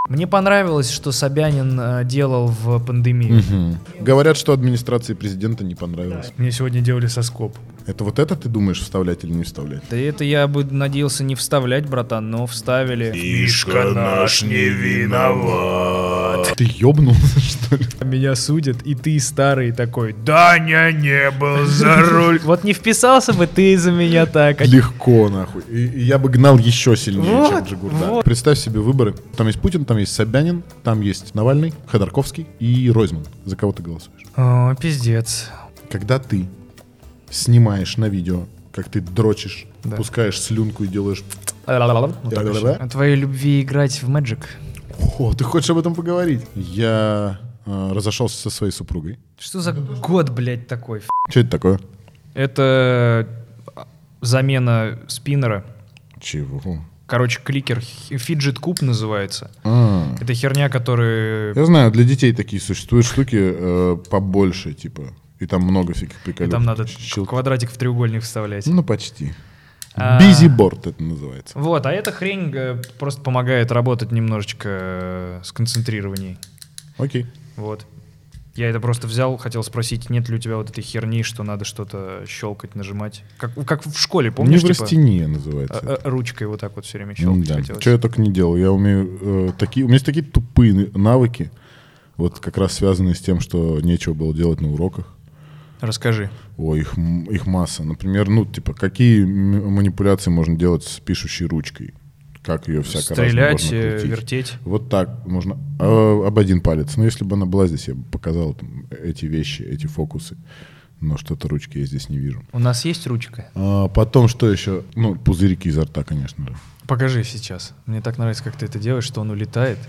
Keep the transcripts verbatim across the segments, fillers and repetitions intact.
Мне понравилось, что Собянин э, делал в пандемию. Угу. Говорят, что администрации президента не понравилось. Мне сегодня делали соскоб. Это вот это ты думаешь вставлять или не вставлять? Да это я бы надеялся не вставлять, братан, но вставили. Мишка наш не виноват. Ты ёбнулся, что ли? Меня судят, и ты старый такой: Даня не был за руль. Вот не вписался бы ты за меня так. Легко, нахуй. И, и я бы гнал еще сильнее, Вот, чем Джигурда. вот. Представь себе выборы. Там есть Путин, там есть Собянин, там есть Навальный, Ходорковский и Ройзман. За кого ты голосуешь? О, пиздец. Когда ты снимаешь на видео, как ты дрочишь, Да. пускаешь слюнку и делаешь... Вот так еще. О твоей любви играть в Magic. О, ты хочешь об этом поговорить? Я э, разошелся со своей супругой. Что за год, блядь, такой? Что это такое? Это замена спиннера. Чего? Короче, кликер, фиджет куб называется. А, Это херня, которая... я знаю, для детей такие существуют штуки э, побольше, типа. И там много всяких И приколов. там надо Щелк- квадратик в треугольник вставлять. Ну, почти. А. Бизиборд это называется. Вот, а эта хрень э, просто помогает работать немножечко э, с концентрированием. Окей. Вот. Я это просто взял, хотел спросить, нет ли у тебя вот этой херни, что надо что-то щелкать, нажимать. Как, как в школе, помнишь? типа, Неврастения называется. э, э, ручкой вот так вот все время щелкать Да. хотелось. Что я только не делал. Я умею э, такие. У меня есть такие тупые навыки, вот как раз связанные с тем, что нечего было делать на уроках. Расскажи. Ой, их, м- их масса. Например, ну, типа, какие м- манипуляции можно делать с пишущей ручкой? Как ее всяко Стрелять, можно э, крутить? вертеть. Вот так можно. А, об один палец. Но если бы она была здесь, я бы показал там, эти вещи, эти фокусы. Но что-то ручки я здесь не вижу. У нас есть ручка? А, потом что еще? Ну, пузырики изо рта, конечно же. Покажи сейчас. Мне так нравится, как ты это делаешь, что он улетает.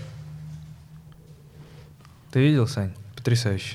Ты видел, Сань? Потрясающе.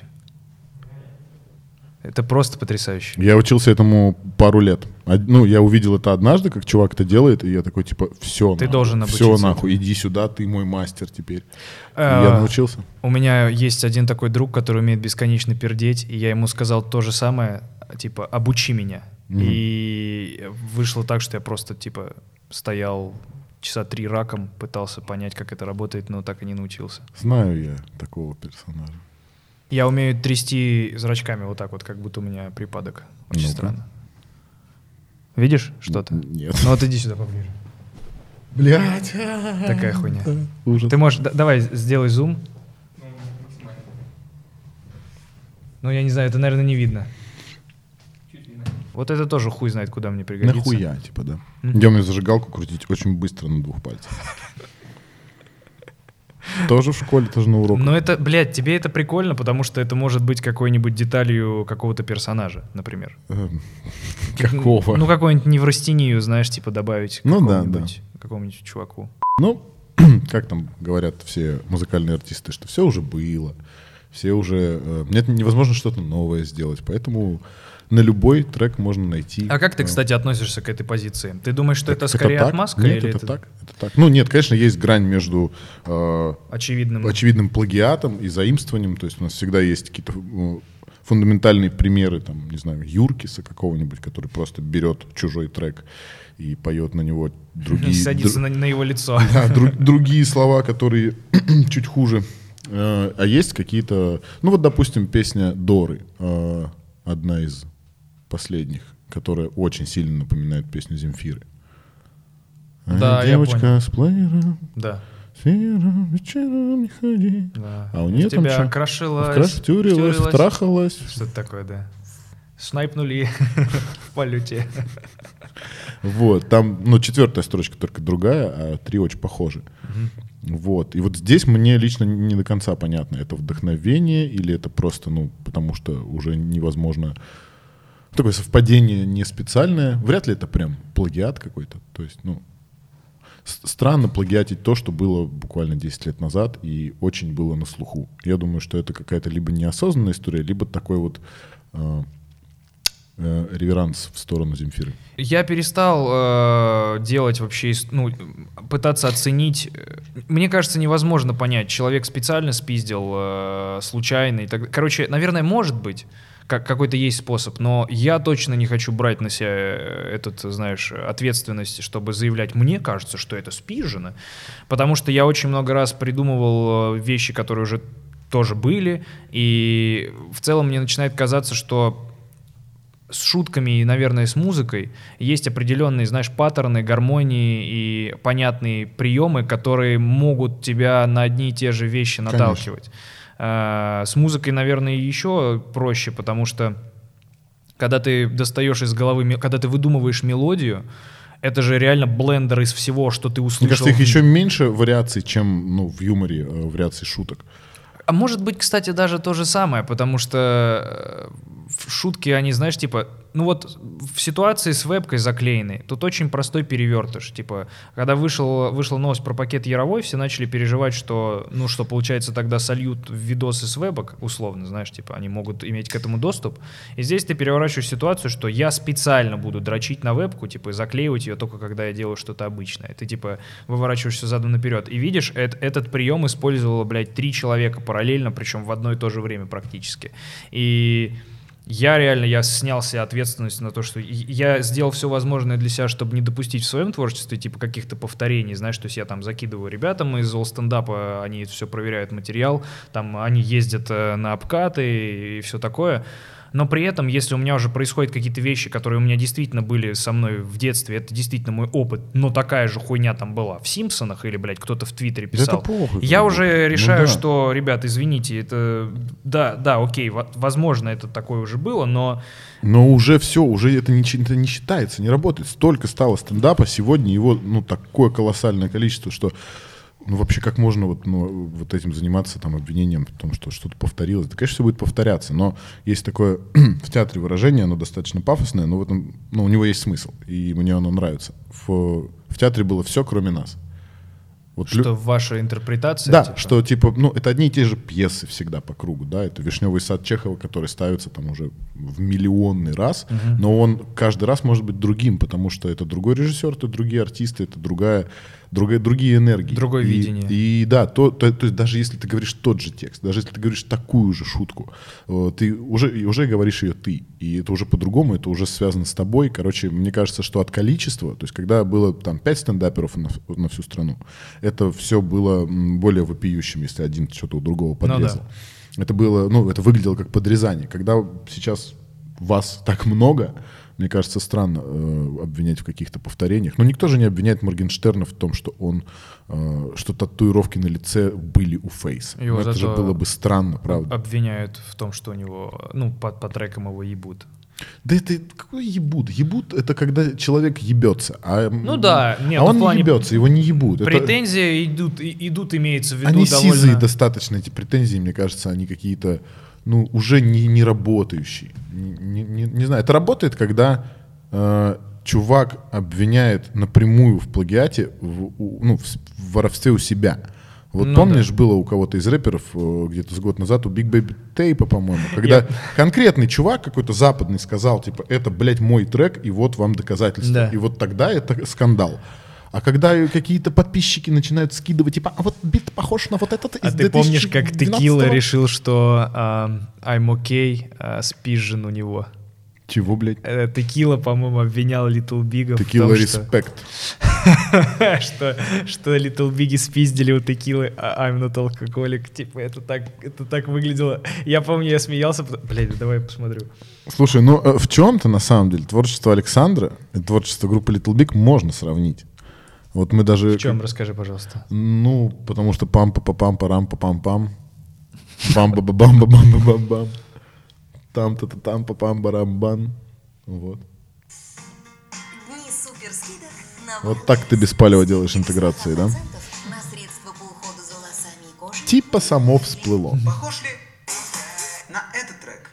Это просто потрясающе. Я учился этому пару лет. А, ну, я увидел это однажды, как чувак это делает, и я такой, типа, все, Ты должен все обучиться нахуй, иди сюда, ты мой мастер теперь. И А, я научился. У меня есть один такой друг, который умеет бесконечно пердеть, и я ему сказал то же самое, типа, обучи меня. Мгм. И вышло так, что я просто, типа, стоял часа три раком, пытался понять, как это работает, но так и не научился. Знаю я такого персонажа. Я умею трясти зрачками вот так вот, как будто у меня припадок. Очень Ну-ка. странно. Видишь что-то? Нет. Ну вот иди сюда поближе. Блять. Такая хуйня. Ужас. Ты можешь... д- Давай, сделай зум. Ну, я не знаю, это, наверное, не видно. Вот это тоже хуй знает, куда мне пригодится. Нахуя, типа, да. Мгм. Я умею зажигалку крутить очень быстро на двух пальцах. Тоже в школе, тоже на уроках. Но это, блядь, тебе это прикольно, потому что это может быть какой-нибудь деталью какого-то персонажа, например. Эм, Какого? Ну, какую-нибудь неврастению, знаешь, типа добавить Ну да, какому-нибудь, какому-нибудь чуваку. Ну, как там говорят все музыкальные артисты, что все уже было, все уже... э, Нет, невозможно что-то новое сделать, поэтому на любой трек можно найти. А как ты, э, кстати, относишься к этой позиции? Ты думаешь, что так- это так скорее так? отмазка Нет, или это, это так, это так. Ну нет, конечно, есть грань между э, очевидным? очевидным плагиатом и заимствованием. То есть у нас всегда есть какие-то э, фундаментальные примеры, там, не знаю, Юркиса какого-нибудь, который просто берет чужой трек и поет на него другие... Садится дру- на, на его лицо. Да, дру- другие слова, которые чуть хуже. Э, А есть какие-то... Ну вот, допустим, песня Доры. э, Одна из последних, которая очень сильно напоминает песню Земфиры. Да, А я девочка понял. с плеером, Да. с вечером, вечером не ходи. Да. А у нее В там тебя чё? крошилась, Вкрастюрилась, втюрилась. втрахалась. Что-то такое, да. Снайпнули в полете. Вот, там, ну, четвертая строчка только другая, а три очень похожи. Вот. И вот здесь мне лично не до конца понятно, это вдохновение или это просто, ну, потому что уже невозможно... Такое совпадение не специальное. Вряд ли это прям плагиат какой-то. То есть, ну, с- странно плагиатить то, что было буквально десять лет назад и очень было на слуху. Я думаю, что это какая-то либо неосознанная история, либо такой вот... э, э, реверанс в сторону Земфиры? Я перестал э, делать вообще, ну, пытаться оценить. Мне кажется, невозможно понять, человек специально спиздил, э, случайно и так далее. Короче, наверное, может быть, как, какой-то есть способ, но я точно не хочу брать на себя этот, знаешь, ответственность, чтобы заявлять, мне кажется, что это спизжено, потому что я очень много раз придумывал вещи, которые уже тоже были, и в целом мне начинает казаться, что с шутками и, наверное, с музыкой есть определенные, знаешь, паттерны, гармонии и понятные приемы, которые могут тебя на одни и те же вещи наталкивать. А, с музыкой, наверное, еще проще, потому что когда ты достаешь из головы, когда ты выдумываешь мелодию, это же реально блендер из всего, что ты услышал. Мне кажется, их еще меньше вариаций, чем ну, в юморе э, вариаций шуток. А может быть, кстати, даже то же самое, потому что шутки, они, знаешь, типа, ну вот в ситуации с вебкой заклеенной, тут очень простой перевертыш. Типа, когда вышел, вышла новость про пакет Яровой, все начали переживать, что, ну, что получается, тогда сольют видосы с вебок, условно, знаешь, типа, они могут иметь к этому доступ. И здесь ты переворачиваешь ситуацию, что я специально буду дрочить на вебку, типа, и заклеивать ее только когда я делаю что-то обычное. Ты, типа, выворачиваешься задом наперед. И видишь, эт- этот прием использовало, блядь, три человека параллельно, причем в одно и то же время практически. И я реально, я снял себе ответственность на то, что я сделал все возможное для себя, чтобы не допустить в своем творчестве типа каких-то повторений, знаешь, то есть я там закидываю ребятам из All Stand Up, они все проверяют материал, там они ездят на обкаты и все такое. Но при этом, если у меня уже происходят какие-то вещи, которые у меня действительно были со мной в детстве, это действительно мой опыт, но такая же хуйня там была в «Симпсонах» или, блядь, кто-то в Твиттере писал. Это похуй, я уже решаю, ну, да. что, ребят, извините, это... Да, да, окей, возможно, это такое уже было, но... Но уже все, уже это не, это не считается, не работает. Столько стало стендапа, сегодня его, ну, такое колоссальное количество, что... Ну, вообще, как можно вот, ну, вот этим заниматься, там, обвинением в том, что что-то повторилось? Да, конечно, все будет повторяться, но есть такое в театре выражение, оно достаточно пафосное, но в этом, ну, у него есть смысл, и мне оно нравится. В, в театре было все, кроме нас. Вот что лю... ваша интерпретация? Да, типа? что, типа, ну, это одни и те же пьесы всегда по кругу, да, это «Вишневый сад» Чехова, который ставится там уже в миллионный раз, uh-huh. но он каждый раз может быть другим, потому что это другой режиссер, это другие артисты, это другая, другая, другие энергии. Другое и, видение. И да, то, то, то есть даже если ты говоришь тот же текст, даже если ты говоришь такую же шутку, ты уже, уже говоришь ее ты, и это уже по-другому, это уже связано с тобой. Короче, мне кажется, что от количества, то есть когда было там пять стендаперов на, на всю страну, это все было более вопиющим, если один что-то у другого подрезал. Ну, да. Это было, ну, это выглядело как подрезание. Когда сейчас вас так много, мне кажется, странно э, обвинять в каких-то повторениях. Но никто же не обвиняет Моргенштерна в том, что он, э, что татуировки на лице были у Фейса. Ну, это же было бы странно, правда. Обвиняют в том, что у него, ну, по, по трекам его ебут. Да это какой ебут? Ебут — это когда человек ебется. А, ну да, нет, а он плане... не ебется, его не ебут. Претензии это... идут, идут, имеется в виду они довольно... сизые достаточно, эти претензии, мне кажется, они какие-то, ну, уже не, не работающие. Не, не, не знаю, это работает, когда э, чувак обвиняет напрямую в плагиате, в, у, ну, в, в воровстве у себя. Вот ну, помнишь, да. было у кого-то из рэперов где-то с год назад, у Big Baby Tape, по-моему, когда yeah. конкретный чувак какой-то западный сказал, типа, это, блядь, мой трек, и вот вам доказательства. Да. И вот тогда это скандал. А когда какие-то подписчики начинают скидывать, типа, а вот бит похож на вот этот из А ты помнишь, как Текила решил, что uh, I'm okay, uh, спизжен у него? Чего, блядь? Текила, по-моему, обвинял Little Big. Текила респект. Что, что Little Big спиздили у Текилы, а I'm not alcoholic. Типа, это так, это так выглядело. Я помню, я смеялся. Блядь, давай я посмотрю. Слушай, ну в чем-то, на самом деле, творчество Александра и творчество группы Little Big можно сравнить. Вот мы даже... В чем? Расскажи, пожалуйста. Ну, потому что пам-па-па-пам-па-рам-па-пам-пам. Бам-ба-ба-бам-ба-бам-ба-бам. Там-та-та-там-па-пам-барам-бан. Вот. Вот так ты без палева делаешь интеграции, да? Типа само всплыло. Похож ли на этот трек?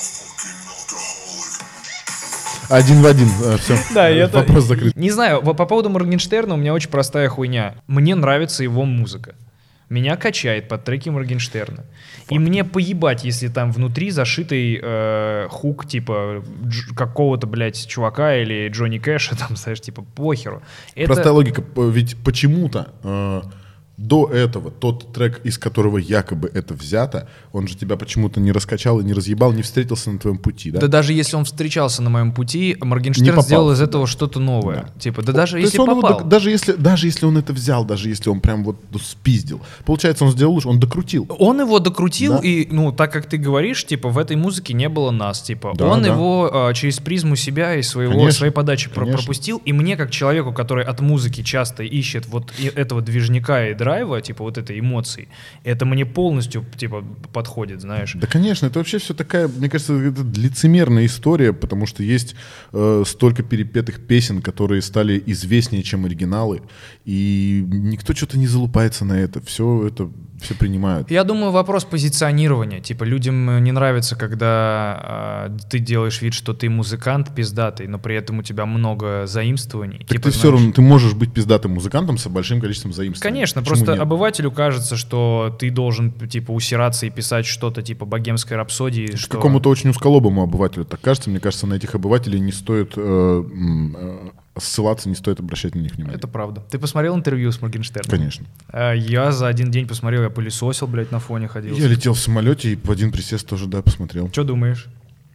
Один в один, все. Да, это... Вопрос закрыт. Не знаю, по поводу Моргенштерна у меня очень простая хуйня. Мне нравится его музыка. Меня качает под треки Моргенштерна. И мне поебать, если там внутри зашитый э, хук типа дж- какого-то, блядь, чувака или Джонни Кэша, там, знаешь, типа похеру. Это... Простая логика, п- ведь почему-то э, до этого тот трек, из которого якобы это взято, он же тебя почему-то не раскачал и не разъебал, не встретился на твоем пути, да? Да даже если он встречался на моем пути, Не Моргенштерн попал, сделал из да. этого что-то новое. Да. Типа, да даже То если есть он его попал. док- даже, если, даже если он это взял, даже если он прям вот спиздил, получается, он сделал лучше, он докрутил. Он его докрутил, Да. и, ну, так как ты говоришь, типа, в этой музыке не было нас, типа, Да, он да. его а, через призму себя и своего, Конечно, своей подачи про- конечно. пропустил, и мне, как человеку, который от музыки часто ищет вот и этого движника и драйва, типа, вот этой эмоции, это мне полностью, типа, подходит, знаешь. Да, конечно, это вообще все такая, мне кажется, это лицемерная история, потому что есть э, столько перепетых песен, которые стали известнее, чем оригиналы, и никто что-то не залупается на это, все это все принимают. Я думаю, вопрос позиционирования. Типа, людям не нравится, когда э, ты делаешь вид, что ты музыкант пиздатый, но при этом у тебя много заимствований. Так Типа, ты все знаешь, равно, ты можешь быть пиздатым музыкантом с большим количеством заимствований. Конечно, Почему просто нет? обывателю кажется, что ты должен, типа, усираться и писать что-то типа богемской рапсодии. Что... Какому-то очень узколобому обывателю так кажется. Мне кажется, на этих обывателей не стоит э, м, э, ссылаться, не стоит обращать на них внимание. Это правда. Ты посмотрел интервью с Моргенштерном? Конечно. А, я за один день посмотрел, я пылесосил, блядь, на фоне ходил. Я летел в самолете и в один присест тоже, да, посмотрел. Что думаешь?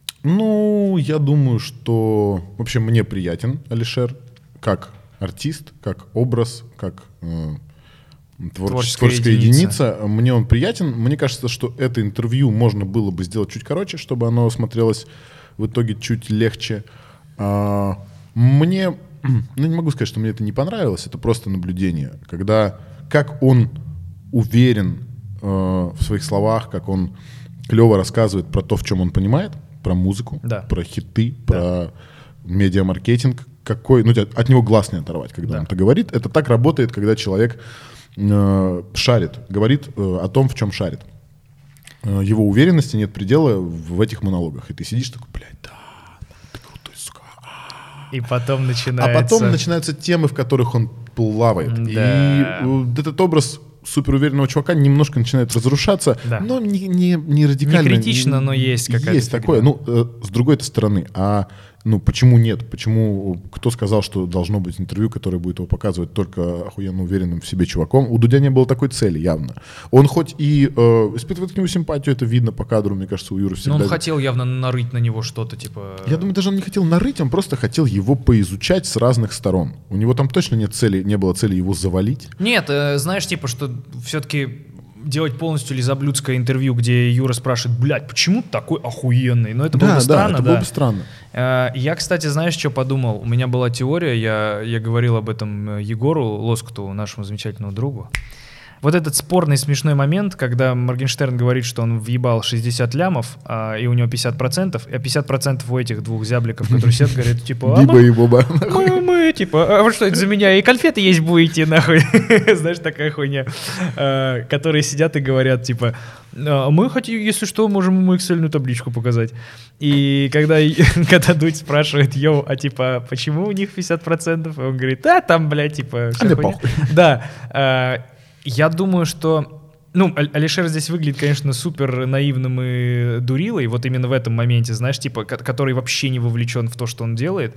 Ну, я думаю, что вообще мне приятен Алишер как артист, как образ, как э, твор- Творческая творческая единица. единица. Мне он приятен. Мне кажется, что это интервью можно было бы сделать чуть короче, чтобы оно смотрелось в итоге чуть легче. А, мне, ну, не могу сказать, что мне это не понравилось, это просто наблюдение. Когда, как он уверен э, в своих словах, как он клево рассказывает про то, в чем он понимает, про музыку, Да. про хиты, про медиамаркетинг, какой, ну, от него глаз не оторвать, когда Да. он это говорит. Это так работает, когда человек э, шарит, говорит э, о том, в чем шарит. Э, его уверенности нет предела в этих монологах. И ты сидишь такой, блядь, да, ты крутой, сука. И потом А начинается... потом начинаются темы, в которых он плавает. Да. И э, вот этот образ суперуверенного чувака немножко начинает разрушаться, Да. но не, не, не радикально. Не критично, но есть какая-то Есть фигня. такое. Ну, э, с другой стороны, а ну почему нет? Почему, кто сказал, что должно быть интервью, которое будет его показывать только охуенно уверенным в себе чуваком? У Дудя не было такой цели, явно. Он хоть и э, испытывает к нему симпатию, это видно по кадру, мне кажется, у Юры всегда. Но он хотел явно нарыть на него что-то, типа... Я думаю, даже он не хотел нарыть, он просто хотел его поизучать с разных сторон. У него там точно нет цели, не было цели его завалить. Нет, э, знаешь, типа, что все-таки делать полностью лизоблюдское интервью, где Юра спрашивает, блядь, почему ты такой охуенный? Ну, это было бы странно, это да. было бы странно. Э, Я, кстати, знаешь, что подумал? У меня была теория, я, я говорил об этом Егору Лоскуту, нашему замечательному другу. Вот этот спорный смешной момент, когда Моргенштерн говорит, что он въебал шестьдесят лямов, а, и у него пятьдесят процентов, а пятьдесят процентов у этих двух зябликов, которые сидят, говорят, типа, а Биба мы, и Боба. мы, мы, типа, а вы что это за меня? И конфеты есть будете, нахуй. Знаешь, такая хуйня. А, которые сидят и говорят, типа, «А мы хотим, если что, можем ему эксельную табличку показать. И когда, когда Дудь спрашивает, йоу, а типа, почему у них пятьдесят процентов? И он говорит, а там, блядь, типа, вся мне хуйня». похуй. Да. а, Я думаю, что... Ну, Аль- Алишер здесь выглядит, конечно, супер наивным и дурилой, вот именно в этом моменте, знаешь, типа, ко- который вообще не вовлечен в то, что он делает.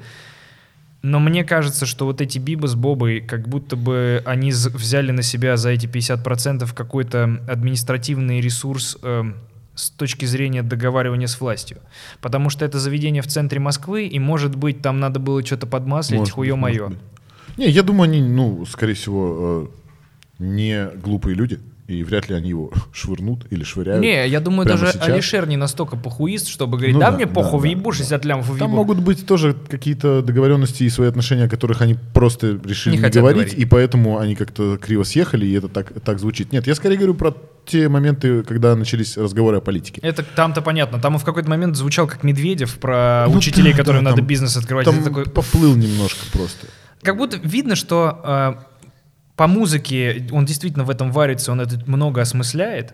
Но мне кажется, что вот эти Биба с Бобой, как будто бы они з- взяли на себя за эти пятьдесят процентов какой-то административный ресурс эм, с точки зрения договаривания с властью. Потому что это заведение в центре Москвы, и, может быть, там надо было что-то подмаслить, Может быть, хуё-моё. может быть. Не, я думаю, они, ну, скорее всего, э, не глупые люди, и вряд ли они его швырнут или швыряют. Не, я думаю, прямо даже сейчас. Алишер не настолько похуист, чтобы говорить, Ну да, да, мне да, похуй, да, въебу да. шестьдесят лямов, Там въебу. могут быть тоже какие-то договоренности и свои отношения, о которых они просто решили Не не, хотят говорить, говорить. и поэтому они как-то криво съехали, и это так, так звучит. Нет, я скорее говорю про те моменты, когда начались разговоры о политике. Это там-то понятно. Там он в какой-то момент звучал как Медведев про Ну учителей, да, которым да, надо там- бизнес открывать. Там Это такой... поплыл немножко просто. Как будто видно, что э, по музыке он действительно в этом варится, он это много осмысляет,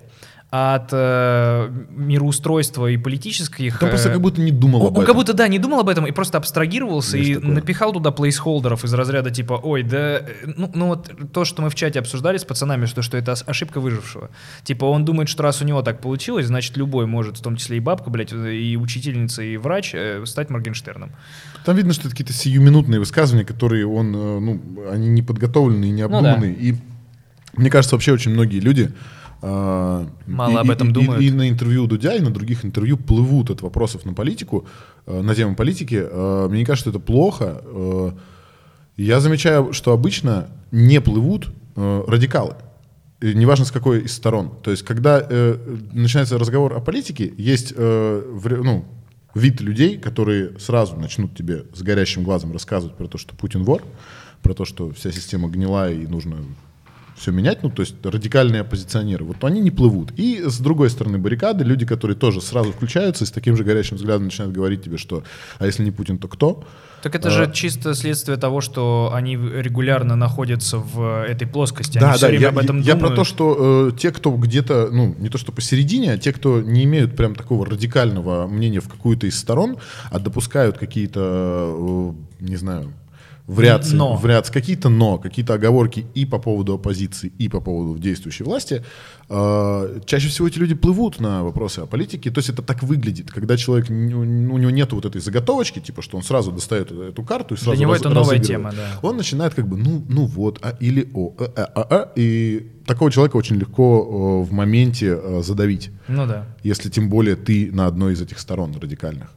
от э, мироустройства и политических... Он просто как будто не думал Он, об он этом. как будто, да, не думал об этом и просто абстрагировался Есть и такое. напихал туда плейсхолдеров из разряда типа, ой, да, ну, ну вот то, что мы в чате обсуждали с пацанами, что, что это ошибка выжившего. Типа он думает, что раз у него так получилось, значит любой может, в том числе и бабка, блядь, и учительница, и врач, э, стать Моргенштерном. Там видно, что это какие-то сиюминутные высказывания, которые он, э, ну, они не подготовленные, не обдуманные. Ну, да. И мне кажется, вообще очень многие люди э, Мало и, об этом и, думают. И, и на интервью Дудя, и на других интервью плывут от вопросов на политику, э, на тему политики. Э, мне не кажется, что это плохо. Э, я замечаю, что обычно не плывут э, радикалы. И неважно, с какой из сторон. То есть, когда э, начинается разговор о политике, есть э, в, ну, вид людей, которые сразу начнут тебе с горящим глазом рассказывать про то, что Путин вор, про то, что вся система гнила и нужно все менять, ну, то есть радикальные оппозиционеры, вот они не плывут. И с другой стороны баррикады люди, которые тоже сразу включаются и с таким же горящим взглядом начинают говорить тебе, что а если не Путин, то кто? Так это же чисто следствие того, что они регулярно находятся в этой плоскости. Да, они все да, время я, об этом я думают. про то, что э, те, кто где-то, ну, не то что посередине, а те, кто не имеют прям такого радикального мнения в какую-то из сторон, а допускают какие-то, э, не знаю, вариации, Но. вариации, какие-то но, какие-то оговорки и по поводу оппозиции, и по поводу действующей власти, э, чаще всего эти люди плывут на вопросы о политике. То есть это так выглядит, когда человек, у него нет вот этой заготовочки, типа, что он сразу достает эту карту и сразу Для него раз- это новая разыгрывает. тема, да. Он начинает как бы, ну, ну вот, а, или о, а, а, а, а, и такого человека очень легко э, в моменте э, задавить, Ну да. если тем более ты на одной из этих сторон радикальных.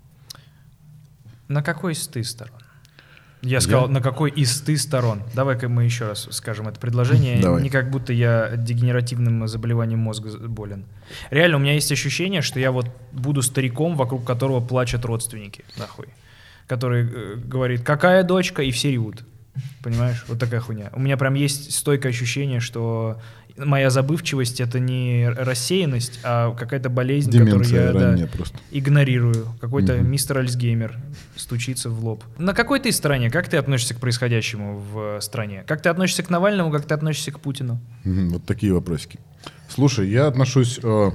На какой из ты сторон? Я сказал, на какой из ты сторон? Давай-ка мы еще раз скажем это предложение. Давай. Не как будто я дегенеративным заболеванием мозга болен. Реально, у меня есть ощущение, что я вот буду стариком, вокруг которого плачут родственники, нахуй. Который э, говорит, какая дочка, и все ревут. Понимаешь? Вот такая хуйня. У меня прям есть стойкое ощущение, что моя забывчивость — это не рассеянность, а какая-то болезнь, Деменция которую я да, ранняя просто. игнорирую. Какой-то Мгм. мистер Альцгеймер стучится в лоб. На какой ты стороне? Как ты относишься к происходящему в стране? Как ты относишься к Навальному, как ты относишься к Путину? Мгм, вот такие вопросики. Слушай, я отношусь... э,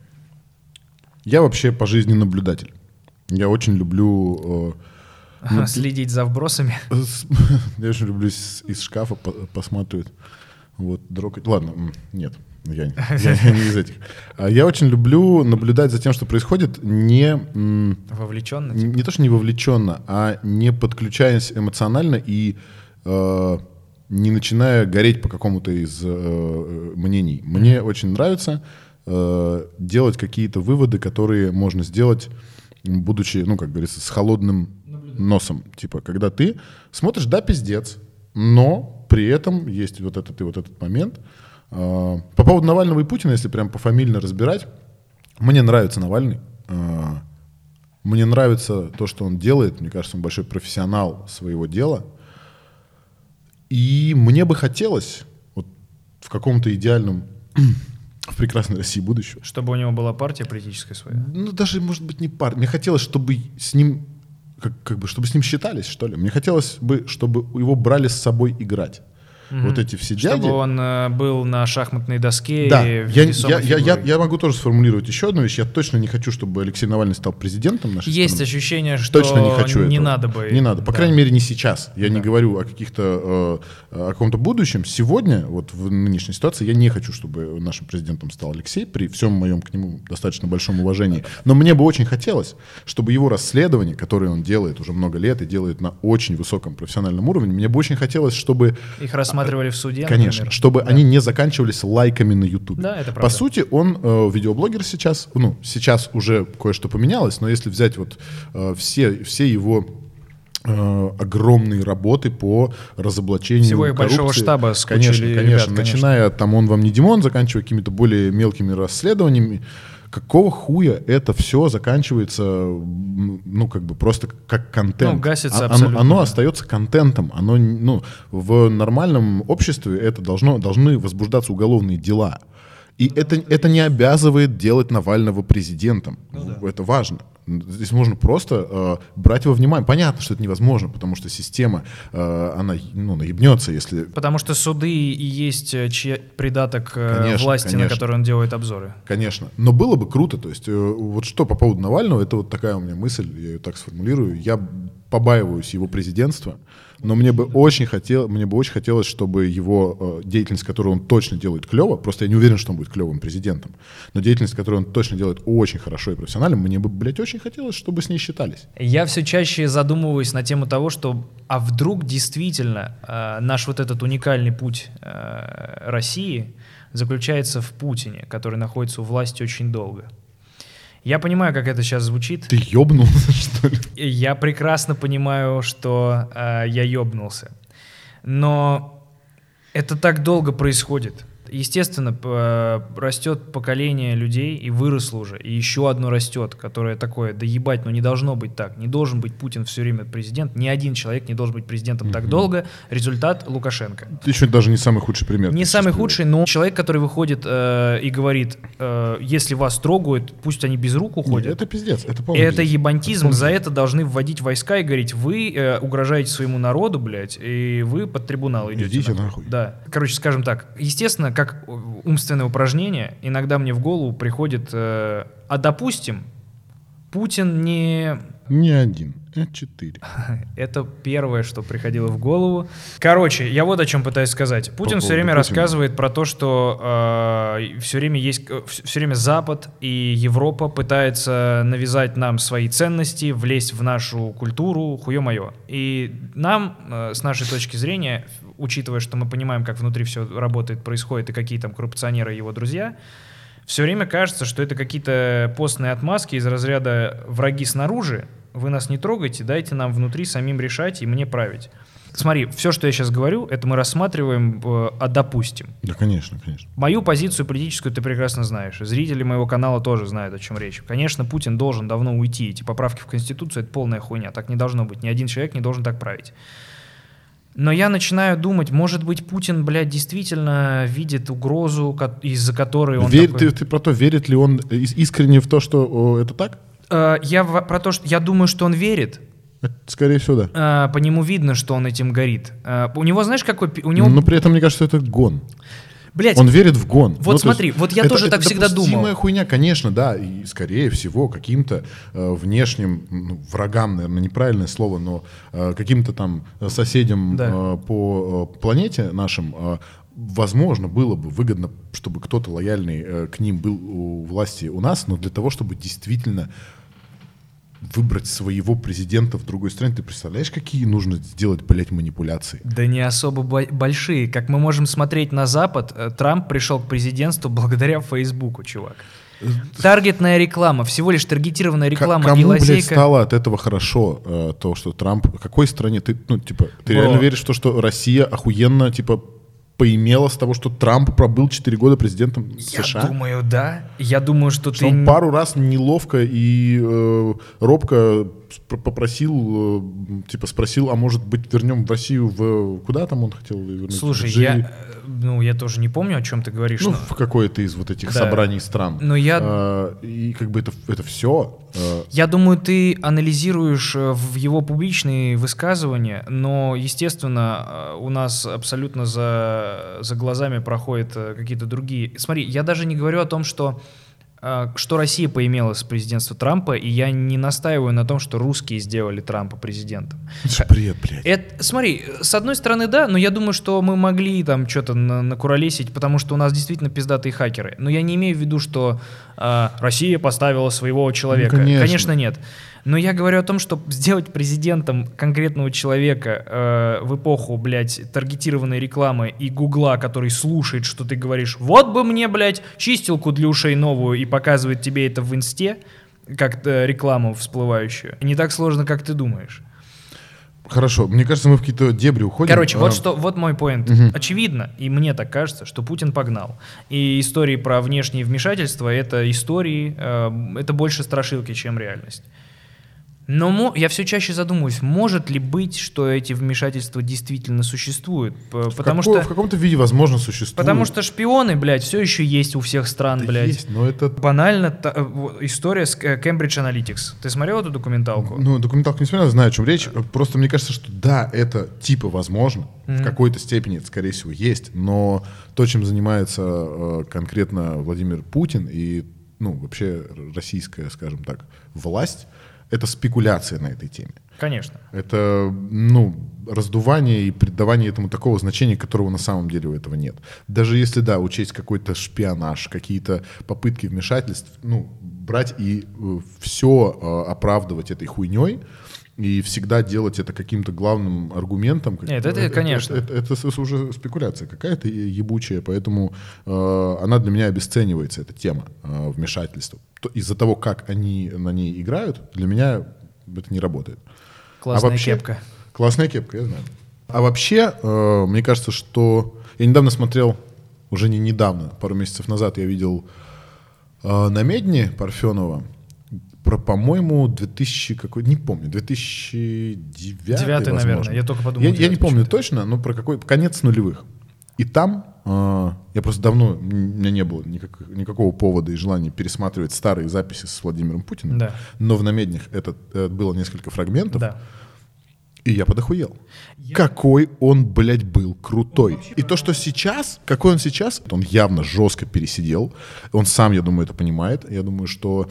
я вообще по жизни наблюдатель. Я очень люблю... э, Следить за вбросами? С- Я очень люблю с- из шкафа по- посматривать. Вот, дрокать. Ладно, м, нет, я, не- я- я не из этих. А Я очень люблю наблюдать за тем, что происходит, не, м, Вовлеченно? не, не то, что не вовлеченно, а не подключаясь эмоционально и э, не начиная гореть по какому-то из э, мнений. Мне очень нравится э, делать какие-то выводы, которые можно сделать, м, будучи, ну, как говорится, с холодным носом. Типа, когда ты смотришь, да, пиздец, но при этом есть вот этот и вот этот момент. А, По поводу Навального и Путина, если прям пофамильно разбирать, мне нравится Навальный. А, Мне нравится то, что он делает. Мне кажется, он большой профессионал своего дела. И мне бы хотелось вот в каком-то идеальном, в прекрасной России будущего, Чтобы у него была партия политическая своя. ну, даже, может быть, не пар. Мне хотелось, чтобы с ним, как, как бы, чтобы с ним считались, что ли. Мне хотелось бы, чтобы его брали с собой играть. Вот эти все дяди. Чтобы он э, был на шахматной доске Да, и я, весомой я, я, я, фигурой. я могу тоже сформулировать еще одну вещь. Я точно не хочу, чтобы Алексей Навальный стал президентом нашей Есть страны. ощущение, что Точно не хочу не этого. надо бы. Не надо. По Да. крайней мере, не сейчас. Я не Да. говорю о каких-то э, о каком-то будущем. Сегодня, вот в нынешней ситуации, я не хочу, чтобы нашим президентом стал Алексей, при всем моем к нему достаточно большом уважении. Но мне бы очень хотелось, чтобы его расследования, которые он делает уже много лет и делает на очень высоком профессиональном уровне, мне бы очень хотелось, чтобы Их рассматривали в суде, Конечно, например. чтобы Да. они не заканчивались лайками на Ютубе. Да, это По правда. сути, он э, видеоблогер сейчас. Ну, сейчас уже кое-что поменялось, но если взять вот э, все, все его э, огромные работы по разоблачению Всего их коррупции. большого штаба с кучей Конечно, ребят, конечно. конечно. Начиная от там «Он вам не Димон», заканчивая какими-то более мелкими расследованиями. Какого хуя это все заканчивается, м, ну, как бы просто как контент? Ну, гасится А- оно, абсолютно, оно да. остается контентом. Оно, ну, в нормальном обществе это должно, должны возбуждаться уголовные дела. И это, это не обязывает делать Навального президентом. Это важно. Здесь нужно просто э, брать во внимание. Понятно, что это невозможно, потому что система, э, она, ну, наебнется, если... Потому что суды и есть чьи придаток э, Конечно, власти, конечно. на который он делает обзоры. Конечно. Но было бы круто. То есть, э, вот что по поводу Навального, это вот такая у меня мысль, я ее так сформулирую. Я побаиваюсь его президентства, но мне бы очень хотел, мне бы очень хотелось, чтобы его э, деятельность, которую он точно делает клево, просто я не уверен, что он будет клевым президентом, но деятельность, которую он точно делает очень хорошо и профессионально, мне бы, блядь, очень хотелось, чтобы с ней считались. Я все чаще задумываюсь на тему того, что а вдруг действительно э, наш вот этот уникальный путь э, России заключается в Путине, который находится у власти очень долго. Я понимаю, как это сейчас звучит. Ты ёбнулся, что ли? Я прекрасно понимаю, что э, я ёбнулся. Но это так долго происходит. Естественно, п- растет поколение людей, и выросло уже, и еще одно растет, которое такое, да ебать, ну не должно быть так, не должен быть Путин все время президент, ни один человек не должен быть президентом mm-hmm. так долго. Результат — Лукашенко. Это еще даже не самый худший пример. Не самый худший, но человек, который выходит э, и говорит, э, если вас трогают, пусть они без рук уходят. Нет, это пиздец, это полный Это пиздец. ебантизм, это за это должны вводить войска и говорить, вы э, угрожаете своему народу, блядь, и вы под трибунал идете. Идите нахуй. нахуй. Да. Короче, скажем так, естественно, как умственное упражнение, иногда мне в голову приходит, э, а допустим, Путин не... Не один, это четыре. Это первое, что приходило в голову. Короче, я вот о чем пытаюсь сказать. Путин По все время Путина. рассказывает про то, что э, все время есть, все время Запад и Европа пытаются навязать нам свои ценности, влезть в нашу культуру, хуё-моё. И нам, э, с нашей точки зрения, учитывая, что мы понимаем, как внутри все работает, происходит и какие там коррупционеры и его друзья, все время кажется, что это какие-то постные отмазки из разряда «враги снаружи, вы нас не трогайте, дайте нам внутри самим решать и мне править». Смотри, все, что я сейчас говорю, это мы рассматриваем, а допустим. Да, конечно, конечно. Мою позицию политическую ты прекрасно знаешь. Зрители моего канала тоже знают, о чем речь. Конечно, Путин должен давно уйти. Эти поправки в Конституцию — это полная хуйня. Так не должно быть. Ни один человек не должен так править. Но я начинаю думать, может быть, Путин, блядь, действительно видит угрозу, из-за которой он Верь, такой... ты, ты про то, верит ли он искренне в то, что о, это так? Э, я в, про то, что я думаю, что он верит. Скорее всего, да. Э, по нему видно, что он этим горит. Э, у него, знаешь, какой... У него... Но при этом, мне кажется, это гон. Блядь, он верит в гон. Вот ну, смотри, есть, вот я это, тоже это так всегда думал. Это допустимая хуйня, конечно, да. И, скорее всего, каким-то э, внешним, ну, врагам, наверное, неправильное слово, но э, каким-то там соседям да. э, по э, планете нашим, э, возможно, было бы выгодно, чтобы кто-то лояльный э, к ним был у власти у нас, но для того, чтобы действительно выбрать своего президента в другой стране, ты представляешь, какие нужно сделать, блядь, манипуляции? Да не особо большие. Как мы можем смотреть на Запад, Трамп пришел к президентству благодаря Фейсбуку, чувак. Таргетная реклама, всего лишь таргетированная реклама. Кому, и лазейка... блядь, стало от этого хорошо, э, то, что Трамп... Какой стране ты, ну, типа, ты Бро. реально веришь в то, что Россия охуенно, типа, поимела с того, что Трамп пробыл четыре года президентом Я США? думаю, да. Я думаю, что, Что ты... он пару раз неловко и э, робко попросил, э, типа, спросил, а может быть, вернем в Россию в... Куда там он хотел вернуть? Слушай, в Джи... я, ну, я тоже не помню, о чем ты говоришь. Ну, но... в какое-то из вот этих Да. собраний стран. Но я... А, и как бы это, это все. А... Я думаю, ты анализируешь в его публичные высказывания, но, естественно, у нас абсолютно за, за глазами проходят какие-то другие... Смотри, я даже не говорю о том, что... что Россия поимела с президентства Трампа, и я не настаиваю на том, что русские сделали Трампа президентом. Это же бред, блядь. Это, смотри, с одной стороны, да, но я думаю, что мы могли там что-то на- накуролесить, потому что у нас действительно пиздатые хакеры. Но я не имею в виду, что э, Россия поставила своего человека. Ну, конечно. Конечно, нет. Но я говорю о том, что сделать президентом конкретного человека э, в эпоху, блядь, таргетированной рекламы и Гугла, который слушает, что ты говоришь, вот бы мне, блядь, чистилку для ушей новую, и показывает тебе это в инсте, как-то рекламу всплывающую. Не так сложно, как ты думаешь. Хорошо, мне кажется, мы в какие-то дебри уходим. Короче, а... вот что, вот мой поинт. Угу. Очевидно, и мне так кажется, что Путин погнал. И истории про внешние вмешательства — это истории, э, это больше страшилки, чем реальность. Но мо- я все чаще задумываюсь, может ли быть, что эти вмешательства действительно существуют? П- В, Потому какой- что, в каком-то виде, возможно, существует. потому что шпионы, блядь, все еще есть у всех стран, Да блядь. есть, но это... Банально та- э, вот история с э, Cambridge Analytics. Ты смотрел эту документалку? Ну, документалку не смотрел, знаю, о чем речь. Просто мне кажется, что да, это типа возможно. В какой-то степени это, скорее всего, есть. Но то, чем занимается э, конкретно Владимир Путин и, ну, вообще российская, скажем так, власть, это спекуляция на этой теме. Конечно. Это, ну, раздувание и придавание этому такого значения, которого на самом деле у этого нет. Даже если, да, учесть какой-то шпионаж, какие-то попытки вмешательств, ну, брать и э, все э, оправдывать этой хуйней и всегда делать это каким-то главным аргументом. как- Нет, это, конечно. Это, это- это с- уже спекуляция какая-то ебучая, поэтому э, она для меня обесценивается, эта тема э, вмешательства. То- Из-за того, как они на ней играют, для меня это не работает. Классная А вообще- кепка. Классная кепка, я знаю. А вообще, э, мне кажется, что... Я недавно смотрел, уже не недавно, пару месяцев назад я видел э, на Медне Парфенова про, по-моему, две тысячи какой, не помню, две тысячи девятый, Девятый, возможно. наверное. Я только подумал, Я, я не девятый помню почему-то. точно, но про какой конец нулевых. И там э, я просто давно, у меня не было никак- никакого повода и желания пересматривать старые записи с Владимиром Путиным, Да. но в намеднях это, э, было несколько фрагментов, Да. и я подохуел. Какой он, блядь, был крутой. И то, что сейчас, какой он сейчас, он явно жестко пересидел. Он сам, я думаю, это понимает. Я думаю, что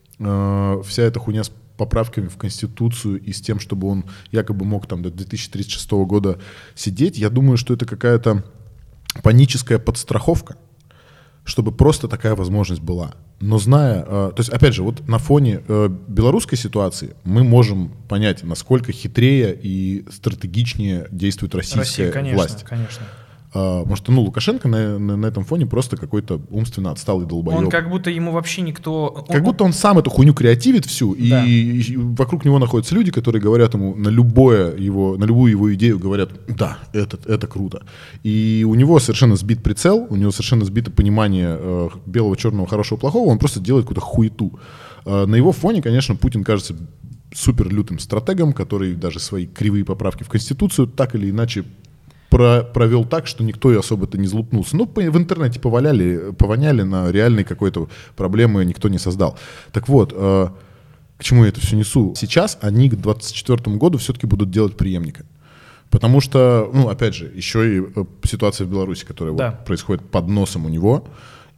э, вся эта хуйня с поправками в Конституцию и с тем, чтобы он якобы мог там до две тысячи тридцать шестого года сидеть, я думаю, что это какая-то паническая подстраховка, чтобы просто такая возможность была. Но зная, э, то есть, опять же, вот на фоне э, белорусской ситуации мы можем понять, насколько хитрее и стратегичнее действует российская Россия, конечно, власть. конечно. А, может, ну, Лукашенко на, на, на этом фоне просто какой-то умственно отсталый долбоеб. Он как будто ему вообще никто... Как он- будто он сам эту хуйню креативит всю, Да. и, и вокруг него находятся люди, которые говорят ему на любое его, на любую его идею, говорят, да, это, это круто. И у него совершенно сбит прицел, у него совершенно сбито понимание э, белого, черного, хорошего, плохого, он просто делает какую-то хуету. Э, на его фоне, конечно, Путин кажется супер лютым стратегом, который даже свои кривые поправки в Конституцию так или иначе про- провел так, что никто и особо-то не злупнулся. Ну, по- в интернете поваляли, повоняли на реальной какой-то проблемы никто не создал. Так вот, э, к чему я это все несу? Сейчас они к двадцать четвёртому году все-таки будут делать преемника. Потому что, ну, опять же, еще и э, ситуация в Беларуси, которая Да. вот происходит под носом у него.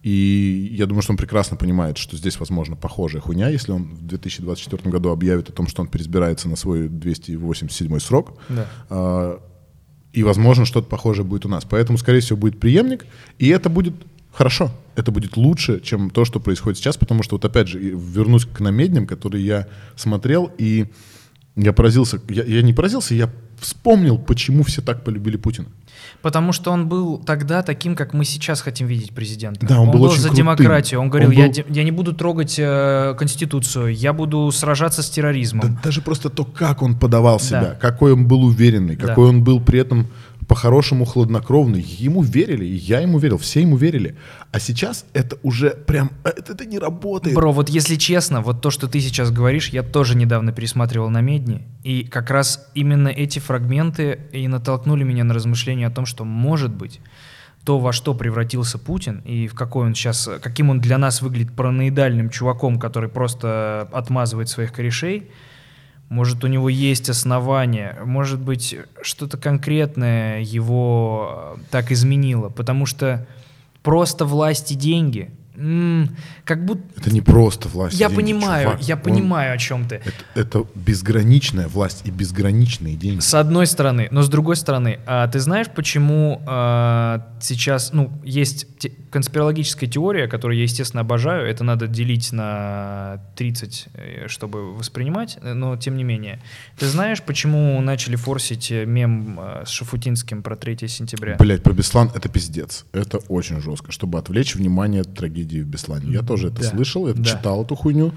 И я думаю, что он прекрасно понимает, что здесь, возможно, похожая хуйня, если он в две тысячи двадцать четвёртом году объявит о том, что он переизбирается на свой двести восемьдесят седьмой срок. Да. А, и, возможно, что-то похожее будет у нас. Поэтому, скорее всего, будет преемник, и это будет хорошо. Это будет лучше, чем то, что происходит сейчас, потому что, вот опять же, и вернусь к намедням, которые я смотрел, и я поразился, я, я не поразился, я вспомнил, почему все так полюбили Путина. Потому что он был тогда таким, как мы сейчас хотим видеть президента. Да, он был очень за крутым. демократию. Он говорил, Он я, был- де- я не буду трогать э, Конституцию, я буду сражаться с терроризмом. Да, даже просто то, как он подавал себя, Да. какой он был уверенный, Да. какой он был при этом по-хорошему хладнокровный. Ему верили, и я ему верил, все ему верили. А сейчас это уже прям, это, это не работает. Бро, вот если честно, вот то, что ты сейчас говоришь, я тоже недавно пересматривал на Медне, и как раз именно эти фрагменты и натолкнули меня на размышления о том, что, может быть, то, во что превратился Путин, и в какой он сейчас, каким он для нас выглядит параноидальным чуваком, который просто отмазывает своих корешей, может, у него есть основания, может быть, что-то конкретное его э, так изменило, потому что просто власть и деньги, м, как будто... Это не просто власть. и Я деньги, понимаю, чувак. я Он- понимаю, о чем ты. Это, это безграничная власть и безграничные деньги. С одной стороны, но с другой стороны, а ты знаешь, почему а, сейчас, ну, есть те- конспирологическая теория, которую я, естественно, обожаю, это надо делить на тридцать, э, чтобы воспринимать, но тем не менее. Ты знаешь, почему начали форсить э, мем э, с Шафутинским про третье сентября? Блять, про Беслан это пиздец. Это очень жестко, чтобы отвлечь внимание от трагедии в Беслане. Я тоже это Да. слышал, я Да. читал эту хуйню.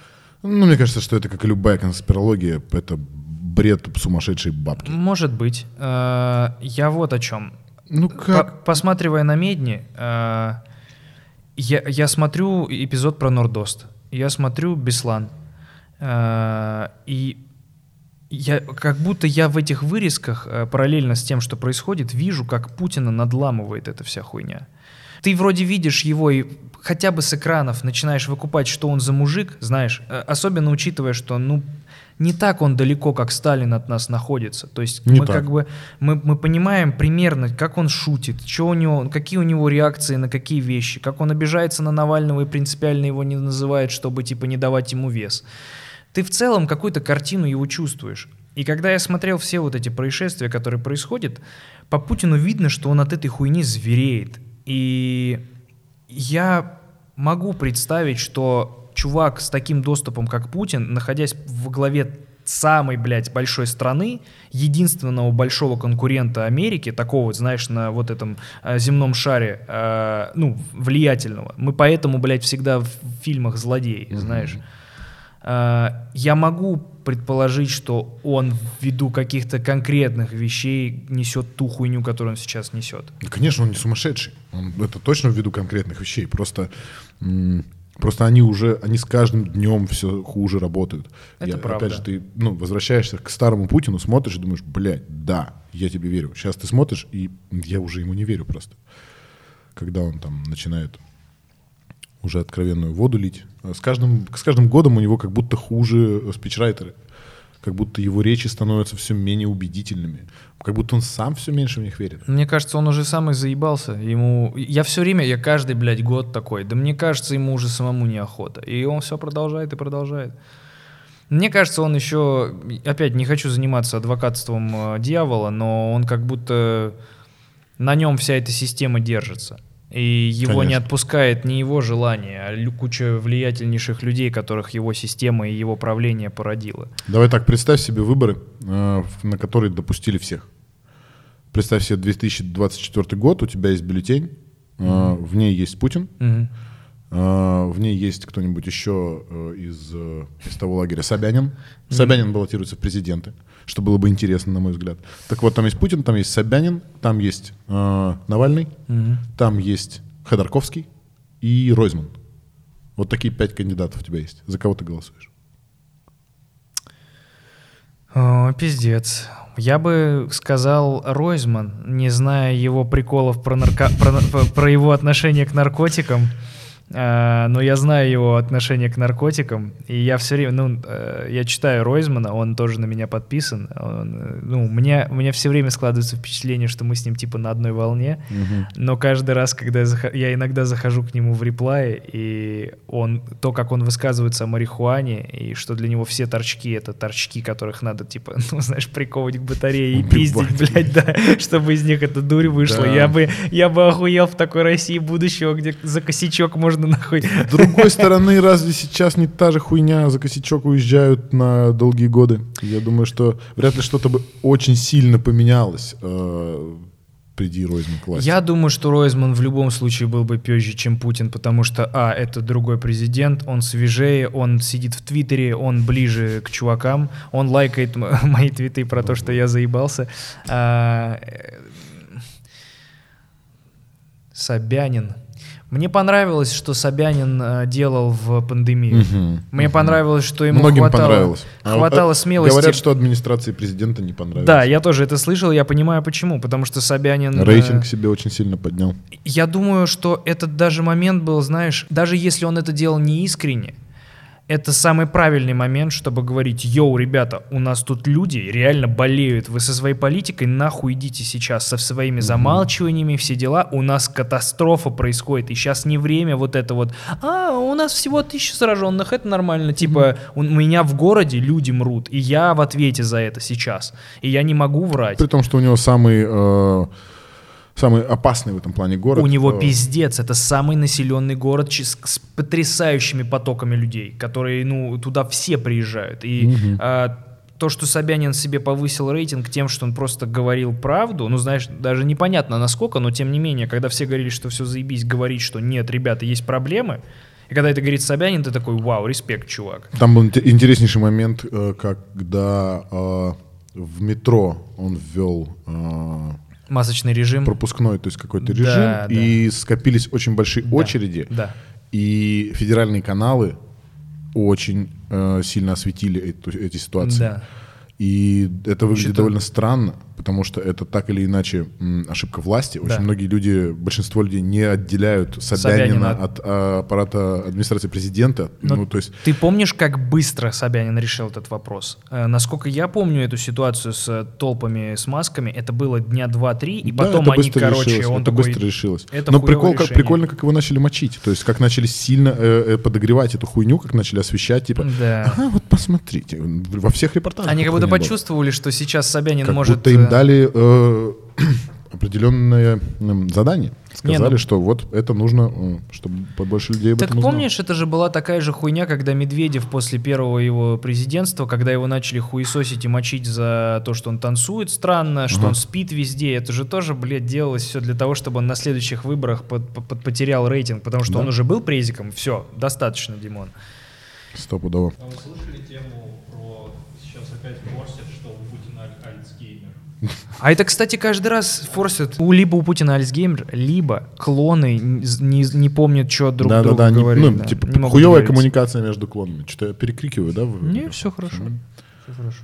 Ну, мне кажется, что это, как и любая конспирология, это бред сумасшедшей бабки. Может быть. Э, Я вот о чем. Ну По- как? Посматривая на Медни, э, я, я смотрю эпизод про Нордост, я смотрю Беслан. И я, как будто я в этих вырезках, параллельно с тем, что происходит, вижу, как Путина надламывает эта вся хуйня. Ты вроде видишь его и хотя бы с экранов начинаешь выкупать, что он за мужик, знаешь, особенно учитывая, что, ну, не так он далеко, как Сталин от нас находится. То есть не мы так. как бы мы, мы понимаем примерно, как он шутит, что у него, какие у него реакции на какие вещи, как он обижается на Навального и принципиально его не называет, чтобы типа не давать ему вес. Ты в целом какую-то картину его чувствуешь. И когда я смотрел все вот эти происшествия, которые происходят, по Путину видно, что он от этой хуйни звереет. И я могу представить, что чувак с таким доступом, как Путин, находясь во главе самой, блядь, большой страны, единственного большого конкурента Америки, такого, вот, знаешь, на вот этом э, земном шаре, э, ну, влиятельного. Мы поэтому, блядь, всегда в фильмах злодеи, mm-hmm. знаешь. Э, я могу предположить, что он ввиду каких-то конкретных вещей несет ту хуйню, которую он сейчас несет. Конечно, он не сумасшедший. Он, это точно ввиду конкретных вещей. Просто... М- Просто они уже, они с каждым днем все хуже работают. Это я, правда. Опять же, ты ну, возвращаешься к старому Путину, смотришь и думаешь, блядь, да, я тебе верю. Сейчас ты смотришь, и я уже ему не верю просто. Когда он там начинает уже откровенную воду лить. С каждым, с каждым годом у него как будто хуже спичрайтеры. Как будто его речи становятся все менее убедительными. Как будто он сам все меньше в них верит. Мне кажется, он уже сам и заебался. Ему... Я все время, я каждый, блядь, год такой. Да мне кажется, ему уже самому неохота. И он все продолжает и продолжает. Мне кажется, он еще... Опять, не хочу заниматься адвокатством э, дьявола, но он как будто... На нем вся эта система держится. И его Конечно. не отпускает не его желание, а куча влиятельнейших людей, которых его система и его правление породило. Давай так, представь себе выборы, э, на которые допустили всех. Представь себе две тысячи двадцать четвёртый год, у тебя есть бюллетень, э, mm-hmm. в ней есть Путин, mm-hmm. э, в ней есть кто-нибудь еще э, из, э, из того лагеря, Собянин. Mm-hmm. Собянин баллотируется в президенты, что было бы интересно, на мой взгляд. Так вот, там есть Путин, там есть Собянин, там есть э, Навальный, mm-hmm. там есть Ходорковский и Ройзман. Вот такие пять кандидатов у тебя есть. За кого ты голосуешь? О, пиздец. Я бы сказал Ройзман, не зная его приколов про, нарко... про, про его отношение к наркотикам. Uh, но я знаю его отношение к наркотикам, и я все время, ну, uh, я читаю Ройзмана, он тоже на меня подписан, он, ну, мне, у меня все время складывается впечатление, что мы с ним типа на одной волне, uh-huh. но каждый раз, когда я, зах... я иногда захожу к нему в реплай, и он, то, как он высказывается о марихуане, и что для него все торчки — это торчки, которых надо, типа, ну, знаешь, приковывать к батарее и пиздить, блядь, да, чтобы из них эта дурь вышла. Да. Я бы, я бы охуел в такой России будущего, где за косячок можно нахуй. С другой стороны, разве сейчас не та же хуйня, за косячок уезжают на долгие годы? Я думаю, что вряд ли что-то бы очень сильно поменялось, э, приди Ройзман к власти. Я думаю, что Ройзман в любом случае был бы пизже, чем Путин, потому что, а, это другой президент, он свежее, он сидит в Твиттере, он ближе к чувакам, он лайкает м- мои твиты про то, что я заебался. А, Собянин. Мне понравилось, что Собянин э, делал в пандемию. Угу, Мне угу. понравилось, что ему Многим хватало, понравилось. хватало а, смелости. Говорят, что администрации президента не понравилось. Да, я тоже это слышал, я понимаю почему. Потому что Собянин... Рейтинг э, себе очень сильно поднял. Я думаю, что этот даже момент был, знаешь, даже если он это делал не искренне, это самый правильный момент, чтобы говорить: йоу, ребята, у нас тут люди реально болеют, вы со своей политикой нахуй идите сейчас, со своими замалчиваниями, все дела, у нас катастрофа происходит, и сейчас не время вот это вот, а, у нас всего тысяча зараженных, это нормально, типа, у меня в городе люди мрут, и я в ответе за это сейчас, и я не могу врать. При том, что у него самый... Э- Самый опасный в этом плане город. У него пиздец. Это самый населенный город с потрясающими потоками людей, которые, ну, туда все приезжают. И угу. а, то, что Собянин себе повысил рейтинг тем, что он просто говорил правду, ну, знаешь, даже непонятно насколько, но тем не менее, когда все говорили, что все заебись, говорить, что нет, ребята, есть проблемы, и когда это говорит Собянин, ты такой: вау, респект, чувак. Там был интереснейший момент, когда в метро он ввел... масочный режим. Пропускной, то есть какой-то режим. Да, и да. скопились очень большие да, очереди. Да. И федеральные каналы очень э, сильно осветили эту, эти ситуации. Да. И это выглядит Что-то... довольно странно, потому что это так или иначе м, ошибка власти. Очень Да. многие люди, большинство людей не отделяют Собянина, Собянина. от а, аппарата администрации президента. Но ну, то есть... Ты помнишь, как быстро Собянин решил этот вопрос? Э, насколько я помню эту ситуацию с э, толпами, с масками, это было дня два-три, и Да, потом это они, быстро короче, решилось, он это такой... быстро решилось. Это Но хуёвое прикол, как, решение. прикольно, как его начали мочить. То есть как начали сильно э, э, подогревать эту хуйню, как начали освещать, типа, Да. ага, вот посмотрите, во всех репортажах. Они как эта будто хуйня была. почувствовали, что сейчас Собянин Как может... будто им э, дали э, определенное м, задание. Сказали, Не, ну- что вот это нужно, э, чтобы побольше людей об Так этом узнало. помнишь, это же была такая же хуйня, когда Медведев после первого его президентства, когда его начали хуесосить и мочить за то, что он танцует странно, что Ага. он спит везде, это же тоже, блядь, делалось все для того, чтобы он на следующих выборах под- под- потерял рейтинг, потому что Да. он уже был презиком, все, достаточно, Димон. Стопудово. А вы слышали тему про... Сейчас опять форсят, что у Путина аль- альцгеймер? А это, кстати, каждый раз форсят. У, либо у Путина Альцгеймер, либо клоны не, не помнят, что друг Да, да, другу да, не- говорят. ну, да, типа, не могут хуевая договориться. коммуникация между клонами. Что-то я перекрикиваю, да? в- Не, все хорошо. Мгм. Все хорошо.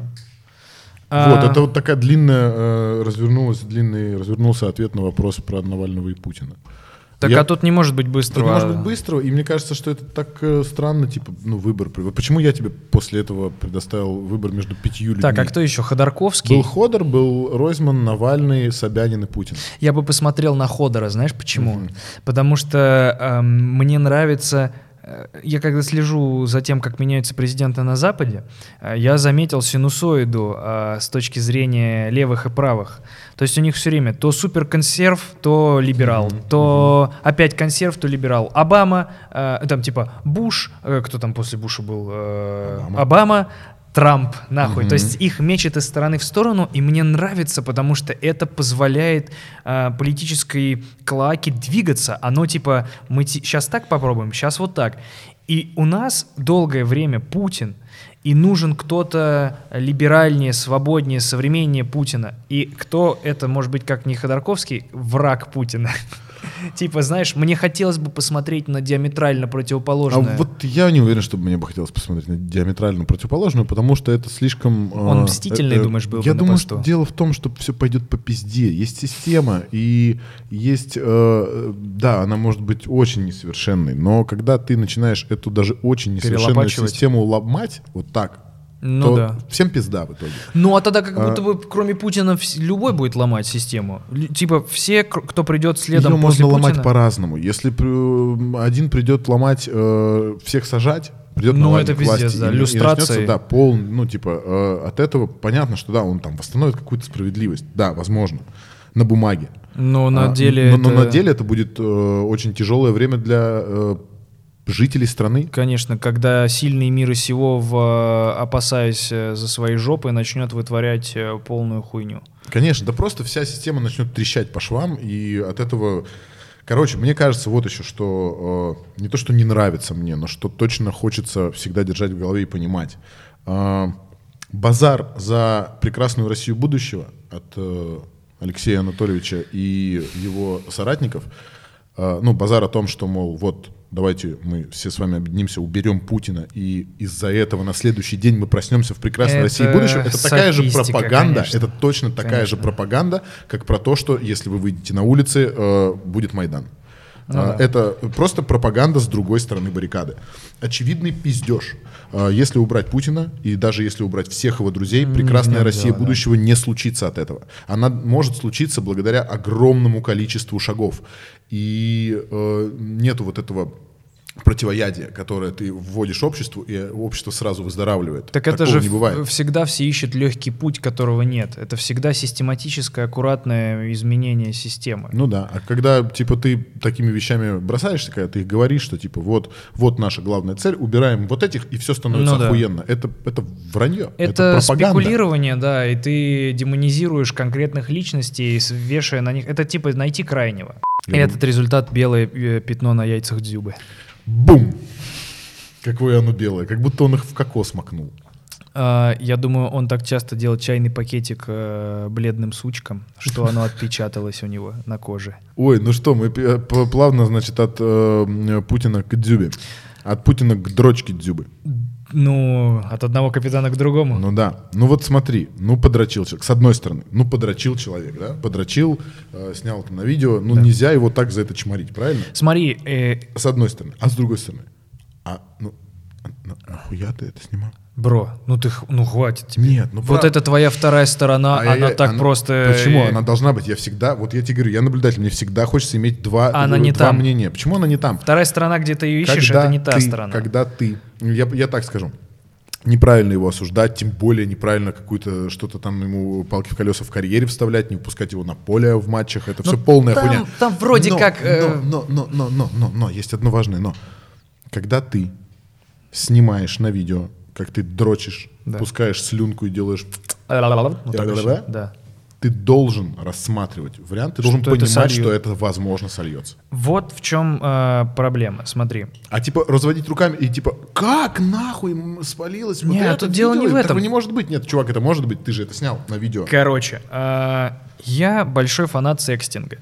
Вот, А, это вот такая длинная, э, развернулась, длинный, развернулся ответ на вопрос про Навального и Путина. Так, Я- а тут не может быть Тут быстрого. не может быть быстрого, и мне кажется, что это так э, странно, типа, ну, выбор. Вот почему я тебе после этого предоставил выбор между пятью людьми? Так, а кто еще? Ходорковский? Был Ходор, был Ройзман, Навальный, Собянин и Путин. Я бы посмотрел на Ходора, знаешь почему? Мгм. Потому что эм, мне нравится... э, Я когда слежу за тем, как меняются президенты на Западе, э, я заметил синусоиду э, с точки зрения левых и правых. То есть у них все время то суперконсерв, то либерал, то опять консерв, то либерал. Обама, э, там типа Буш, э, кто там после Буша был? Э, Обама. Обама, Трамп, нахуй. Мгм. То есть их мечет из стороны в сторону, и мне нравится, потому что это позволяет э, политической клоаке двигаться. Оно типа, мы сейчас так попробуем, сейчас вот так. И у нас долгое время Путин, и нужен кто-то либеральнее, свободнее, современнее Путина. И кто это, может быть, как не Ходорковский, враг Путина. Типа, знаешь, мне хотелось бы посмотреть на диаметрально А противоположное. вот я не уверен, что мне бы хотелось посмотреть на диаметрально противоположную, потому что это слишком... э, Он мстительный, э, э, думаешь, был бы Я на думаю, посту? что дело в том, что все пойдет по пизде. Есть система, и есть... э, да, она может быть очень несовершенной, но когда ты начинаешь эту даже очень несовершенную Перелопачивать. систему ломать вот так, Ну то да. всем пизда в итоге. Ну а тогда как А- будто бы кроме Путина вс- любой будет ломать систему. Л- Типа все, кр- кто придет следом Ее после можно ломать Путина... по-разному. Если пр- один придет ломать, э, всех сажать, придет Ну, Навальный это к власти, пиздец, да, и- и люстрацией. начнется, да, пол, ну, типа, э, от этого понятно, что да, он там восстановит какую-то справедливость. Да, возможно, на бумаге. Но на А, деле но, но это- на деле это будет э, очень тяжелое время для э, жителей страны. Конечно, когда сильный мира сего, в, опасаясь э, за свои жопы, начнет вытворять э, полную хуйню. Конечно, да просто вся система начнет трещать по швам, и от этого... Короче, мне кажется, вот еще, что э, не то, что не нравится мне, но что точно хочется всегда держать в голове и понимать. Э, базар за прекрасную Россию будущего от э, Алексея Анатольевича и его соратников, э, ну, базар о том, что, мол, вот, давайте мы все с вами объединимся, уберем Путина, и из-за этого на следующий день мы проснемся в прекрасной Это России будущего. Это такая же софистика, пропаганда, конечно. это точно такая Конечно. же пропаганда, как про то, что если вы выйдете на улицы, э, будет Майдан. Ну А, да. Это просто пропаганда с другой стороны баррикады. Очевидный пиздеж. А, Если убрать Путина, и даже если убрать всех его друзей, прекрасная нет, Россия да, будущего не случится от этого. Она может случиться благодаря огромному количеству шагов. И э, нету вот этого противоядия, которое ты вводишь обществу, и общество сразу выздоравливает. Так это Такого же не бывает. в- всегда все ищут легкий путь, которого нет. Это всегда систематическое, аккуратное изменение системы. Ну да, а когда типа ты такими вещами бросаешься, когда ты их говоришь, что типа вот, вот наша главная цель, убираем вот этих, и все становится Ну да. охуенно. Это, это вранье, это, Это пропаганда. спекулирование, да, и ты демонизируешь конкретных личностей, с- вешая на них. Это типа найти крайнего. И Я этот результат — белое э, пятно на яйцах Дзюбы. Бум! Какое оно белое, как будто он их в кокос макнул. А, Я думаю, он так часто делал чайный пакетик э, бледным сучком, что оно отпечаталось у него на коже. Ой, ну что, мы пи- п- плавно, значит, от э, Путина к Дзюбе. От Путина к дрочке Дзюбы. Ну, от одного капитана к другому. Ну да. Ну вот смотри, ну подрочил человек. С одной стороны, ну подрочил человек, да? Подрочил, э, снял это на видео. Ну да. Нельзя его так за это чморить, правильно? Смотри. Э... С одной стороны. А с другой стороны? А, ну, на, нахуя ты это снимал? Бро, ну ты, ну хватит тебе. Нет, ну вот прав... это твоя вторая сторона, а она я, так она... просто... Почему? Она должна быть. Я всегда, вот я тебе говорю, я наблюдатель, мне всегда хочется иметь два, а она не два там. мнения. Почему она не там? Вторая сторона, где ты ее ищешь, когда это не та ты, сторона. Когда ты, я, я так скажу, неправильно его осуждать, тем более неправильно какую-то что-то там ему палки в колеса в карьере вставлять, не выпускать его на поле в матчах, это но все полная там, хуйня. Там вроде но, как... Э... Но, но, но, но, но, но, но, есть одно важное но. Когда ты снимаешь на видео, как ты дрочишь, да. пускаешь слюнку и делаешь... Ну, да. Ты должен рассматривать вариант, ты что должен понимать, это что это возможно сольется. Вот в чем э, проблема, смотри. А типа разводить руками и типа, как нахуй спалилось? Нет, вот тут дело не в этом. Этого не может быть. Нет, чувак, это может быть, ты же это снял на видео. Короче, э, я большой фанат секстинга.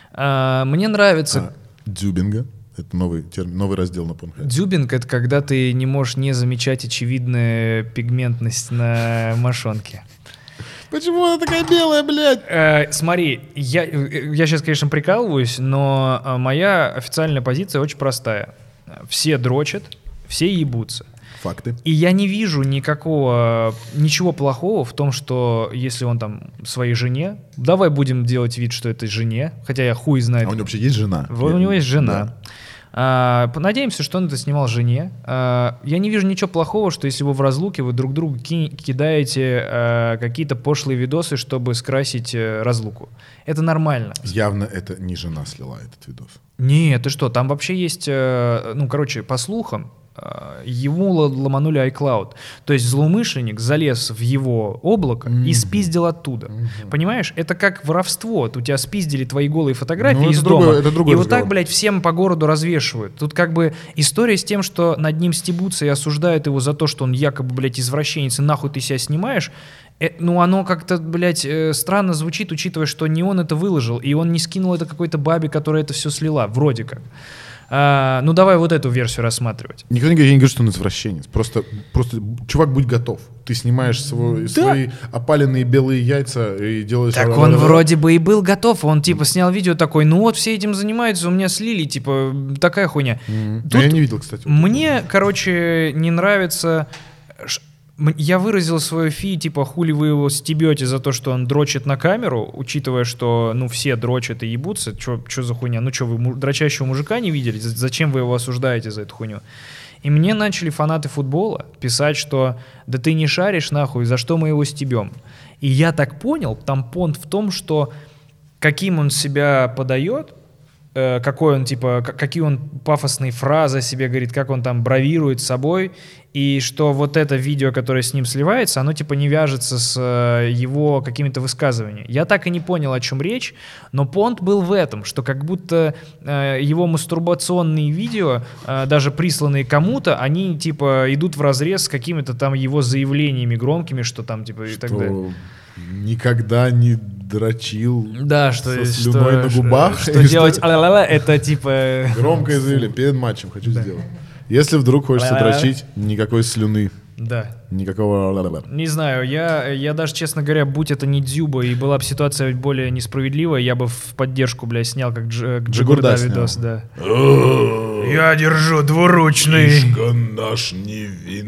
Э, мне нравится... А, дзюбинга. Это новый термин, новый раздел на Pornhub. Дзюбинг — это когда ты не можешь не замечать очевидную пигментность на мошонке. Почему она такая белая, блядь? Э, смотри, я, я сейчас, конечно, прикалываюсь, но моя официальная позиция очень простая. Все дрочат, все ебутся. Факты. И я не вижу никакого, ничего плохого в том, что если он там своей жене, давай будем делать вид, что это жене, хотя я хуй знает. А у него вообще есть жена? У него есть жена. Да. А, надеемся, что он это снимал жене. А, я не вижу ничего плохого, что если вы в разлуке, вы друг другу ки- кидаете а, какие-то пошлые видосы, чтобы скрасить а, разлуку. Это нормально. Явно это не жена слила этот видос. Нет, ты что, там вообще есть, а, ну, короче, по слухам, ему ломанули iCloud. То есть злоумышленник залез в его облако mm-hmm. и спиздил оттуда. Mm-hmm. Понимаешь? Это как воровство. Вот у тебя спиздили твои голые фотографии ну, из дома. Другой, это другой и разговор. Вот так, блядь, всем по городу развешивают. Тут как бы история с тем, что над ним стебутся и осуждают его за то, что он якобы, блядь, извращенец, и нахуй ты себя снимаешь. Э, ну, оно как-то, блядь, э, странно звучит, учитывая, что не он это выложил, и он не скинул это какой-то бабе, которая это все слила. Вроде как. А, ну, давай вот эту версию рассматривать. Никто не говорит, я не говорю, что он извращенец. Просто, просто чувак, будь готов. Ты снимаешь свой, да. свои опаленные белые яйца и делаешь... Так он вроде бы и был готов. Он, типа, снял видео такой, ну вот все этим занимаются, у меня слили, типа, такая хуйня. Mm-hmm. Тут я не видел, кстати. Мне, короче, не нравится... Я выразил свою фи, типа, хули вы его стебете за то, что он дрочит на камеру, учитывая, что, ну, все дрочат и ебутся. Чё, чё за хуйня? Ну, что, вы му- дрочащего мужика не видели? Зачем вы его осуждаете за эту хуйню? И мне начали фанаты футбола писать, что да ты не шаришь нахуй, за что мы его стебем? И я так понял, там понт в том, что каким он себя подает, э, какой он, типа, к- какие он пафосные фразы себе говорит, как он там бравирует собой, и что вот это видео, которое с ним сливается, оно типа не вяжется с э, его какими-то высказываниями. Я так и не понял, о чем речь, но понт был в этом, что как будто э, его мастурбационные видео, э, даже присланные кому-то, они типа идут вразрез с какими-то там его заявлениями громкими, что там типа и что так далее. Никогда не дрочил да, что, со слюной что, на губах. Что, что делать а-ла-ла, это типа... Громкое заявление, перед матчем хочу да. сделать. Если вдруг хочется дрочить, никакой слюны. Да. Никакого... Не знаю, я, я даже, честно говоря, будь это не Дзюба, и была бы ситуация более несправедливая, я бы в поддержку, бля, снял как Дж, Джигурда видос, да. Я держу двуручный. Мишка наш не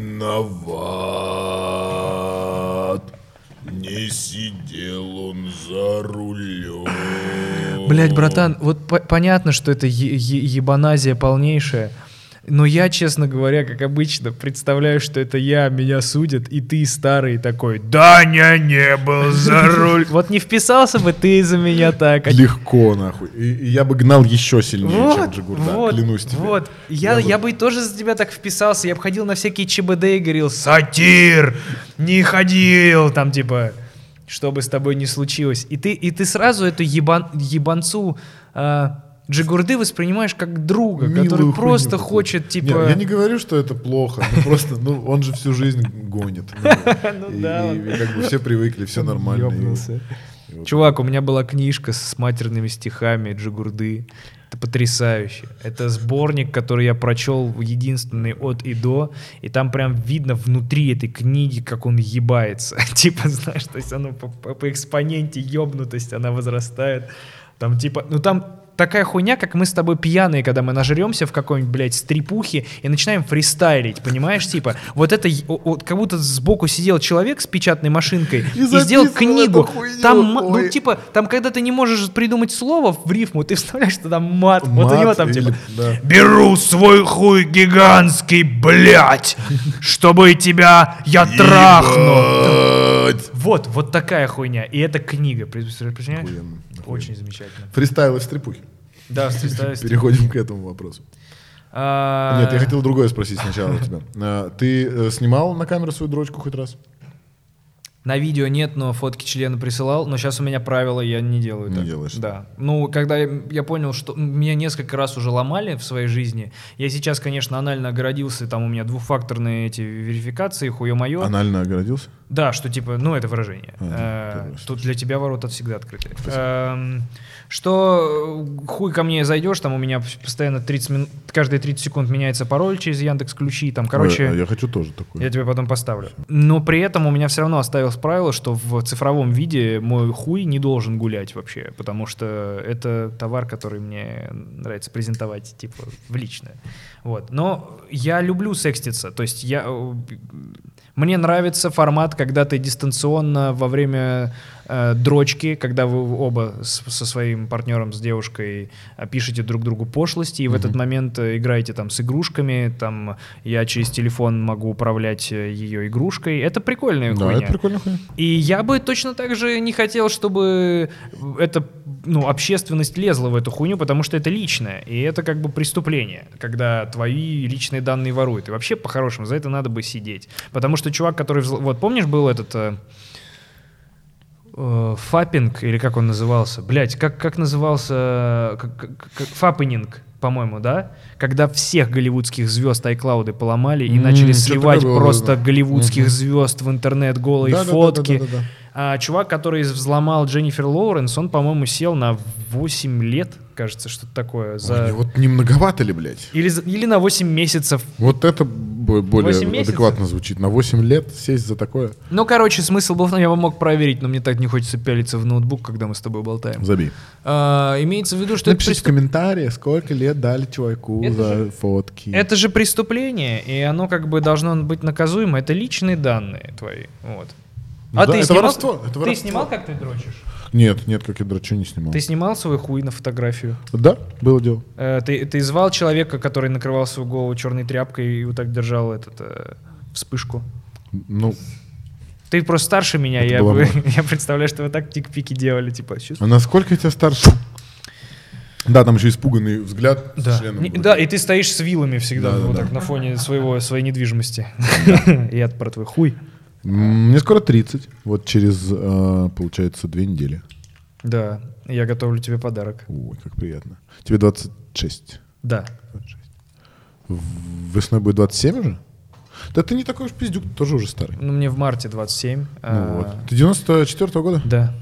виноват. Не сидел он за рулем. Блять, братан, вот по- понятно, что это е- е- ебаназия полнейшая. Но я, честно говоря, как обычно, представляю, что это я, меня судят, и ты старый такой, Даня не был за руль. Вот не вписался бы ты за меня так. Легко, нахуй. И я бы гнал еще сильнее, чем Джигурда, клянусь тебе. Вот, я бы тоже за тебя так вписался, я бы ходил на всякие ЧБД и говорил, сатир, не ходил, там типа, что бы с тобой ни случилось. И ты, и ты сразу эту ебан, ебанцу... Джигурды воспринимаешь как друга, милую который просто такую. Хочет, типа... Нет, я не говорю, что это плохо, ну просто, ну, он же всю жизнь гонит. И как бы все привыкли, все нормально. Чувак, у меня была книжка с матерными стихами Джигурды, Это потрясающе. Это сборник, который я прочел единственный от и до, и там прям видно внутри этой книги, как он ебается. Типа, знаешь, то есть оно по, по, по экспоненте ебнутость, она возрастает. Там типа, ну там такая хуйня, как мы с тобой пьяные, когда мы нажремся в какой-нибудь, блядь, стрипухе и начинаем фристайлить, понимаешь, типа, вот это, вот, как будто сбоку сидел человек с печатной машинкой и, и сделал книгу, там, ну, типа, там, когда ты не можешь придумать слово в рифму, ты вставляешь туда мат, мат вот у него там, или, типа, да. «Беру свой хуй гигантский, блядь, чтобы тебя я трахну». Вот, вот такая хуйня, и это книга, представляешь? Очень замечательно. Фристайлы в стрипухе. Да, фристайлы в стрипухе. Переходим к этому вопросу. А... Нет, я хотел другое спросить сначала у тебя. А, ты э, снимал на камеру свою дрочку хоть раз? На видео нет, но фотки члена присылал. Но сейчас у меня правило, я не делаю не так. Не делаешь? Да. Ну, когда я, я понял, что меня несколько раз уже ломали в своей жизни. Я сейчас, конечно, анально огородился. Там у меня двухфакторные эти верификации, хуё-моё. Анально огородился? Да, что типа, ну, это выражение. А, э, тут для тебя ворота всегда открыты. Э, что хуй ко мне зайдешь, там у меня постоянно тридцать минут, каждые тридцать секунд меняется пароль через Яндекс.Ключи. Там, короче, Ой, а я хочу тоже такое. Я тебе потом поставлю. Но при этом у меня все равно оставилось правило, что в цифровом виде мой хуй не должен гулять вообще, потому что это товар, который мне нравится презентовать типа в личное. Вот. Но я люблю секститься, то есть я... Мне нравится формат, когда ты дистанционно во время э, дрочки, когда вы оба с, со своим партнером, с девушкой э, пишете друг другу пошлости, и mm-hmm. в этот момент э, играете там с игрушками, там я через телефон могу управлять э, ее игрушкой. Это прикольная да, хуйня. Это прикольная хуйня. И я бы точно так же не хотел, чтобы эта ну, общественность лезла в эту хуйню, потому что это личное, и это как бы преступление, когда твои личные данные воруют. И вообще, по-хорошему, за это надо бы сидеть. Потому что чувак, который... Взл... Вот, помнишь, был этот... Э, э, фаппинг, или как он назывался? Блять, как, как назывался... Как, как, фаппенинг, по-моему, да? Когда всех голливудских звезд iCloud поломали и mm, начали сливать просто было, голливудских mm-hmm. звезд в интернет, голые да, фотки. Да, да, да, да, да. А чувак, который взломал Дженнифер Лоуренс, он, по-моему, сел на восемь лет, кажется, что-то такое. За... Ой, вот не многовато ли, блядь? Или, или на восемь месяцев. Вот это более адекватно звучит. На восемь лет сесть за такое? Ну, короче, смысл был, я бы мог проверить, но мне так не хочется пялиться в ноутбук, когда мы с тобой болтаем. Забей. А, имеется в виду, что... Напишите это преступ... в комментарии, сколько лет дали чуваку это за же, фотки. Это же преступление, и оно как бы должно быть наказуемо. Это личные данные твои. Вот. А да, ты, это снимал, воровство, это ты воровство. снимал, как ты дрочишь? Нет, нет, как я дрочу, не снимал. Ты снимал свой хуй на фотографию? Да, было дело. Э, ты, ты звал человека, который накрывал свою голову черной тряпкой и вот так держал этот, э, вспышку? Ну... Ты просто старше меня, я, бы, я представляю, что вы так тик-пики делали. Типа, а насколько я тебя старше? Да, там еще испуганный взгляд. Да, Не, да и ты стоишь с вилами всегда да, вот да, так да. на фоне своего, своей недвижимости. Я про твой хуй. Мне скоро тридцать, вот через, э, получается, две недели. Да, я готовлю тебе подарок. Ой, как приятно. Тебе двадцать шесть? Да. двадцать шесть. Весной будет двадцать семь уже? Да ты не такой уж пиздюк, ты тоже уже старый. Ну, мне в марте двадцать семь. Ну а... вот. Ты девяносто четвёртого года? Да.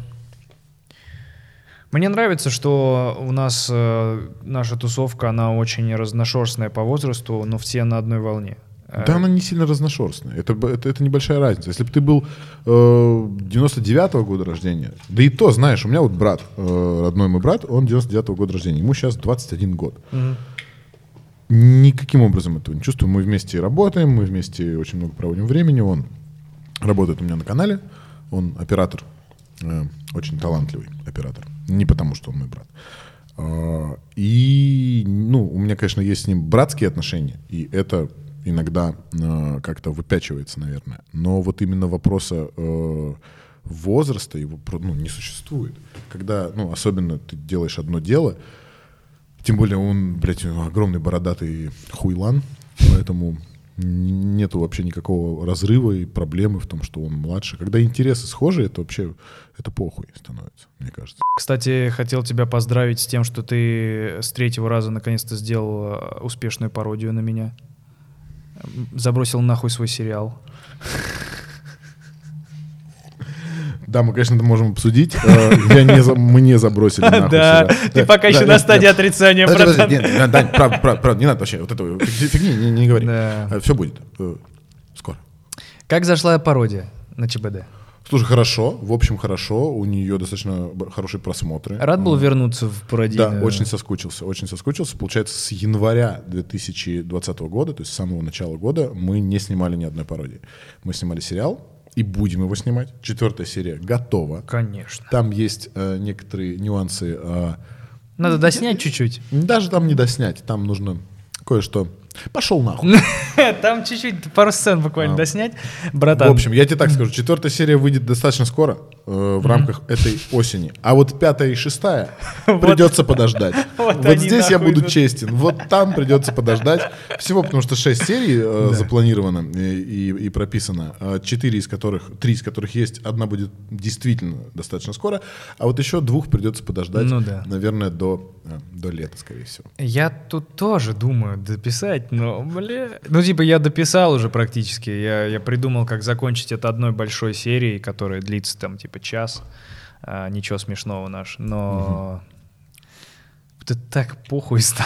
Мне нравится, что у нас э, наша тусовка, она очень разношерстная по возрасту, но все на одной волне. Да, она не сильно разношерстная. Это, это, это небольшая разница. Если бы ты был э, девяносто девятого года рождения, да и то, знаешь, у меня вот брат, э, родной мой брат, он девяносто девятого года рождения, ему сейчас двадцать один год. Угу. Никаким образом этого не чувствую. Мы вместе работаем, мы вместе очень много проводим времени. Он работает у меня на канале, он оператор, э, очень талантливый оператор. Не потому, что он мой брат. Э, и, ну, у меня, конечно, есть с ним братские отношения, и это... иногда э, как-то выпячивается, наверное. Но вот именно вопроса э, возраста его ну, не существует. Когда, ну, особенно ты делаешь одно дело, тем более он, блядь, огромный бородатый хуйлан, поэтому нету вообще никакого разрыва и проблемы в том, что он младше. Когда интересы схожи, это вообще, это похуй становится, мне кажется. Кстати, хотел тебя поздравить с тем, что ты с третьего раза наконец-то сделал успешную пародию на меня. Забросил нахуй свой сериал. Да, мы, конечно, это можем обсудить. Э, Я не за- мы не забросили нахуй Да, себя. ты Да, пока да, еще нет, на стадии нет. отрицания, Подожди, братан. подожди, нет, нет, Дань, правда, правда, правда, не надо вообще вот этого фиг- фигни, не, не говори. Да. Все будет э, скоро. Как зашла пародия на ЧБД? Слушай, хорошо, в общем, хорошо, у нее достаточно б- хорошие просмотры. Рад был Э, вернуться в Да, пародийную? очень соскучился, очень соскучился. Получается, с января две тысячи двадцатого года, то есть с самого начала года, мы не снимали ни одной пародии. Мы снимали сериал и будем его снимать. Четвертая серия готова. Конечно. Там есть э, некоторые нюансы. э, Надо доснять чуть-чуть. даже там не доснять, там нужно кое-что. Пошел нахуй. Там чуть-чуть, пару сцен буквально А. доснять. Братан. В общем, я тебе так скажу, четвертая серия выйдет достаточно скоро, э, в рамках этой осени. А вот пятая и шестая придется подождать. Вот Вот они здесь я нахуй буду идут. честен. Вот там придется подождать. Всего, потому что шесть серий э, запланировано и, и- и прописано. э, Четыре из которых, три из которых есть, одна будет действительно достаточно скоро. А вот еще двух придется подождать, Ну да. наверное, до, э, до лета, скорее всего. Я тут тоже думаю дописать, но, бля... Ну, типа, я дописал уже практически. Я, я придумал, как закончить это одной большой серией, которая длится там, типа, час. А, ничего смешного наш. Но... Это так похуй стало.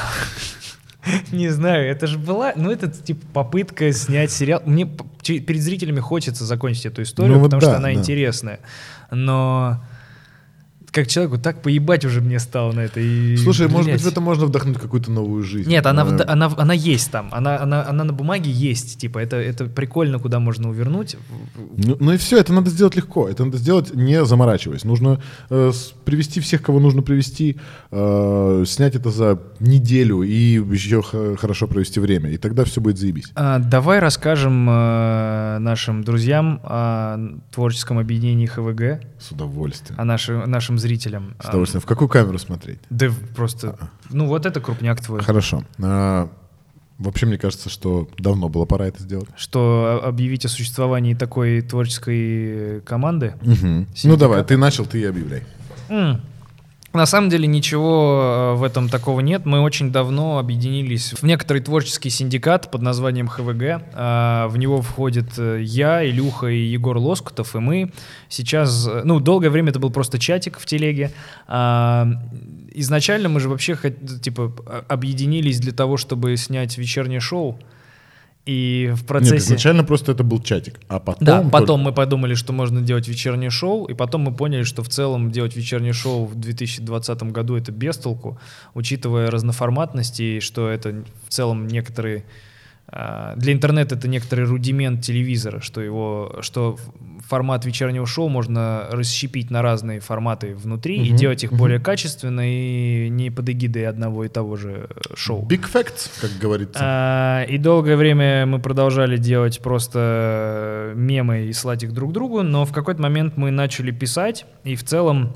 Не знаю, это же была... Ну, это, типа, попытка снять сериал. Мне п- че- перед зрителями хочется закончить эту историю, Ну, вот потому да, что она да. интересная. Но... Как человеку так поебать уже мне стало на это. И, Слушай, может быть, блядь. в это можно вдохнуть какую-то новую жизнь. Нет, она, Э, в- она, она есть там, она, она, она на бумаге есть, типа, это, это прикольно, куда можно увернуть. Ну, ну и все, это надо сделать легко. Это надо сделать не заморачиваясь. Нужно э, с- привести всех, кого нужно привести, э, снять это за неделю и еще х- хорошо провести время. И тогда все будет заебись. А, давай расскажем э, нашим друзьям о творческом объединении ХВГ, С удовольствием. о наши- нашим зрителям. С удовольствием. В какую камеру смотреть? А, да просто, ну вот это крупняк твой. Хорошо. А, вообще, мне кажется, что давно было пора это сделать. Что о- объявить о существовании такой творческой команды. Ну давай, ты начал, ты и объявляй. М. На самом деле ничего э, в этом такого нет. Мы очень давно объединились в некоторый творческий синдикат под названием ХВГ. А, В него входит э, я, Илюха и Егор Лоскутов, и мы сейчас... э, Ну, долгое время это был просто чатик в телеге. А, Изначально мы же вообще хот- типа а- объединились для того, чтобы снять вечернее шоу. И в Нет, процессе... изначально просто это был чатик. А потом... Да, только- потом мы подумали, что можно делать вечернее шоу, и потом мы поняли, что в целом делать вечернее шоу в две тысячи двадцатом году это бестолку, учитывая разноформатность и что это в целом некоторые... а, Для интернета это некоторый рудимент телевизора, что его, что формат вечернего шоу можно расщепить на разные форматы внутри и Мгм, делать их мгм. более качественно и не под эгидой одного и того же шоу. Big facts, как говорится. А, И долгое время мы продолжали делать просто мемы и слать их друг другу, но в какой-то момент мы начали писать, и в целом...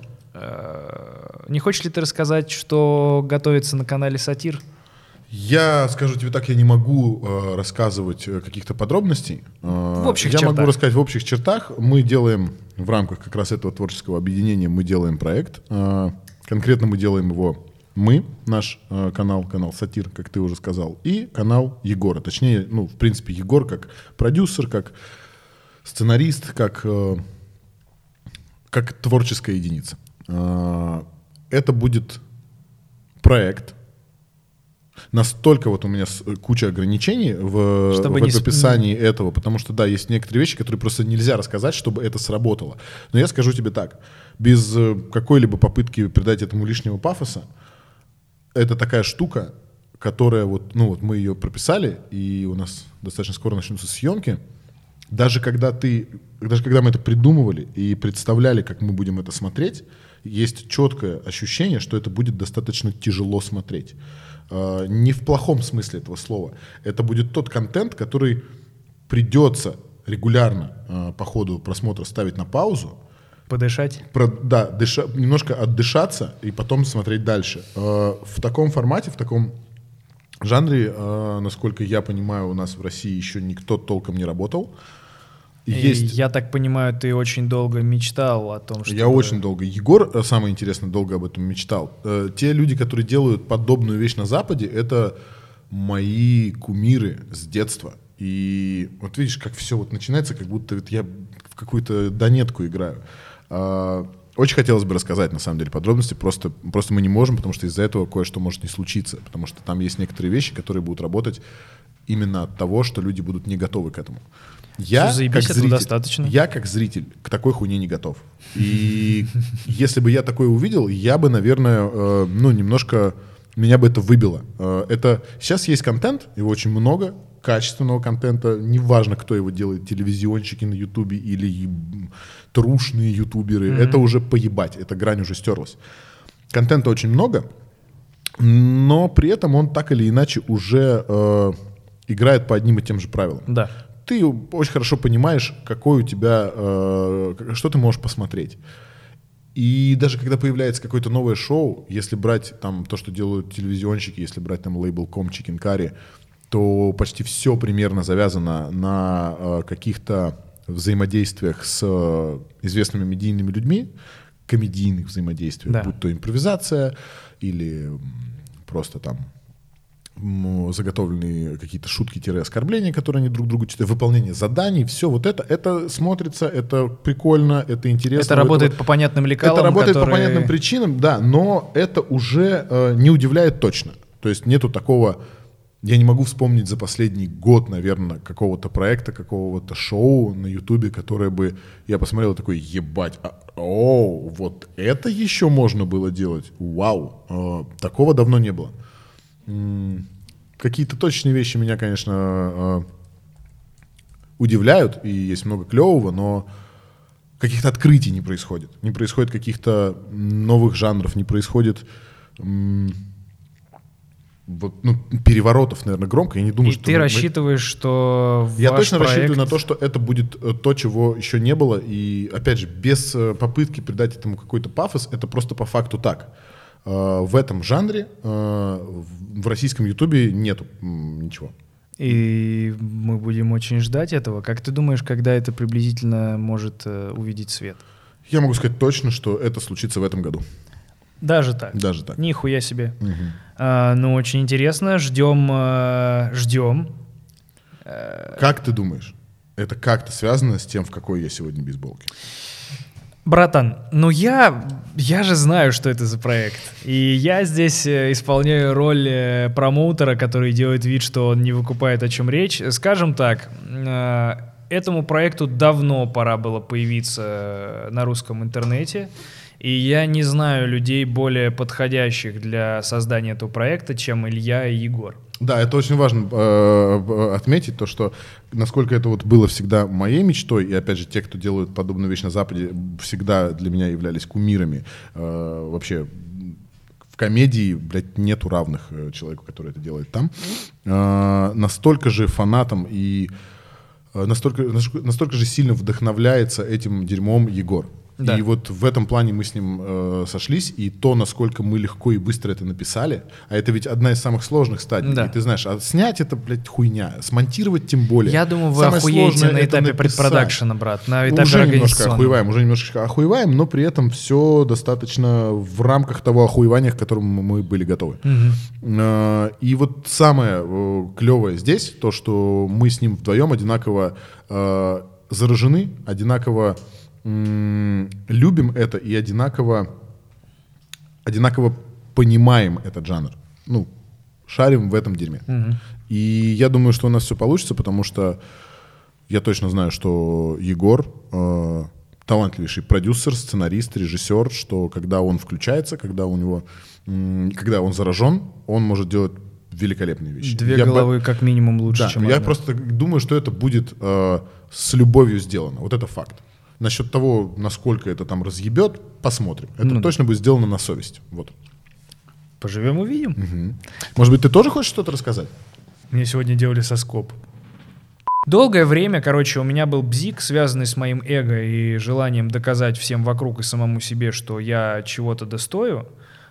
э, Не хочешь ли ты рассказать, что готовится на канале «Сатир»? Я скажу тебе так, я не могу э, рассказывать э, каких-то подробностей. Э, В общих я чертах. могу рассказать в общих чертах. Мы делаем в рамках как раз этого творческого объединения, мы делаем проект. Э, конкретно мы делаем его мы, наш э, канал, канал «Сатир», как ты уже сказал, и канал Егора. Точнее, ну, в принципе, Егор как продюсер, как сценарист, как, э, как творческая единица. Э, это будет проект. Настолько вот у меня с- куча ограничений в, Чтобы в не сп- описании этого, потому что, да, есть некоторые вещи, которые просто нельзя рассказать, чтобы это сработало. Но я скажу тебе так, без э, какой-либо попытки придать этому лишнего пафоса, это такая штука, которая вот, ну вот мы ее прописали, и у нас достаточно скоро начнутся съемки. Даже когда ты, даже когда мы это придумывали и представляли, как мы будем это смотреть, есть четкое ощущение, что это будет достаточно тяжело смотреть. Э, Не в плохом смысле этого слова. Это будет тот контент, который придется регулярно э, по ходу просмотра ставить на паузу, Подышать? про- да, дыша- немножко отдышаться и потом смотреть дальше. Э, В таком формате, в таком жанре, э, насколько я понимаю, у нас в России еще никто толком не работал. И И есть... я так понимаю, ты очень долго мечтал о том, что... Я очень долго. Егор, э, самое интересное, долго об этом мечтал. Э, Те люди, которые делают подобную вещь на Западе, это мои кумиры с детства. И вот видишь, как все вот начинается, как будто вот я в какую-то донетку играю. А, очень хотелось бы рассказать, на самом деле, подробности, просто, просто мы не можем, потому что из-за этого кое-что может не случиться, потому что там есть некоторые вещи, которые будут работать именно от того, что люди будут не готовы к этому. Я, Всё, как заебись, этого зритель, достаточно. я как зритель к такой хуйне не готов. И если бы я такое увидел, я бы, наверное, э, ну, немножко, меня бы это выбило. Э, это, сейчас есть контент, его очень много, качественного контента, неважно, кто его делает, телевизионщики на ютубе или еб- трушные ютуберы, mm-hmm. это уже поебать, эта грань уже стерлась. Контента очень много, но при этом он так или иначе уже э, играет по одним и тем же правилам. Да. Ты очень хорошо понимаешь, какой у тебя, э, что ты можешь посмотреть. И даже когда появляется какое-то новое шоу, если брать там то, что делают телевизионщики, если брать там лейбл точка ком, Chicken Curry, то почти все примерно завязано на э, каких-то взаимодействиях с э, известными медийными людьми, комедийных взаимодействиях, Да. будь то импровизация или м, просто там м, заготовленные какие-то шутки-оскорбления, которые они друг другу читают, выполнение заданий, все вот это, это смотрится, это прикольно, это интересно. Это работает по понятным лекалам, Это работает которые... по понятным причинам, да, но это уже э, не удивляет точно. То есть нету такого... Я не могу вспомнить за последний год, наверное, какого-то проекта, какого-то шоу на Ютубе, которое бы я посмотрел такой, ебать, а, о, вот это еще можно было делать, вау, э, такого давно не было. М- какие-то точные вещи меня, конечно, э, удивляют, и есть много клевого, но каких-то открытий не происходит, не происходит каких-то новых жанров, не происходит... М- Вот, ну, переворотов, наверное, громко. Я не думаю, И что ты мы- рассчитываешь, что Я ваш точно проект... рассчитываю на то, что это будет э, то, чего еще не было. И, опять же, без э, попытки придать этому какой-то пафос, это просто по факту так. Э, В этом жанре э, в в российском Ютубе нету м, ничего. И мы будем очень ждать этого. Как ты думаешь, когда это приблизительно может э, увидеть свет? Я могу сказать точно, что это случится в этом году. Даже так? Даже так. Нихуя себе. Мгм. А, ну, очень интересно. Ждем, э, ждем. Как ты думаешь, это как-то связано с тем, в какой я сегодня бейсболке? Братан, ну я, я же знаю, что это за проект. И я здесь э, исполняю роль э, промоутера, который делает вид, что он не выкупает, о чем речь. Скажем так, э, этому проекту давно пора было появиться э, на русском интернете. И я не знаю людей более подходящих для создания этого проекта, чем Илья и Егор. Да, это очень важно э, отметить, то, что насколько это вот было всегда моей мечтой, и опять же, те, кто делают подобную вещь на Западе, всегда для меня являлись кумирами. Э, вообще, в комедии, блядь, нету равных э, человеку, который это делает там. Э, настолько же фанатом и э, настолько, настолько же сильно вдохновляется этим дерьмом Егор. Да. И вот в этом плане мы с ним э, сошлись, и то, насколько мы легко и быстро это написали, а это ведь одна из самых сложных стадий, Да. и ты знаешь, а снять это, блядь, хуйня, смонтировать тем более. Я думаю, вы Самое охуеете сложное на это этапе написать. предпродакшена, брат, на этапе Уже немножко организационного. охуеваем, уже немножко охуеваем, но при этом все достаточно в рамках того охуевания, к которому мы были готовы. Э, И вот самое э, клевое здесь, то, что мы с ним вдвоем одинаково э, заражены, одинаково м, любим это и одинаково, одинаково понимаем этот жанр. Ну, шарим в этом дерьме. И я думаю, что у нас все получится, потому что я точно знаю, что Егор э, талантливейший продюсер, сценарист, режиссер, что когда он включается, когда у него, м, когда он заражен, он может делать великолепные вещи. Две Я бо- головы как минимум лучше, Да, чем я одна. просто думаю, что это будет э, с любовью сделано. Вот это факт. Насчет того, насколько это там разъебет, посмотрим. Это Ну да. точно будет сделано на совесть. Вот. Поживем, увидим. Может быть, ты тоже хочешь что-то рассказать? Мне сегодня делали соскоб. Долгое время, короче, у меня был бзик, связанный с моим эго и желанием доказать всем вокруг и самому себе, что я чего-то достою.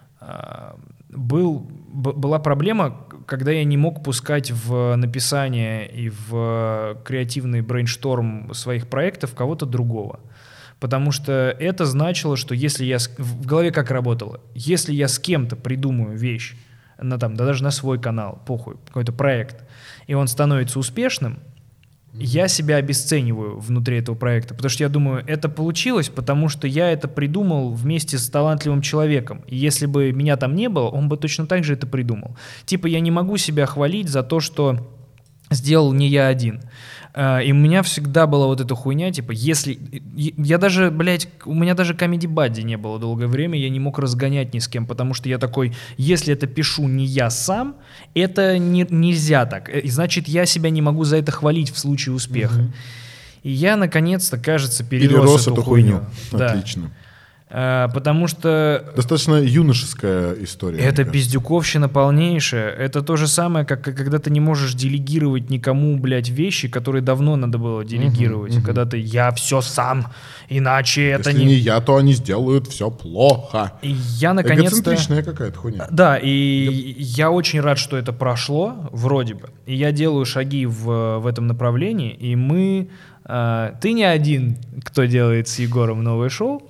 А, Был, б- была проблема, когда я не мог пускать в написание и в креативный брейншторм своих проектов кого-то другого. Потому что это значило, что если я... с- В голове как работало? Если я с кем-то придумаю вещь, на, там, да даже на свой канал, похуй, какой-то проект, и он становится успешным, я себя обесцениваю внутри этого проекта, потому что я думаю, это получилось, потому что я это придумал вместе с талантливым человеком. И если бы меня там не было, он бы точно так же это придумал. Типа я не могу себя хвалить за то, что сделал не я один. И у меня всегда была вот эта хуйня, типа, если... Я даже, блядь, у меня даже Comedy Buddy не было долгое время, я не мог разгонять ни с кем, потому что я такой, если это пишу не я сам, это не, нельзя так. И значит, я себя не могу за это хвалить в случае успеха. Угу. И я, наконец-то, кажется, перерос, перерос эту, эту хуйню. хуйню. Да. Отлично. А, потому что... Достаточно юношеская история. Это пиздюковщина полнейшая. Это то же самое, как когда ты не можешь делегировать никому, блядь, вещи, которые давно надо было делегировать. Uh-huh, uh-huh. Когда ты «я все сам, иначе Если это не...» не... Если не я, то они сделают все плохо. И я наконец-то... Эгоцентричная какая-то хуйня. Да, и yep. я очень рад, что это прошло, вроде бы. И я делаю шаги в, в этом направлении, и мы... Э, ты не один, кто делает с Егором новое шоу.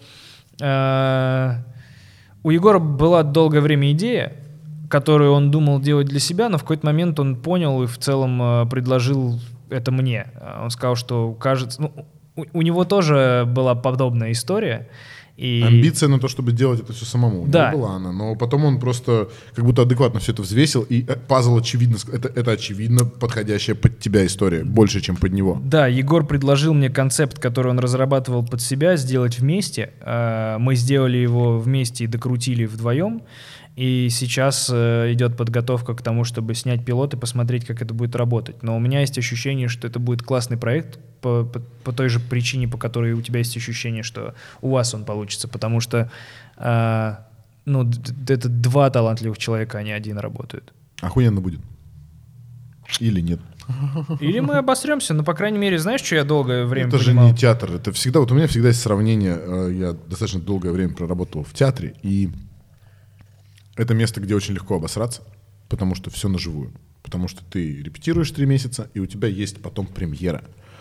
Uh, у Егора была долгое время идея, которую он думал делать для себя, но в какой-то момент он понял и в целом uh, предложил это мне. Uh, он сказал, что кажется, ну, у, у него тоже была подобная история. И... Амбиция на то, чтобы делать это все самому. Да. У него была она. Но потом он просто как будто адекватно все это взвесил, и пазл очевидно, это, это очевидно подходящая под тебя история, больше, чем под него. Да, Егор предложил мне концепт, который он разрабатывал под себя, сделать вместе. Мы сделали его вместе и докрутили вдвоем. И сейчас э, идет подготовка к тому, чтобы снять пилот и посмотреть, как это будет работать. Но у меня есть ощущение, что это будет классный проект по, по, по той же причине, по которой у тебя есть ощущение, что у вас он получится. Потому что э, ну, д- это два талантливых человека, а не один работают. Охуенно будет. Или нет. Или мы обосремся, но, по крайней мере, знаешь, что я долгое время это понимал? Это же не театр. Это всегда, вот у меня всегда есть сравнение. Я достаточно долгое время проработал в театре, и это место, где очень легко обосраться, потому что все наживую. Потому что ты репетируешь три месяца, и у тебя есть потом премьера.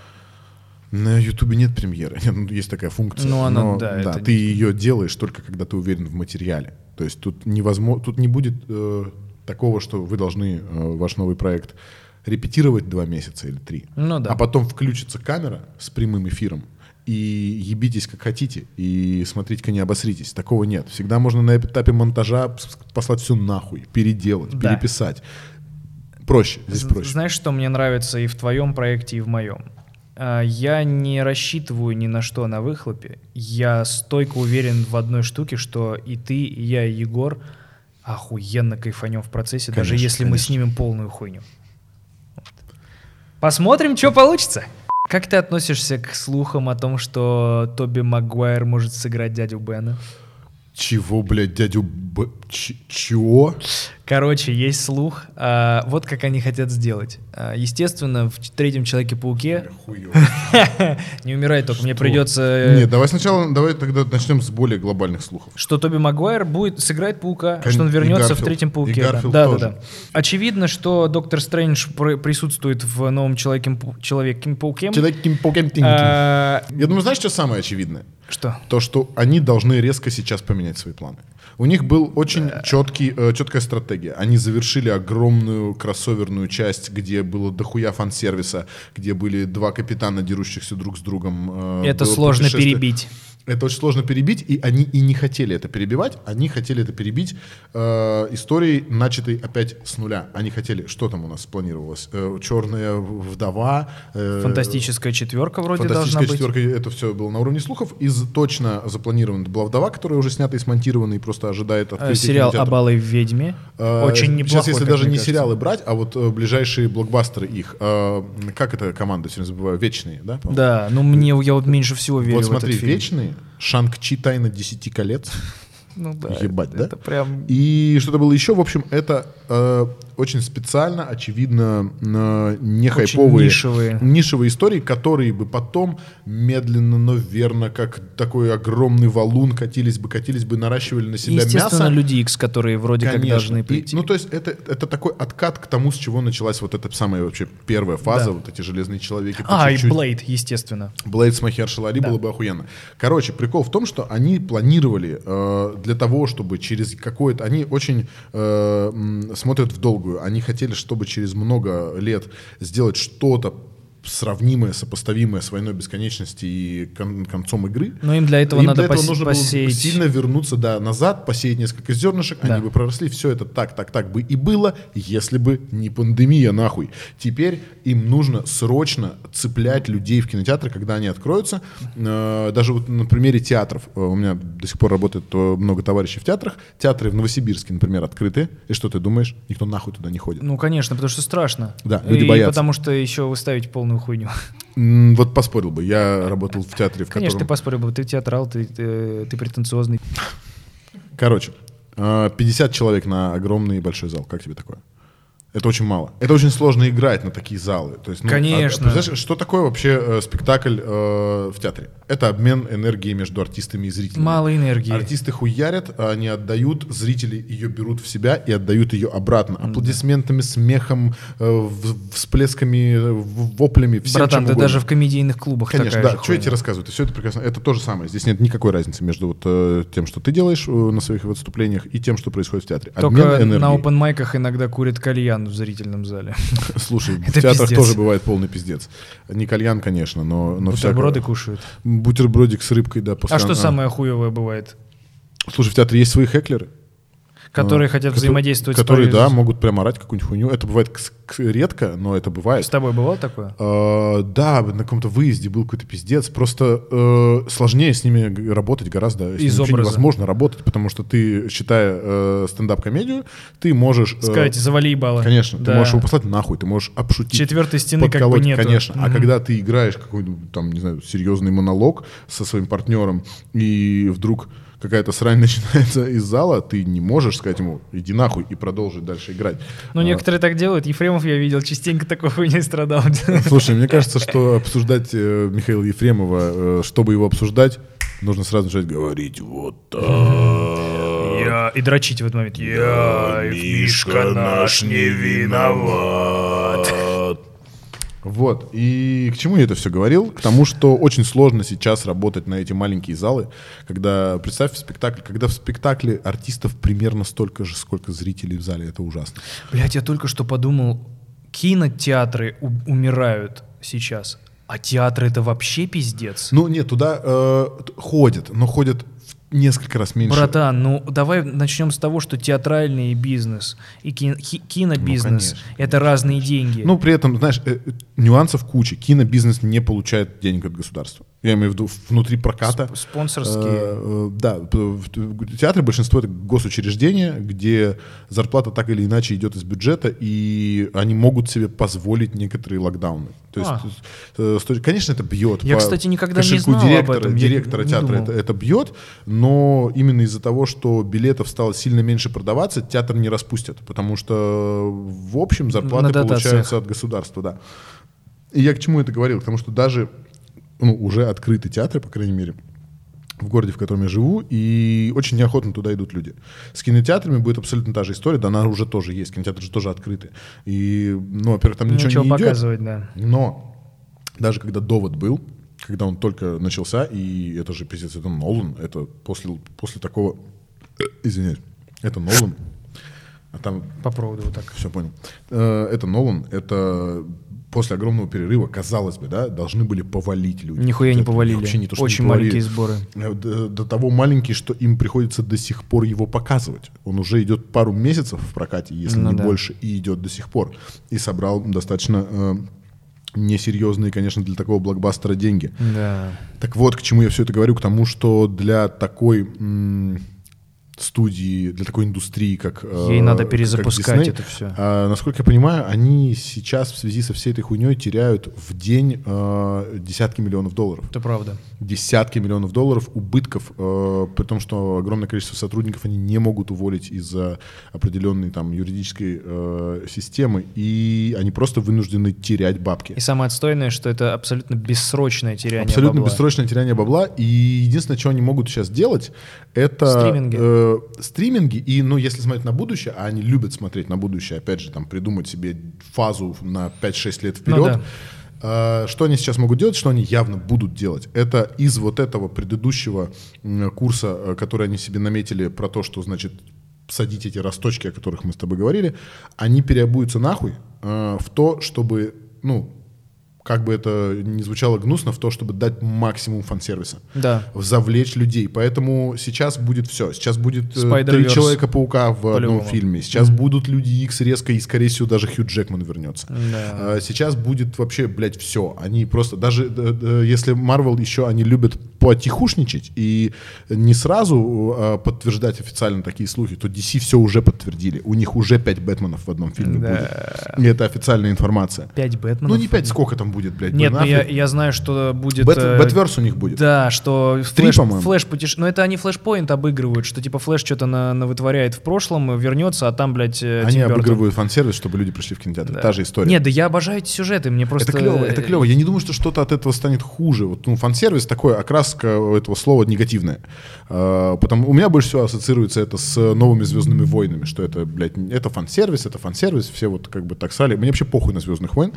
На Ютубе нет премьеры. Нет, есть такая функция. Ну, она, но, да, да, это ты не... ее делаешь только когда ты уверен в материале. То есть тут невозможно, тут не будет э, такого, что вы должны э, ваш новый проект репетировать два месяца или три. Ну, да. А потом включится камера с прямым эфиром, и ебитесь как хотите, и смотрите-ка не обосритесь. Такого нет. Всегда можно на этапе монтажа послать все нахуй, переделать, да. переписать. Проще, здесь З- проще. Знаешь, что мне нравится и в твоем проекте, и в моем? Я не рассчитываю ни на что на выхлопе. Я стойко уверен в одной штуке, что и ты, и я, и Егор охуенно кайфанем в процессе, конечно, даже если конечно. мы снимем полную хуйню. Вот. Посмотрим, что получится. Как ты относишься к слухам о том, что Тоби Магуайр может сыграть дядю Бена? Чего, блядь, дядю Б... Ч- чего? Короче, есть слух. А, вот как они хотят сделать. А, естественно, в третьем Человеке-пауке... Не умирай только, мне придется... Нет, давай сначала, давай тогда начнем с более глобальных слухов. Что Тоби Магуайр будет сыграть паука, что он вернется в третьем Пауке. Да, да, да. Очевидно, что Доктор Стрэндж присутствует в новом Человеке-пауке. Человеке-пауке. Я думаю, знаешь, что самое очевидное? Что? То, что они должны резко сейчас поменять свои планы. У них был очень да. четкий, э, четкая стратегия. Они завершили огромную кроссоверную часть, где было дохуя фан-сервиса, где были два капитана, дерущихся друг с другом. Э, Это сложно перебить. Это очень сложно перебить, и они и не хотели это перебивать. Они хотели это перебить э, историей, начатой опять с нуля. Они хотели... Что там у нас спланировалось? Э, «Черная вдова». Э, «Фантастическая четверка» вроде «Фантастическая должна четверка», быть. это все было на уровне слухов. Из точно запланирована была «Вдова», которая уже снята и смонтирована, и просто ожидает открытия Сериал о Балой ведьме. Э, очень неплохой. Сейчас, если даже не кажется. сериалы брать, а вот э, ближайшие блокбастеры их. Э, как эта команда, сегодня забываю, «Вечные», да? По-моему? Да, ну мне я вот меньше всего верю вот в смотри, этот фильм. «Вечные», «Шанг-Чи. Тайна десяти колец». Ну да. Ебать, это, да? это прям... И что-то было еще. В общем, это э, очень специально, очевидно, э, не очень хайповые, нишевые. нишевые истории, которые бы потом медленно, но верно, как такой огромный валун, катились бы, катились бы, наращивали на себя мясо. Естественно, Люди Икс, которые вроде Конечно. как должны прийти. И, ну, то есть это, это такой откат к тому, с чего началась вот эта самая вообще первая фаза, да. вот эти железные человеки. А, чуть-чуть. и Блейд, естественно. Блейд с Махершала Али да. было бы охуенно. Короче, прикол в том, что они планировали э, для того, чтобы через какое-то... Они очень э, смотрят в долгую. Они хотели, чтобы через много лет сделать что-то сравнимое, сопоставимое с «Войной бесконечности» и кон- концом игры. Но им для этого им надо для этого посе- нужно посеять. было сильно вернуться да, назад, посеять несколько зернышек, Да. они бы проросли, все это так, так, так бы и было, если бы не пандемия, нахуй. Теперь им нужно срочно цеплять людей в кинотеатры, когда они откроются. Э, Даже вот на примере театров. Э, У меня до сих пор работает э, много товарищей в театрах. Театры в Новосибирске, например, открыты. И что ты думаешь? Никто нахуй туда не ходит. Ну, конечно, потому что страшно. Да, люди И боятся. потому что еще вы ставите полную хуйню. М, Вот поспорил бы. Я работал в театре, в Конечно, ты котором... поспорил бы, ты театрал, ты, ты, ты претенциозный. Короче, э, пятьдесят человек на огромный большой зал. Как тебе такое? Это очень мало. Это очень сложно играть на такие залы. То есть, ну, Конечно. а- а, знаешь, что такое вообще э, спектакль э, в театре? Это обмен энергией между артистами и зрителями. Мало энергии. Артисты хуярят, а они отдают, зрители ее берут в себя и отдают ее обратно. Аплодисментами, смехом, э, в- всплесками, э, в- воплями, всем Братан, чем да угодно. даже в комедийных клубах Конечно, такая да. же Что я тебе хуйня. рассказываю? Ты все это прекрасно. Это то же самое. Здесь нет никакой разницы между вот, э, тем, что ты делаешь э, на своих выступлениях, и тем, что происходит в театре. Обмен Только энергией. на опенмайках иногда курят кальян в зрительном зале. Слушай, в Это театрах пиздец. тоже бывает полный пиздец. Не кальян, конечно, но, но Бутерброды всякое. кушают. Бутербродик с рыбкой, да. после- А что самое хуевое бывает? Слушай, в театре есть свои хеклеры. Которые А, хотят кото- взаимодействовать Которые, с да, Парижем. могут прям орать какую-нибудь хуйню. Это бывает к- к- редко, но это бывает. С тобой бывало такое? А, да, на каком-то выезде был какой-то пиздец. Просто э, сложнее с ними г- работать гораздо. С Из ними вообще образа. невозможно работать, потому что ты, считая э, стендап-комедию, ты можешь... э, Сказать, завали ебало. Конечно, ты Да. можешь его послать нахуй, ты можешь обшутить. Четвертой стены как бы подколоть, нету. Конечно. А Мгм. когда ты играешь какой-то, там, не знаю, серьезный монолог со своим партнером, и вдруг какая-то срань начинается из зала, ты не можешь сказать ему, иди нахуй, и продолжить дальше играть. Ну, А, некоторые так делают. Ефремов я видел, частенько такой хуйней страдал. Слушай, мне кажется, что обсуждать э, Михаила Ефремова, э, чтобы его обсуждать, нужно сразу начать говорить вот так. Я... И дрочить в этот момент. Я, Мишка наш не виноват. Вот. И к чему я это все говорил? К тому, что очень сложно сейчас работать на эти маленькие залы, когда, представь, спектакль, когда в спектакле артистов примерно столько же, сколько зрителей в зале. Это ужасно. Блять, я только что подумал, кинотеатры у- умирают сейчас, а театры это вообще пиздец. Ну, нет, туда э, т- ходят, но ходят в несколько раз меньше. Братан, ну давай начнем с того, что театральный бизнес и ки- хи- кинобизнес конечно, это разные деньги. Ну, при этом, знаешь, э, э, нюансов куча. Кинобизнес не получает денег от государства. Я имею в виду внутри проката. Сп- спонсорские. Э, э, Да, п- в в театре большинство это госучреждения, где зарплата так или иначе идет из бюджета, и они могут себе позволить некоторые локдауны. То есть, А. э, с точки- конечно, это бьет. Я, по кстати, никогда не кошельку знал об директора, этом. Я директора не театра думал. это, это бьет, но именно из-за того, что билетов стало сильно меньше продаваться, театр не распустят, потому что в общем зарплаты На дотациях. получаются от государства, да. И я к чему это говорил? К тому, что даже ну, уже открыты театры, по крайней мере, в городе, в котором я живу, и очень неохотно туда идут люди. С кинотеатрами будет абсолютно та же история, да, она уже тоже есть, кинотеатры же тоже открыты. И, ну, во-первых, там ничего, Ничего не идет. показывать, да. Но даже когда «Довод» был, когда он только начался, и это же, пиздец, это Нолан, это после, после такого... Извиняюсь, это Нолан. А там По проводу вот так. все понял. Э, Это Нолан, это после огромного перерыва, казалось бы, да, должны были повалить люди. Нихуя не Это повалили. вообще не то, что Очень не повалили. маленькие сборы. Э, До, до того маленькие, что им приходится до сих пор его показывать. Он уже идет пару месяцев в прокате, если Ну не да. больше, и идет до сих пор. И собрал достаточно э, несерьезные, конечно, для такого блокбастера деньги. Да. Так вот, к чему я все это говорю, к тому, что для такой м, студии, для такой индустрии, как э, Ей надо как перезапускать Disney, это всё. а, насколько я понимаю, они сейчас в связи со всей этой хуйней теряют в день э, десятки миллионов долларов. Это правда. Десятки миллионов долларов убытков, э, при том, что огромное количество сотрудников они не могут уволить из-за определенной там юридической э, системы, и они просто вынуждены терять бабки. И самое отстойное, что это абсолютно бессрочное теряние Абсолютно бабла. бессрочное теряние бабла. И единственное, что они могут сейчас делать, это Стриминги. э, стриминги. И, ну, если смотреть на будущее, а они любят смотреть на будущее, опять же, там, придумать себе фазу на пять-шесть лет вперед. Ну да. э, Что они сейчас могут делать, что они явно будут делать? Это из вот этого предыдущего м, курса, э, который они себе наметили про то, что, значит, садить эти росточки, о которых мы с тобой говорили, они переобуются нахуй э, в то, чтобы, ну, как бы это ни звучало гнусно, в то, чтобы дать максимум фан-сервиса. Да. Завлечь людей. Поэтому сейчас будет все. Сейчас будет э, Spider-Verse. три Человека-паука в По-любому. одном фильме. Сейчас mm-hmm. будут Люди Икс резко, и, скорее всего, даже Хью Джекман вернется. Да. А, сейчас будет вообще, блядь, все. Они просто, даже э, э, если Marvel еще, они любят потихушничать и не сразу э, подтверждать официально такие слухи, то ди си все уже подтвердили. У них уже пять Бэтменов в одном фильме Да. будет. И это официальная информация. Пять Бэтменов? Ну не пять, сколько там будет, блядь? Нет, Бен но я, Аффлек? я знаю, что будет... Бэт, э, Бэтверс у них будет. Да, что Три, флэш, по-моему. флэш путеш... Но это они флэшпоинт обыгрывают, что типа флэш что-то на, навытворяет в прошлом, вернется, а там, блядь, э, Они Тим Бёртон. обыгрывают фан-сервис, чтобы люди пришли в кинотеатр. Да. Та же история. Нет, да я обожаю эти сюжеты, мне просто... Это клево, это клево. Я не думаю, что что-то от этого станет хуже. Вот, ну, фан-сервис такой, окраска этого слова негативная. А, потому, у меня больше всего ассоциируется это с новыми «Звездными войнами», что это, блядь, это фан-сервис, это фан-сервис, все вот как бы так сали. Мне вообще похуй на «Звездных войн»,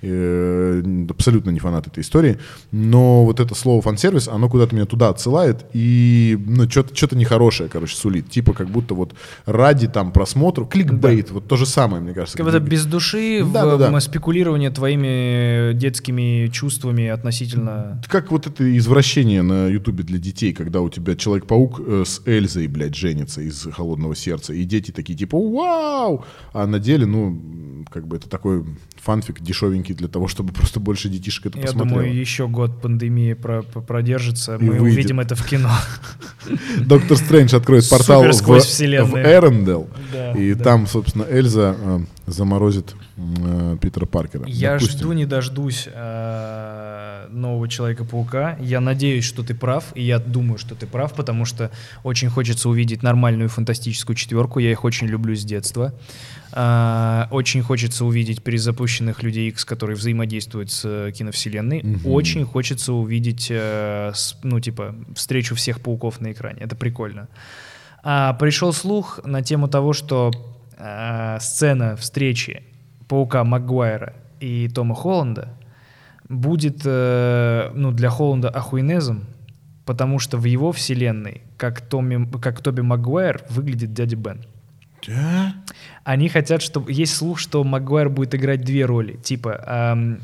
э, абсолютно не фанат этой истории, но вот это слово «фан-сервис», оно куда-то меня туда отсылает, и ну, что-то, что-то нехорошее, короче, сулит. Типа как будто вот ради там просмотра, кликбейт, да. Вот то же самое, мне кажется. Как будто без души да, в да, да. спекулирование твоими детскими чувствами относительно... Как вот это извращение на Ютубе для детей, когда у тебя Человек-паук э, с Эльзой, блядь, женится из «Холодного сердца», и дети такие типа «Вау!», а на деле, ну, как бы это такой фанфик дешевенький для того, чтобы просто больше детишек это Я посмотрело. думаю, еще год пандемии про- продержится, И мы выйдет. увидим это в кино. Доктор Стрэндж откроет портал Супер в, сквозь в вселенную. Эрендел, Да, и да. там, собственно, Эльза э, заморозит э, Питера Паркера. Я Допустим. жду не дождусь э, нового Человека-паука. Я надеюсь, что ты прав, и я думаю, что ты прав, потому что очень хочется увидеть нормальную фантастическую четверку. Я их очень люблю с детства. Э, очень хочется увидеть перезапущенных Людей Икс, которые взаимодействуют с э, киновселенной. Мгм. Очень хочется увидеть, э, с- ну, типа, встречу всех пауков на экране. Это прикольно. А, пришел слух на тему того, что э, сцена встречи Паука Магуайра и Тома Холланда будет, э, ну, для Холланда охуенезом, потому что в его вселенной, как, Томми, как Тоби Магуайр, выглядит дядя Бен. Да? Они хотят, чтобы... Есть слух, что Магуайр будет играть две роли. Типа, эм,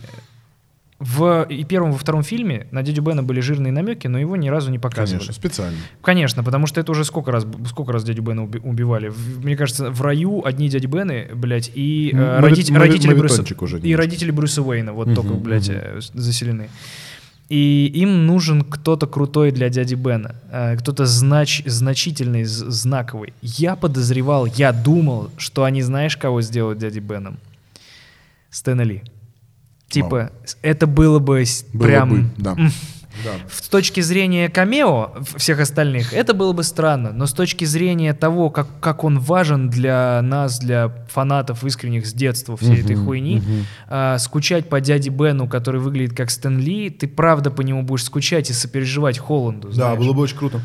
в и первом, и во втором фильме на дядю Бена были жирные намеки, но его ни разу не показывали. Конечно, специально. Конечно, потому что это уже сколько раз, сколько раз дядю Бена уби- убивали. В- Мне кажется, в раю одни дяди Бены, блядь, и э, Мови- родить- мови- родители, Брюса, мовитончик уже и немножко. родители Брюса Уэйна, вот Мгм, только, блядь, мгм. э, с- заселены. И им нужен кто-то крутой для дяди Бена, э, кто-то знач, значительный, з- знаковый. Я подозревал, я думал, что они, знаешь, кого сделают дядей Беном? Стэна Ли. Типа, с- это было бы с- Было прям... бы, да. м, Да. С точки зрения камео в- всех остальных, это было бы странно, но с точки зрения того, как, как он важен для нас, для фанатов искренних с детства всей этой Мгм, хуйни, мгм. а, скучать по дяде Бену, который выглядит как Стэн Ли, ты правда по нему будешь скучать и сопереживать Холланду, Да, знаешь. было бы очень круто.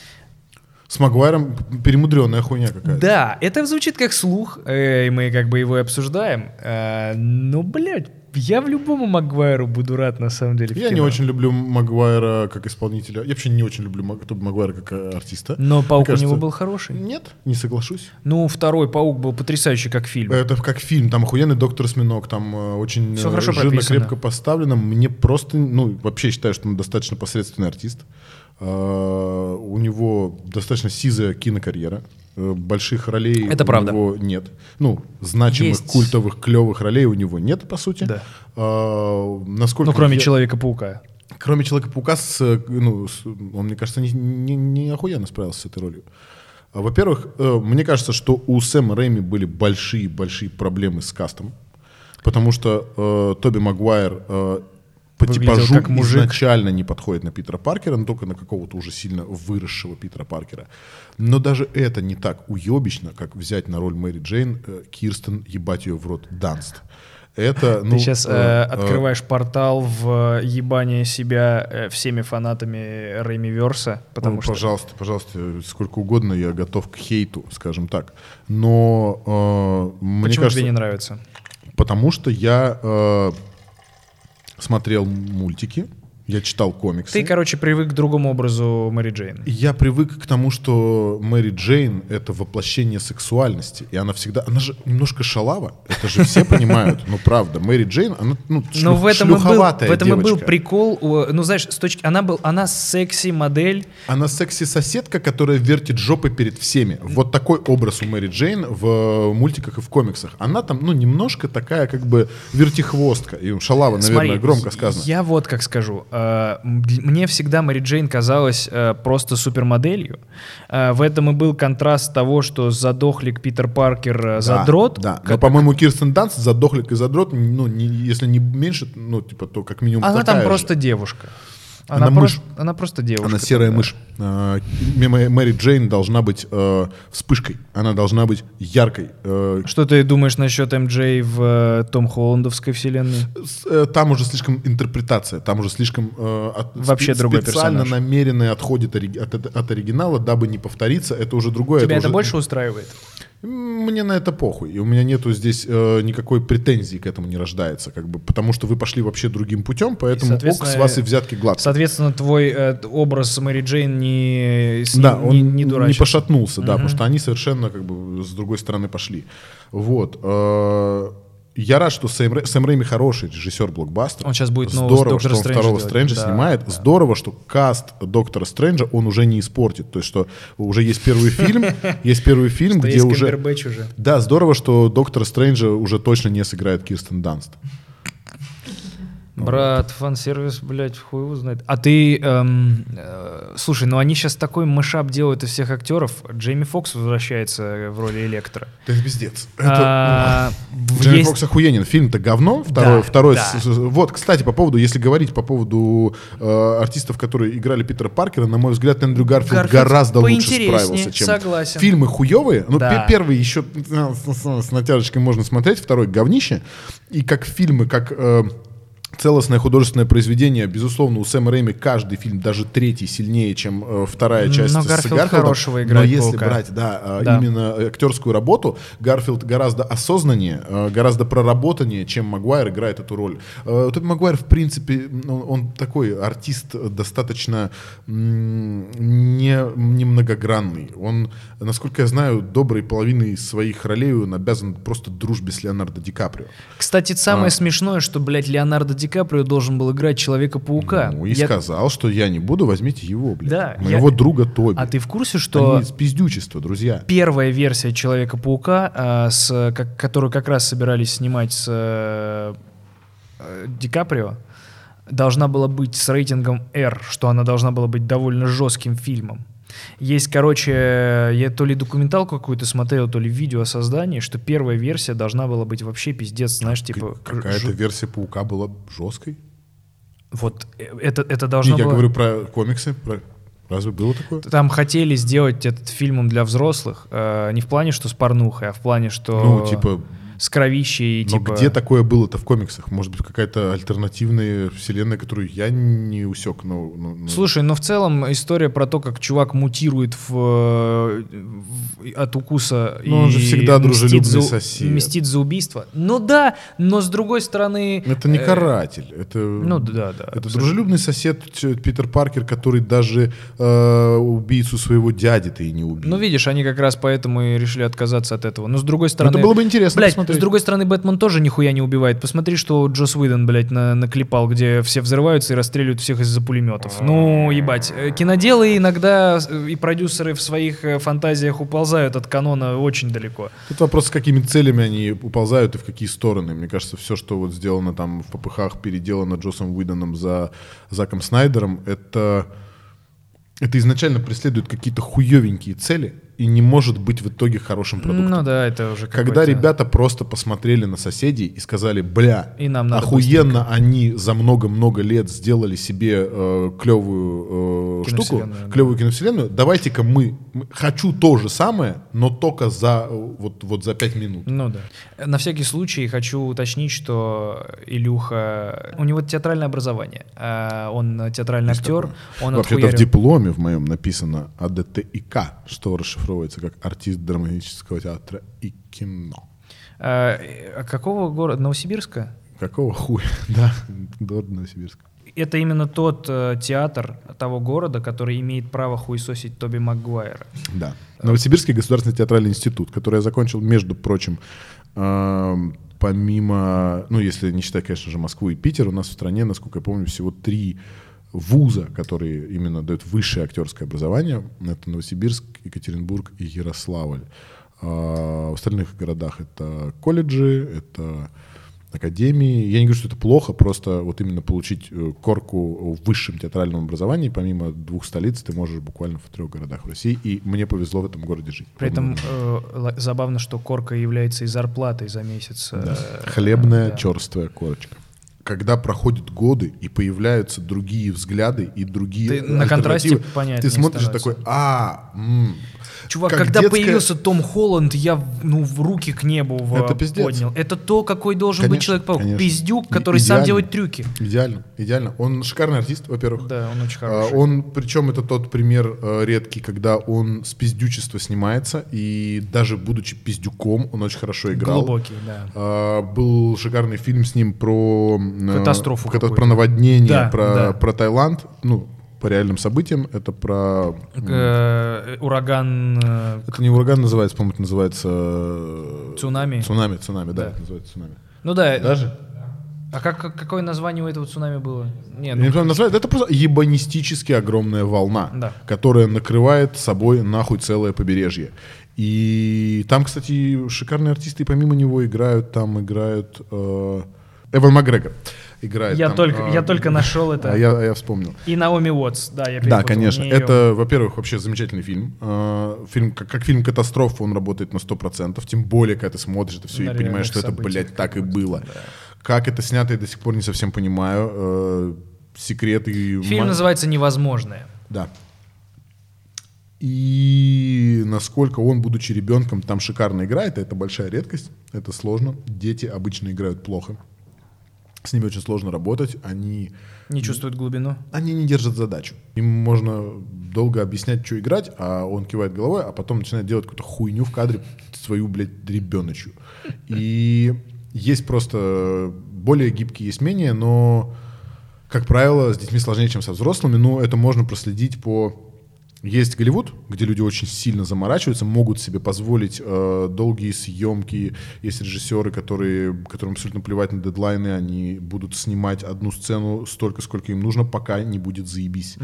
С Магуайром перемудренная хуйня какая-то. Да, это звучит как слух, э, и мы как бы его и обсуждаем, э, но, блядь, я в любому Магуайру буду рад, на самом деле, в Я не кино. очень люблю Магуайра как исполнителя. Я вообще не очень люблю Маг- Тоби Магуайра как э, артиста. Но Мне Паук кажется- у него был хороший. Нет, не соглашусь. Ну, второй Паук был потрясающий как фильм. Это как фильм, там охуенный доктор Осьминог, там э, очень Всё э, хорошо жирно, прописано. крепко поставлено. Мне просто, ну, вообще считаю, что он достаточно посредственный артист. Э, у него достаточно сизая кинокарьера. Э, больших ролей Это у правда. него нет. Ну, значимых, Есть. культовых, клевых ролей у него нет, по сути. Да. Э, насколько Ну, кроме я- Человека-паука. Кроме Человека-паука, с, э, ну, с- он, мне кажется, не, не, не охуенно справился с этой ролью. А, Во-первых, э, мне кажется, что у Сэма Рэйми были большие-большие проблемы с кастом, потому что э, Тоби Магуайр э, по Выглядел типажу как мужик. изначально не подходит на Питера Паркера, но только на какого-то уже сильно выросшего Питера Паркера. Но даже это не так уебищно, как взять на роль Мэри Джейн э, Кирстен, ебать ее в рот, Данст. Это, ну, Ты сейчас э, э, открываешь портал в ебание себя э, всеми фанатами Рэйми Верса, потому Ну, что... Пожалуйста, пожалуйста, сколько угодно, я готов к хейту, скажем так. Но э, мне Почему кажется, тебе не нравится? потому что я э, смотрел мультики Я читал комиксы. Ты, короче, привык к другому образу Мэри Джейн. Я привык к тому, что Мэри Джейн — это воплощение сексуальности. И она всегда... Она же немножко шалава. Это же все понимают. Ну, правда. Мэри Джейн, она ну, Но в этом, и был, шлюховатая в этом и был девочка. прикол. Ну, знаешь, с точки... Она, был, она секси-модель. Она секси-соседка, которая вертит жопой перед всеми. Вот такой образ у Мэри Джейн в мультиках и в комиксах. Она там, ну, немножко такая, как бы, вертихвостка. И шалава, наверное, Смотри, громко сказано. Я вот как скажу. Мне всегда Мэри Джейн казалась просто супермоделью. В этом и был контраст того, что задохлик Питер Паркер Да, задрот. Да, но, как... по-моему, Кирстен Данст задохлик и задрот, ну, не, если не меньше, ну, типа, то как минимум Она такая там же. просто девушка. Она, Она просто, мышь. она просто девушка. Она серая да. мышь. А, Мэ- Мэри Джейн должна быть э, вспышкой. Она должна быть яркой. Э, Что ты думаешь насчет эм джей в э, Том Холландовской вселенной? с- э, Там уже слишком интерпретация, там уже слишком э, от- Вообще спе- другой специально персонаж. намеренно отходит ори- от, от- от оригинала, дабы не повториться. Это уже другое. Тебя это уже- больше устраивает? Мне на это похуй. И у меня нету здесь э, никакой претензии к этому не рождается. Как бы, потому что вы пошли вообще другим путем, поэтому ок, соответственно, с вас и взятки гладко. Соответственно, твой э, образ Мэри Джейн не, с Да, ним он не, не, не дурачится. пошатнулся, да, Мгм. потому что они совершенно как бы с другой стороны пошли. Вот. э, Я рад, что Сэм, Рэ- Сэм Рэйми хороший режиссер блокбастера. Он сейчас будет нового Здорово, Доктора что он Стрэнджа второго делать. Стрэнджа Да, снимает. да. Здорово, что каст Доктора Стрэнджа он уже не испортит. То есть, что уже есть первый фильм, есть первый фильм, Что где есть уже... Камбербэтч уже. Да, здорово, что Доктора Стрэнджа уже точно не сыграет Кирстен Данст. Брат, фан-сервис, блядь, хуй его знает. А ты, эм, э, слушай, ну они сейчас такой мышап делают из всех актеров. Джейми Фокс возвращается в роли Электро. Это пиздец. А, Джейми есть- Фокс охуенен. Фильм-то говно. Второй, Да, второй да. с- с- вот, кстати, по поводу, если говорить по поводу э, артистов, которые играли Питера Паркера, на мой взгляд, Эндрю Гарфилд, Гарфилд гораздо лучше поинтереснее, справился, чем согласен. фильмы хуевые. Ну, Да. пе- первый еще э, с, с- с натяжечкой можно смотреть, второй говнище. И как фильмы, как э, целостное художественное произведение, безусловно, у Сэма Рэйми каждый фильм, даже третий, сильнее, чем э, вторая часть Но с Гарфилд Гарфилдом. хорошего Но играет если паука. брать, да, э, Да. именно актерскую работу, Гарфилд гораздо осознаннее, э, гораздо проработаннее, чем Магуайр играет эту роль. Э, Тоби Магуайр, в принципе, ну, он такой артист достаточно м, не, не многогранный. Он, насколько я знаю, доброй половиной своих ролей он обязан просто дружбе с Леонардо Ди Каприо. Кстати, самое А. смешное, что, блядь, Леонардо Ди Каприо должен был играть Человека-паука. Ну, и Я- сказал, что я не буду, возьмите его, блядь. Да, Моего я- друга Тоби. А ты в курсе, что Они спиздючество, друзья. первая версия Человека-паука, а, с, как- которую как раз собирались снимать с э, э, Ди Каприо, должна была быть с рейтингом R, что она должна была быть довольно жестким фильмом. Есть, короче, я то ли документалку какую-то смотрел, то ли видео о создании, что первая версия должна была быть вообще пиздец, знаешь, типа... К- Какая-то ж- версия Паука была жесткой. Вот э, это, это должно Не, я было... говорю про комиксы. Про... Разве было такое? Там хотели сделать этот фильмом для взрослых, э, не в плане, что с порнухой, а в плане, что Ну, типа, с кровищей. но типа... где такое было-то в комиксах? Может быть, какая-то альтернативная вселенная, которую я не усек. Но, но- но- Слушай, ну в целом история про то, как чувак мутирует в, э, в- от укуса Ну, он же и всегда мстит дружелюбный за, сосед. мстит за убийство. Ну да, но с другой стороны... Это не э, каратель. Это, Ну да, да. это абсолютно. дружелюбный сосед Ч- Питер Паркер, который даже э, убийцу своего дяди-то и не убил. Ну видишь, они как раз поэтому и решили отказаться от этого. Но с другой стороны... это было бы интересно Блядь, посмотреть. с другой стороны, Бэтмен тоже нихуя не убивает. Посмотри, что Джос Уидон, блядь, на- наклепал, где все взрываются и расстреливают всех из-за пулеметов. Ну, ебать. Э, Киноделы иногда э, и продюсеры в своих э, фантазиях уползают от канона очень далеко. Тут вопрос, с какими целями они уползают и в какие стороны. Мне кажется, все, что вот сделано там в попыхах, переделано Джосом Уидоном за Заком Снайдером, это, это изначально преследует какие-то хуевенькие цели и не может быть в итоге хорошим продуктом. Ну да, это уже Когда какой-то- ребята просто посмотрели на соседей и сказали, бля, И нам надо охуенно они за много-много лет сделали себе э, клевую э, штуку, Киновселенную, да. клевую киновселенную, давайте-ка мы, мы- хочу то же самое, но только за, э, вот, вот за пять минут. Ну да. На всякий случай хочу уточнить, что Илюха... У него театральное образование. А Он театральный актер. Он Вообще-то в отхуярил- дипломе в моем написано А Д Т И К, что расшифровывается как артист драматического театра и кино. А, а какого города? Новосибирска? Какого хуя? Да, город Новосибирск. Это именно тот э, театр того города, который имеет право хуесосить Тоби Магуайра. Да. Новосибирский государственный театральный институт, который я закончил, между прочим, э, помимо, ну, если не считать, конечно же, Москву и Питер, у нас в стране, насколько я помню, всего три вуза, которые именно дают высшее актерское образование. Это Новосибирск, Екатеринбург и Ярославль. А в остальных городах это колледжи, это академии. Я не говорю, что это плохо, просто вот именно получить корку в высшем театральном образовании, помимо двух столиц, ты можешь буквально в трех городах в России, и мне повезло в этом городе жить. При этом э, забавно, что корка является и зарплатой за месяц. Да. Э, Хлебная, да. черствая корочка. Когда проходят годы и появляются другие взгляды и другие Ты на контрасте понятнее ты смотришь становится. такой, а, м, Чувак, как когда детская- появился Том Холланд, я ну, в руки к небу в- Это пиздец. поднял. Это то, какой должен быть Конечно, Человек-паук. конечно. Пиздюк, И- который сам идеально. делает трюки. Идеально, идеально. Он шикарный артист, во-первых. Да, он очень А, хороший. Он, причем это тот пример э, редкий, когда он с пиздючества снимается, и даже будучи пиздюком, он очень хорошо играл. Глубокий, да. А, был шикарный фильм с ним про э, Катастрофу ката- какую-то. про наводнение, Да, про, да. про Таиланд. Ну, по реальным событиям. Это про... Э, ураган, э, Это не ураган называется, по-моему, это называется... э, Цунами? Цунами, цунами, да, Да. это называется цунами. ну да. Даже? А как, как- какое название у этого цунами было? Не, Я ну, не знаю, назвать. Это просто ебанистически огромная волна, Да. которая накрывает собой нахуй целое побережье. И там, кстати, шикарные артисты и помимо него играют. Там играют... э, Эван Макгрегор играет. я, там, только, э, я только нашел это. А я, я вспомнил. И Наоми Уотс, да, я Да, перепутал, конечно. не её. Это, во-первых, вообще замечательный фильм. Э, фильм как, как фильм «Катастрофа» он работает на сто процентов. Тем более, когда ты смотришь это все На и понимаешь, реальных что это, событиях блядь, так и какой-то, было. да. Как это снято, я до сих пор не совсем понимаю. Э, секреты... Фильм ма- называется «Невозможное». Да. И насколько он, будучи ребенком, там шикарно играет, это большая редкость, это сложно. Дети обычно играют плохо. С ними очень сложно работать, они, Не чувствует глубину. они не держат задачу. Им можно долго объяснять, что играть, а он кивает головой, а потом начинает делать какую-то хуйню в кадре, свою, блядь, ребеночью. И есть просто более гибкие, есть менее, но, как правило, с детьми сложнее, чем со взрослыми. Но это можно проследить по... Есть Голливуд, где люди очень сильно заморачиваются, могут себе позволить э, долгие съемки. Есть режиссеры, которые, которым абсолютно плевать на дедлайны, они будут снимать одну сцену столько, сколько им нужно, пока не будет заебись.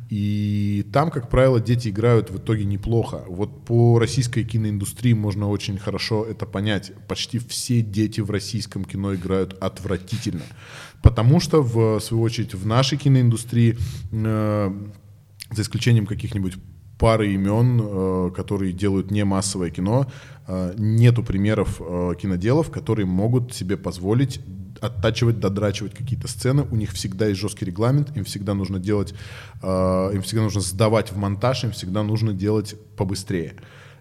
И там, как правило, дети играют в итоге неплохо. Вот по российской киноиндустрии можно очень хорошо это понять. Почти все дети в российском кино играют отвратительно. Потому что, в свою очередь, в нашей киноиндустрии... Э, за исключением каких-нибудь пары имен, э, которые делают не массовое кино, э, нету примеров э, киноделов, которые могут себе позволить оттачивать, додрачивать какие-то сцены. У них всегда есть жесткий регламент, им всегда нужно делать, э, им всегда нужно сдавать в монтаж, им всегда нужно делать побыстрее.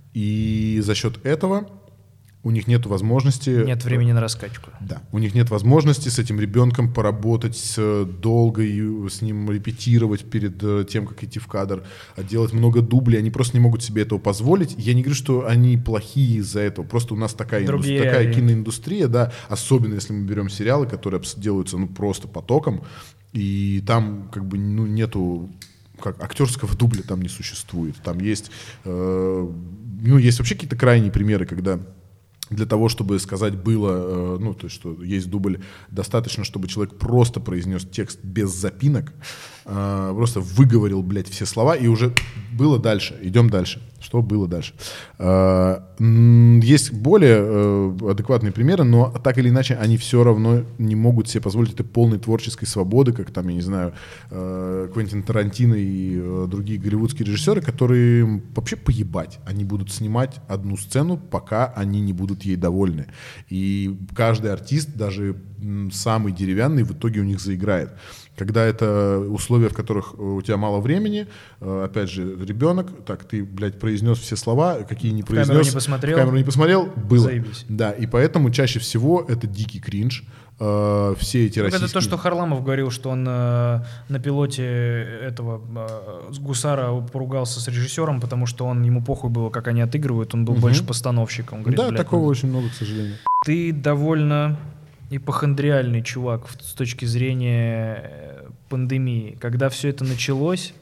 И за счет этого у них нет возможности... Нет времени на раскачку. Да, у них нет возможности с этим ребенком поработать с, долго и с ним репетировать перед э, тем, как идти в кадр, а делать много дублей. Они просто не могут себе этого позволить. Я не говорю, что они плохие из-за этого. Просто у нас такая, индус- Другие такая реалии. киноиндустрия, да, особенно если мы берем сериалы, которые абс- делаются ну, просто потоком, и там как бы ну, нету... как актерского дубля там не существует. Там есть, э, ну, есть вообще какие-то крайние примеры, когда для того, чтобы сказать было, э, ну, то есть, что есть дубль, достаточно, чтобы человек просто произнес текст без запинок, э, просто выговорил, блядь, все слова, и уже было дальше, идем дальше. Что было дальше? Э, м, есть более э, адекватные примеры, но так или иначе они все равно не могут себе позволить этой полной творческой свободы, как там, я не знаю, э, Квентин Тарантино и э, другие голливудские режиссеры, которые вообще поебать. Они будут снимать одну сцену, пока они не будут ей довольны. И каждый артист, даже м, самый деревянный, в итоге у них заиграет. Когда это условия, в которых у тебя мало времени, э, опять же, ребенок, так, ты, блядь, произнес все слова, какие не В камеру произнес. не посмотрел. В камеру не посмотрел, было. Заебись. Да, и поэтому чаще всего это дикий кринж. Э, все эти Ну, российские... это то, что Харламов говорил, что он э, на пилоте этого э, с Гусара поругался с режиссером, потому что он ему похуй было, как они отыгрывают, он был Мгм. больше постановщиком. Он говорит, Да, блядь, такого ну, очень много, к сожалению. ты довольно ипохондриальный чувак в- с точки зрения э, пандемии. Когда все это началось,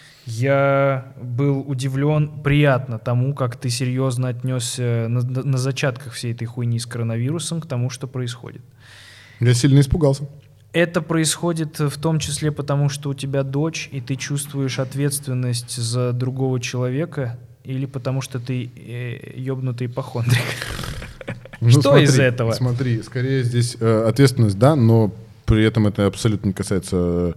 я был удивлен приятно тому, как ты серьезно отнесся на, на зачатках всей этой хуйни с коронавирусом к тому, что происходит. Я сильно испугался. Это происходит в том числе потому, что у тебя дочь, и ты чувствуешь ответственность за другого человека, или потому что ты э, ёбнутый ипохондрик? Ну, Что смотри, из этого? Смотри, скорее здесь э, ответственность, да, но при этом это абсолютно не касается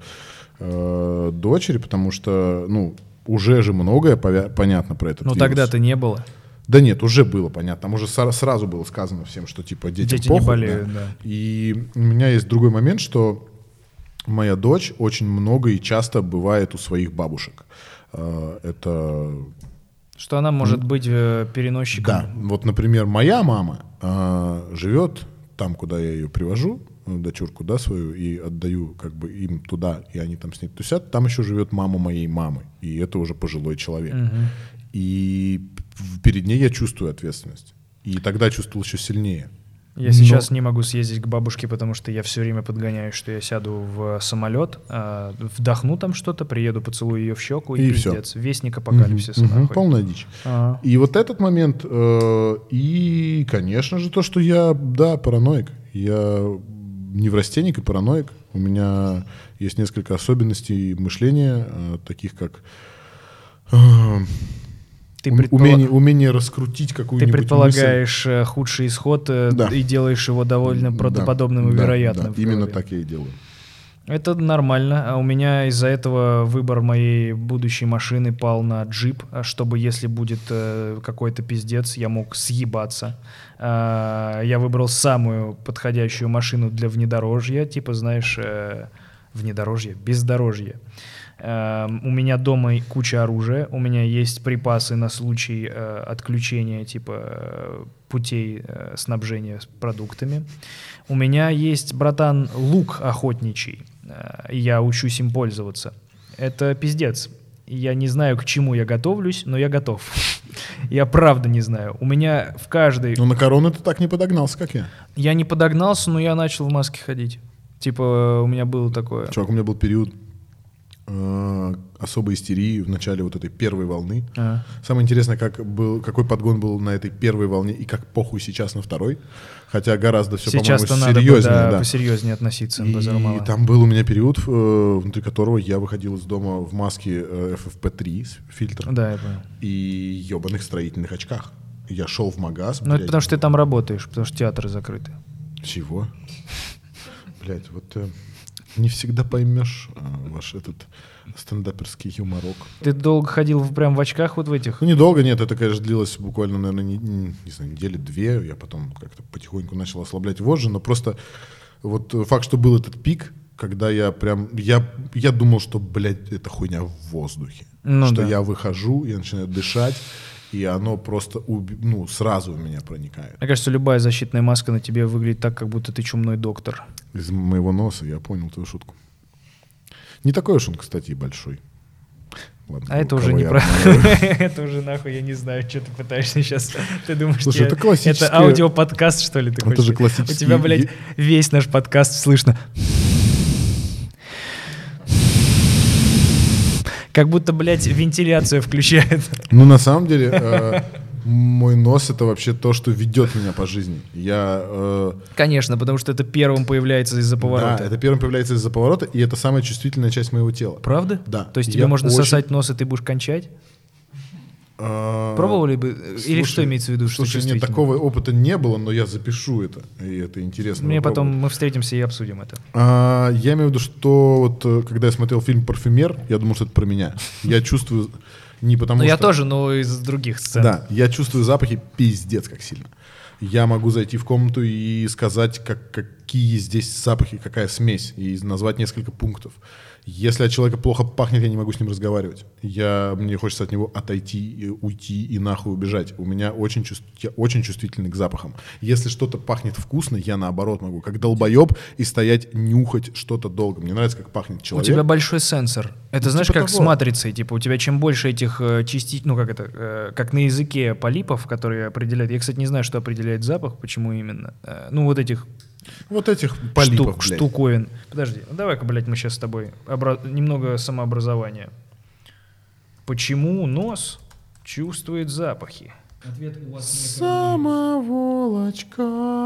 э, дочери, потому что, ну, уже же многое повя- понятно про этот Ну вирус. тогда-то не было. Да нет, уже было понятно. Там уже сара- сразу было сказано всем, что типа детям Дети не похуй, болеют, да. И у меня есть другой момент, что моя дочь очень много и часто бывает у своих бабушек. Э, Это Что она может быть э, переносчиком. да, вот, например, моя мама э, живет там, куда я ее привожу, э, дочурку, да, свою, и отдаю как бы им туда, и они там с ней тусят. Там еще живет мама моей мамы, и это уже пожилой человек. Мгм. И п- перед ней я чувствую ответственность. И тогда чувствовал еще сильнее. Я Но- сейчас не могу съездить к бабушке, потому что я все время подгоняюсь, что я сяду в самолет, а, вдохну там что-то, приеду, поцелую ее в щеку, и, И всё. пиздец. Вестник апокалипсиса. Мгм, мгм, нахуй. полная дичь. Ага. И вот этот момент, э, и, конечно же, то, что я, да, параноик. Я неврастенник и параноик. У меня есть несколько особенностей мышления, э, таких как э, Ты, ум- предпола- умение, умение раскрутить ты какую-нибудь мысль. предполагаешь э, худший исход э, Да. и делаешь его довольно Да, правдоподобным и да, вероятным. да, в именно голове. так я и делаю. Это нормально. А у меня из-за этого выбор моей будущей машины пал на джип, а чтобы если будет э, какой-то пиздец, я мог съебаться. А, я выбрал самую подходящую машину для внедорожья, типа, знаешь, э, внедорожье, бездорожье. Э, у меня дома куча оружия, у меня есть припасы на случай э, отключения, типа, э, путей э, снабжения с продуктами. У меня есть, братан, лук охотничий. Э, и я учусь им пользоваться. Это пиздец. Я не знаю, к чему я готовлюсь, но я готов. Я правда не знаю. У меня в каждой... Но на корону ты так не подогнался, как я. Я не подогнался, но я начал в маске ходить. Типа у меня было такое. Чувак, у меня был период э, особой истерии в начале вот этой первой волны. А. Самое интересное, как был, какой подгон был на этой первой волне и как похуй сейчас на второй. Хотя гораздо все, Сейчас-то по-моему, надо бы, серьезнее. да, да. посерьезнее относиться. И базар мало. там был у меня период, э, внутри которого я выходил из дома в маске э, эф эф пи три, с- фильтр, Да, я понял. и ебаных строительных очках. Я шел в магаз. Ну, это блядь, потому что ты там работаешь, потому что театры закрыты. Чего? Блять, вот э, не всегда поймешь э, ваш этот стендаперский юморок. Ты долго ходил в- прям в очках вот в этих? Ну, недолго, нет, это, конечно, длилось буквально, наверное, не, не- не знаю, недели две. Я потом как-то потихоньку начал ослаблять вожжи, но просто вот факт, что был этот пик, когда я прям, я, я думал, что, блядь, эта хуйня в воздухе. Ну что да. я выхожу, я начинаю дышать, и оно просто, уби- ну, сразу в меня проникает. Мне кажется, любая защитная маска на тебе выглядит так, как будто ты чумной доктор. Из моего носа я понял твою шутку. Не такой уж он, кстати, и большой. Ладно, А это кого уже не я про... обманываю. Это уже нахуй, я не знаю, что ты пытаешься сейчас. Ты думаешь, Слушай, тебе- это классическое- это аудиоподкаст, что ли, ты Это хочешь? же классический- У тебя, блядь, весь наш подкаст слышно. Как будто, блядь, вентиляцию включает. Ну, на самом деле, э, мой нос — это вообще то, что ведет меня по жизни. Я... э, Конечно, потому что это первым появляется из-за поворота. Да, это первым появляется из-за поворота, и это самая чувствительная часть моего тела. Правда? Да. То есть тебе Я можно очень- сосать нос, и ты будешь кончать? Э, Пробовали бы? Или слушай, что имеется в виду? Что Слушай, нет, чувствительно? такого опыта не было, но я запишу это, и это интересно. Мне попробовать. потом мы встретимся и обсудим это. А, я имею в виду, что вот э, когда я смотрел фильм «Парфюмер», я думал, что это про меня. Я чувствую не потому, Ну, что... я тоже, но из других сцен. Да, я чувствую запахи пиздец как сильно. Я могу зайти в комнату и сказать, как, какие здесь запахи, какая смесь, и назвать несколько пунктов. Если от человека плохо пахнет, я не могу с ним разговаривать. Я, мне хочется от него отойти, и уйти и нахуй убежать. У меня очень, чувств- я очень чувствительный к запахам. Если что-то пахнет вкусно, я наоборот могу, как долбоеб, и стоять, нюхать что-то долго. Мне нравится, как пахнет У человек. тебя большой сенсор. Это Ну, знаешь, типа как с того. матрицей. Типа у тебя чем больше этих э, частиц, ну как это, э, как на языке полипов, которые определяют. Я, кстати, не знаю, что определяет запах, почему именно. Э, ну вот этих Вот этих полипов, штук, блядь. штуковин. Подожди, ну давай-ка, блядь, мы сейчас с тобой обра- немного самообразования. Почему нос чувствует запахи? Ответ у вас не Самоволочка,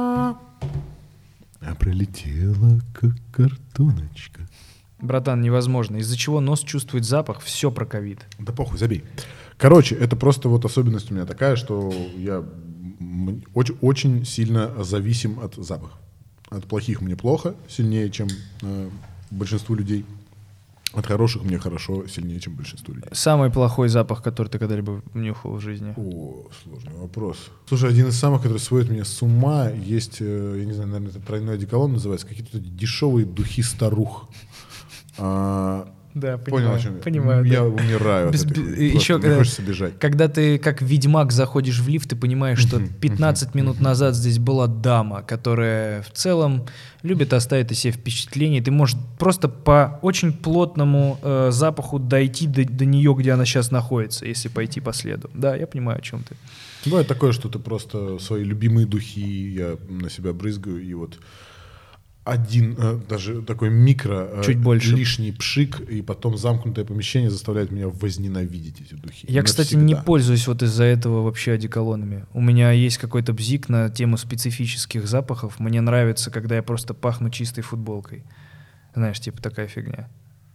а пролетела как картоночка. Братан, невозможно. Из-за чего нос чувствует запах, все про ковид. Да похуй, забей. Короче, это просто вот особенность у меня такая, что я м, очень, очень сильно зависим от запаха. От плохих мне плохо, сильнее, чем э, большинству людей. От хороших мне хорошо, сильнее, чем большинству людей. Самый плохой запах, который ты когда-либо нюхал в жизни. О, сложный вопрос. Слушай, один из самых, который сводит меня с ума, есть, э, я не знаю, наверное, это тройной одеколон называется, какие-то дешевые духи старух. А, Да, понял, понимаю. о чем я? Понимаю, Я да. умираю Без- от бе- этого. еще Просто мне когда- хочется бежать. Когда ты как ведьмак заходишь в лифт, ты понимаешь, что пятнадцать минут назад здесь была дама, которая в целом любит оставить о себе впечатление. Ты можешь просто по очень плотному э, запаху дойти до, до нее, где она сейчас находится, если пойти по следу. Да, я понимаю, о чем ты. Бывает такое, что ты просто свои любимые духи я на себя брызгаю, и вот один, э, даже такой микро, э, Чуть больше. лишний пшик, и потом замкнутое помещение заставляет меня возненавидеть эти духи. Я, кстати, не Навсегда. пользуюсь вот из-за этого вообще одеколонами. У меня есть какой-то бзик на тему специфических запахов. Мне нравится, когда я просто пахну чистой футболкой. Знаешь, типа такая фигня.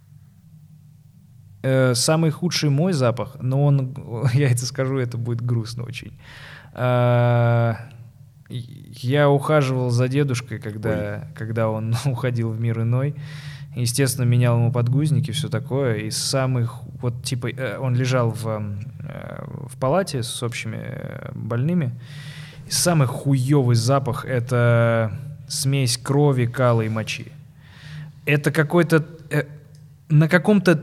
Э, самый худший мой запах, но он, я это скажу, это будет грустно очень. А, Я ухаживал за дедушкой, когда, когда он уходил в мир иной. Естественно, менял ему подгузники, все такое. И самых, вот типа, э, он лежал в, э, в палате с общими э, больными. И самый хуёвый запах — это смесь крови, кала и мочи. Это какой-то... э, на каком-то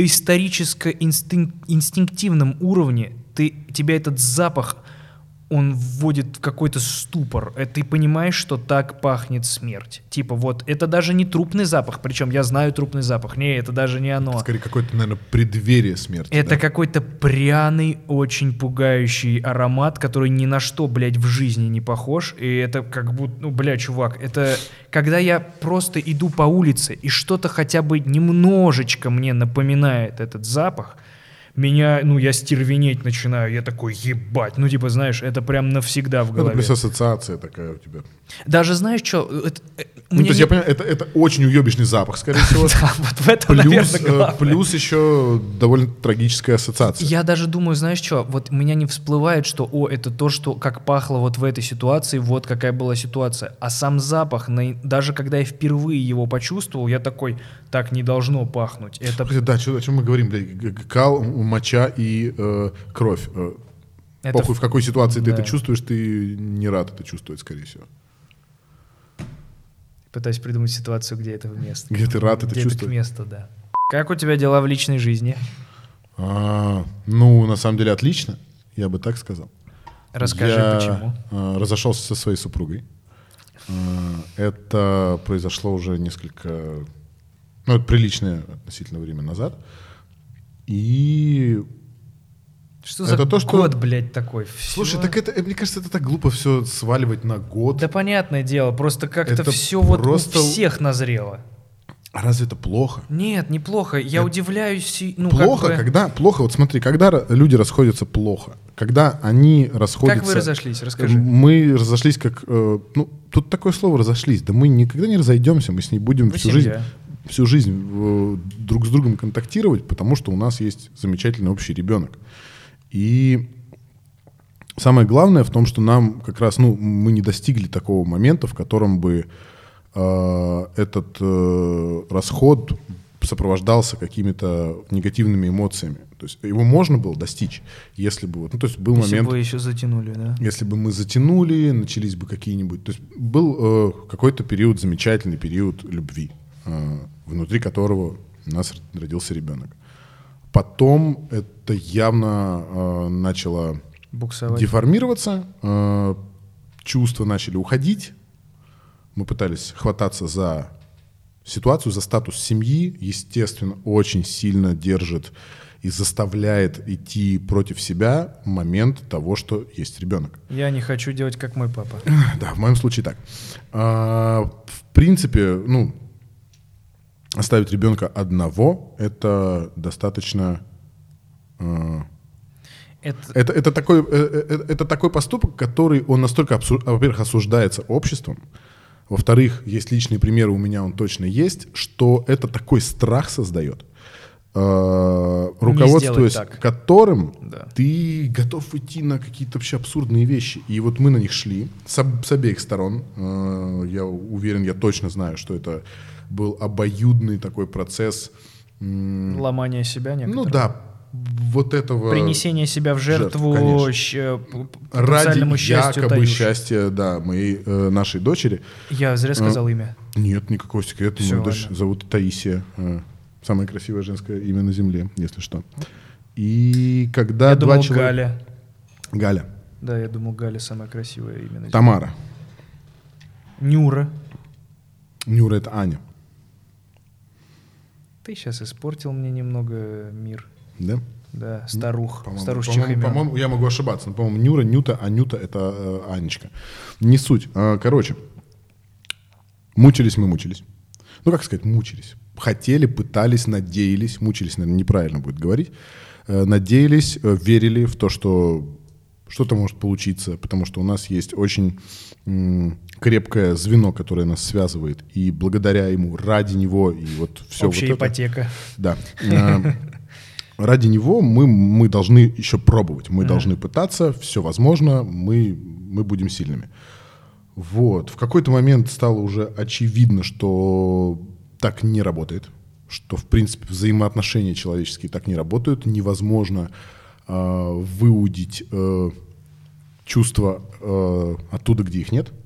доисторическо-инстинктивном уровне ты, тебя этот запах, он вводит в какой-то ступор. И ты понимаешь, что так пахнет смерть. Типа вот, это даже не трупный запах, причем я знаю трупный запах. Не, это даже не оно. Скорее, какое-то, наверное, преддверие смерти. Это да? какой-то пряный, очень пугающий аромат, который ни на что, блядь, в жизни не похож. И это как будто, ну, бля, чувак, это когда я просто иду по улице, и что-то хотя бы немножечко мне напоминает этот запах, меня, ну, я стервенеть начинаю, я такой, ебать, ну, типа, знаешь, это прям навсегда в Это голове. плюс ассоциация такая у тебя. Даже знаешь что, это, э, у Ну, меня то есть не- я понимаю, это, это очень уебищный запах, скорее всего. Да, вот в этом, Плюс, наверное, э, главное. плюс еще довольно трагическая ассоциация. Я даже думаю, знаешь что, вот у меня не всплывает, что, о, это то, что как пахло вот в этой ситуации, вот какая была ситуация. А сам запах, на- даже когда я впервые его почувствовал, я такой, так не должно пахнуть. Это, Да, чё- о чем мы говорим, блядь, г- г- кал, моча и э, кровь. Э, это Похуй, в какой ситуации ты да. это чувствуешь, ты не рад это чувствовать, скорее всего. Пытаюсь придумать ситуацию, где это вместо. Где ты рад это Где чувствовать. к месту, да. Как у тебя дела в личной жизни? А, ну, на самом деле, отлично, я бы так сказал. Расскажи, я, почему. э, разошелся со своей супругой. Э, это произошло уже несколько, ну, это приличное относительно время назад. И Что это за то, что- год, блядь, такой? слушай, Всё? так это, э, мне кажется, это так глупо все сваливать на год. Да понятное дело, просто как-то Это все вот просто- у всех назрело. А разве это плохо? Нет, неплохо. Я удивляюсь. и, Ну, плохо, как бы- когда плохо. Вот смотри, когда ра- люди расходятся плохо, когда они расходятся. Как вы разошлись? Расскажи. Мы разошлись как, э, ну тут такое слово разошлись. Да мы никогда не разойдемся, мы с ней будем Вы всю семья. жизнь, всю жизнь э, друг с другом контактировать, потому что у нас есть замечательный общий ребенок. И самое главное в том, что нам как раз, ну мы не достигли такого момента, в котором бы э, этот э, расход сопровождался какими-то негативными эмоциями. То есть его можно было достичь, если бы вот, ну то есть был Если момент, бы вы еще затянули, да? если бы мы затянули, начались бы какие-нибудь, то есть был э, какой-то период, замечательный период любви, э, внутри которого у нас родился ребенок. Потом это явно э, начало Буксовать. деформироваться, э, чувства начали уходить. Мы пытались хвататься за Ситуацию за статус семьи, естественно, очень сильно держит и заставляет идти против себя момент того, что есть ребенок. Я не хочу делать, как мой папа. Да, в моем случае так. А, в принципе, ну, оставить ребенка одного — это достаточно... А, Это... это, это, такой, это, это такой поступок, который, он настолько, во-первых, осуждается обществом, во-вторых, есть личные примеры, у меня он точно есть, что это такой страх создает, руководствуясь которым да. ты готов идти на какие-то вообще абсурдные вещи. И вот мы на них шли с, об, с обеих сторон. Я уверен, я точно знаю, что это был обоюдный такой процесс. Ломания себя некоторого. Ну да, вот этого... Принесение себя в жертву, жертв, ради счастью, якобы Таюши. Счастья, да, моей, э, нашей дочери. Я зря сказал а, имя. Нет, никакого секрета. Мою дочь зовут Таисия. Э, самое красивое женское имя на земле, если что. И когда я два думал, человека... Галя. Галя. Да, я думал, Галя самое красивое имя на земле. Тамара. Нюра. Нюра — это Аня. Ты сейчас испортил мне немного мир. Да? Да, старух, по-моему, старушечьих по-моему, имен. По-моему, я могу ошибаться, но, по-моему, Нюра, Нюта, Анюта — это э, Анечка. Не суть. Э, короче, мучились мы, мучились. Ну, как сказать, мучились. Хотели, пытались, надеялись. Мучились, наверное, неправильно будет говорить. Э, надеялись, э, верили в то, что что-то может получиться, потому что у нас есть очень м, крепкое звено, которое нас связывает, и благодаря ему, ради него, и вот все Общая вот это, ипотека. Да. Ради него мы, мы должны еще пробовать, мы mm-hmm. должны пытаться, все возможно, мы, мы будем сильными. Вот. В какой-то момент стало уже очевидно, что так не работает, что, в принципе, взаимоотношения человеческие так не работают, невозможно э, выудить э, чувства э, оттуда, где их нет.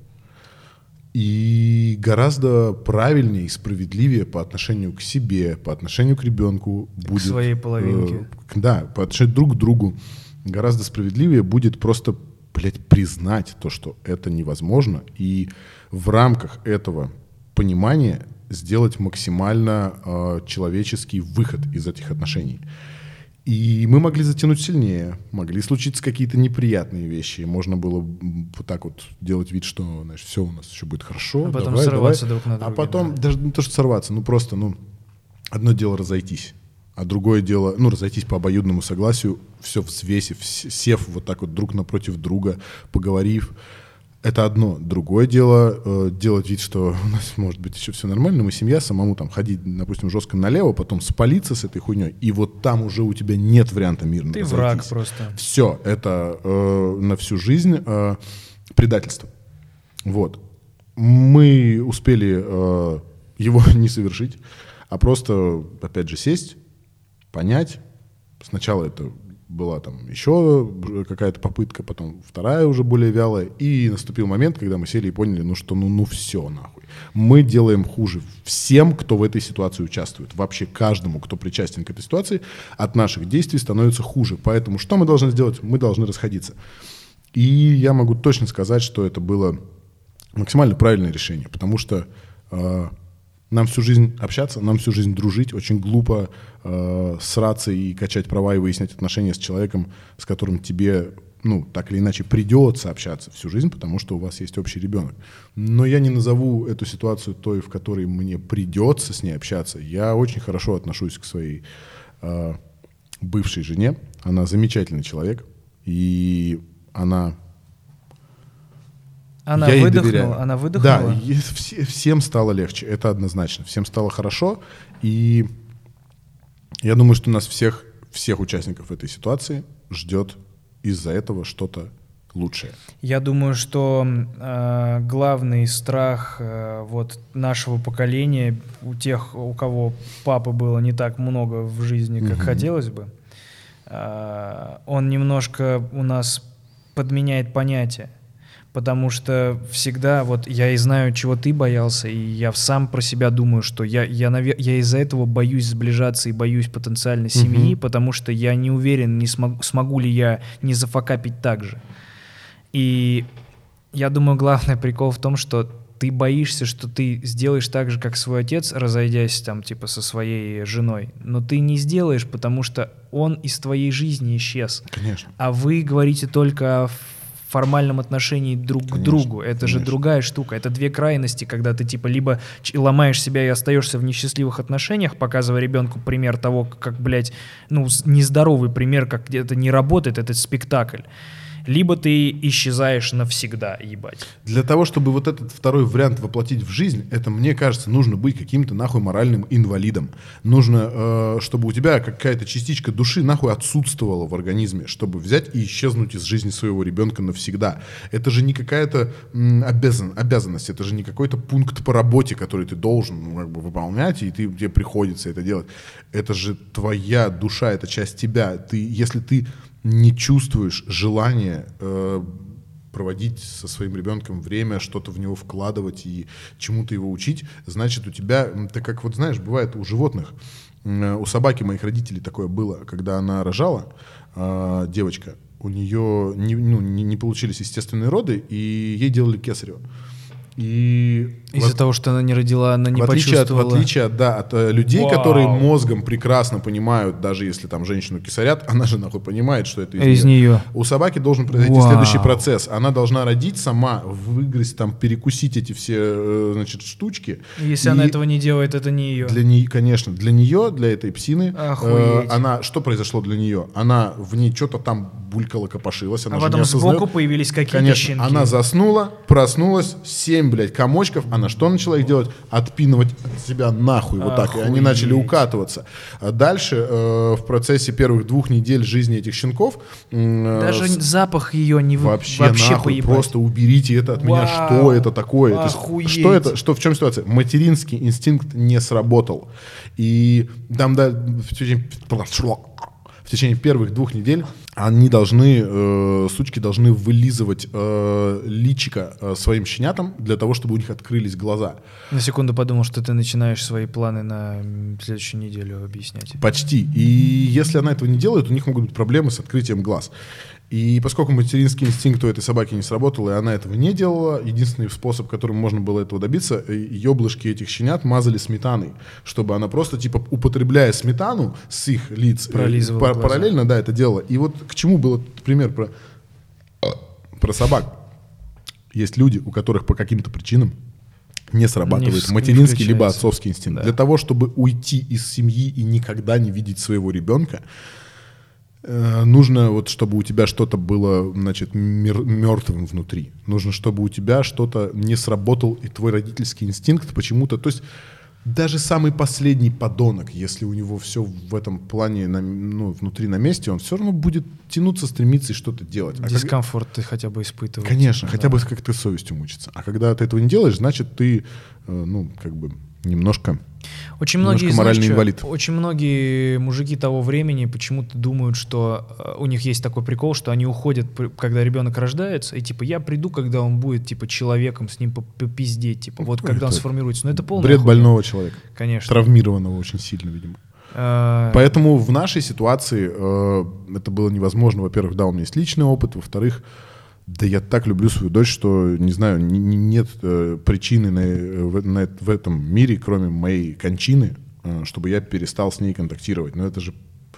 И гораздо правильнее и справедливее по отношению к себе, по отношению к ребенку будет... К своей половинке. Э, да, по отношению друг к другу. Гораздо справедливее будет просто, блядь, признать то, что это невозможно, и в рамках этого понимания сделать максимально э, человеческий выход из этих отношений. И мы могли затянуть сильнее, могли случиться какие-то неприятные вещи. Можно было вот так вот делать вид, что, знаешь, все у нас еще будет хорошо. А потом давай, сорваться давай. друг на друга. А потом, да. даже не то, что сорваться, ну просто, ну, одно дело разойтись, а другое дело, ну, разойтись по обоюдному согласию, все взвесив, сев вот так вот друг напротив друга, поговорив. Это одно. Другое дело э, делать вид, что у нас может быть еще все нормально, мы семья, самому там ходить, допустим, жестко налево, потом спалиться с этой хуйней, и вот там уже у тебя нет варианта мирно Ты разойтись. враг просто. Все, это э, на всю жизнь э, предательство. Вот. Мы успели э, его не совершить, а просто, опять же, сесть, понять. Сначала это была там еще какая-то попытка, потом вторая уже более вялая, и наступил момент, когда мы сели и поняли, ну что, ну, ну все нахуй. Мы делаем хуже всем, кто в этой ситуации участвует. Вообще каждому, кто причастен к этой ситуации, от наших действий становится хуже. Поэтому что мы должны сделать? Мы должны расходиться. И я могу точно сказать, что это было максимально правильное решение, потому что э, нам всю жизнь общаться, нам всю жизнь дружить. Очень глупо э, сраться и качать права и выяснять отношения с человеком, с которым тебе, ну, так или иначе придется общаться всю жизнь, потому что у вас есть общий ребенок. Но я не назову эту ситуацию той, в которой мне придется с ней общаться. Я очень хорошо отношусь к своей э, бывшей жене. Она замечательный человек, и она... Она я выдохнула, она выдохнула? Да, все, всем стало легче, это однозначно. Всем стало хорошо, и я думаю, что нас всех, всех участников этой ситуации ждет из-за этого что-то лучшее. Я думаю, что э, главный страх э, вот нашего поколения, у тех, у кого папы было не так много в жизни, как угу. хотелось бы, э, он немножко у нас подменяет понятие. Потому что всегда, вот я и знаю, чего ты боялся, и я сам про себя думаю, что я, я, я из-за этого боюсь сближаться и боюсь потенциально семьи, uh-huh. потому что я не уверен, не смогу, смогу ли я не зафакапить так же. И я думаю, главный прикол в том, что ты боишься, что ты сделаешь так же, как свой отец, разойдясь там, типа, со своей женой. Но ты не сделаешь, потому что он из твоей жизни исчез. Конечно. А вы говорите только о формальном отношении друг Конечно, к другу. Это конечно. же другая штука. Это две крайности, когда ты, типа, либо ч- ломаешь себя и остаешься в несчастливых отношениях, показывая ребенку пример того, как, блядь, ну, с- нездоровый пример, как это не работает, это спектакль. Либо ты исчезаешь навсегда, ебать. Для того, чтобы вот этот второй вариант воплотить в жизнь, это, мне кажется, нужно быть каким-то нахуй моральным инвалидом. Нужно, э, чтобы у тебя какая-то частичка души нахуй отсутствовала в организме, чтобы взять и исчезнуть из жизни своего ребенка навсегда. Это же не какая-то м, обязан, обязанность, это же не какой-то пункт по работе, который ты должен, ну, как бы выполнять, и ты, тебе приходится это делать. Это же твоя душа, это часть тебя. Ты, если ты не чувствуешь желания э, проводить со своим ребенком время, что-то в него вкладывать и чему-то его учить, значит, у тебя, ты как вот знаешь, бывает у животных, э, у собаки моих родителей такое было, когда она рожала, э, девочка, у нее не, ну, не, не получились естественные роды, и ей делали кесарево. И Из-за вот- того, что она не родила, она не в отличие от, в почувствовала. отличие от, да, от э, людей, Вау. которые мозгом прекрасно понимают, даже если там женщину кисарят, она же нахуй понимает, что это из, Из нее. нее. У собаки должен произойти Вау. следующий процесс. Она должна родить сама, выгрызть, там, перекусить эти все э, значит, штучки. Если И она этого не делает, это не ее. Для нее, конечно, для нее, для этой псины, Охуеть. она, что произошло для нее? Она в ней что-то там булькала, копошилась, она А же потом не осознает. сбоку появились какие-то Конечно, щенки. она заснула, проснулась, семь, блядь, комочков, она что начала их делать? Отпинывать от себя нахуй, вот так, и они Охуеть. начали укатываться. А дальше, э, в процессе первых двух недель жизни этих щенков, э, Даже с- запах ее не вы- вообще, вообще нахуй, поебать. просто уберите это от меня, Вау. что это такое? Это с- Охуеть. что это, что, в чем ситуация? Материнский инстинкт не сработал. И там, да, в течение, в течение первых двух недель они должны, э, сучки должны вылизывать э, личико э, своим щенятам для того, чтобы у них открылись глаза. На секунду подумал, что ты начинаешь свои планы на м, следующую неделю объяснять. Почти. И если она этого не делает, у них могут быть проблемы с открытием глаз. И поскольку материнский инстинкт у этой собаки не сработал, и она этого не делала, единственный способ, которым можно было этого добиться, еблышки этих щенят мазали сметаной, чтобы она просто, типа, употребляя сметану с их лиц, э, Пролизывала пар- глаза. параллельно, да, это делала. И вот к чему был этот пример про, про собак. Есть люди, у которых по каким-то причинам не срабатывает Не вс- не материнский либо включается. отцовский инстинкт. Да. Для того, чтобы уйти из семьи и никогда не видеть своего ребенка, э, нужно, вот, чтобы у тебя что-то было, значит, мер- мертвым внутри. Нужно, чтобы у тебя что-то не сработал, и твой родительский инстинкт почему-то... То есть даже самый последний подонок, если у него все в этом плане на- ну, внутри на месте, он все равно будет тянуться, стремиться и что-то делать. А когда- Дискомфорт ты хотя бы испытываешь. Конечно, Да. хотя бы как-то совестью мучиться. А когда ты этого не делаешь, значит, ты, э, ну, как бы немножко... Очень Немножко многие, знаешь, моральный чё? инвалид. Очень многие мужики того времени почему-то думают, что э, у них есть такой прикол, что они уходят, пр- когда ребенок рождается, и типа я приду, когда он будет типа человеком, с ним по- попиздеть, типа вот Ну, когда он это сформируется. Но это полная Бред хуйня. больного человека. Конечно. Травмированного очень сильно, видимо. Э, Поэтому в нашей ситуации э, это было невозможно. Во-первых, да, у меня есть личный опыт. Во-вторых, да я так люблю свою дочь, что, не знаю, н- н- нет э, причины на, э, в, на- в этом мире, кроме моей кончины, э, чтобы я перестал с ней контактировать. Но это же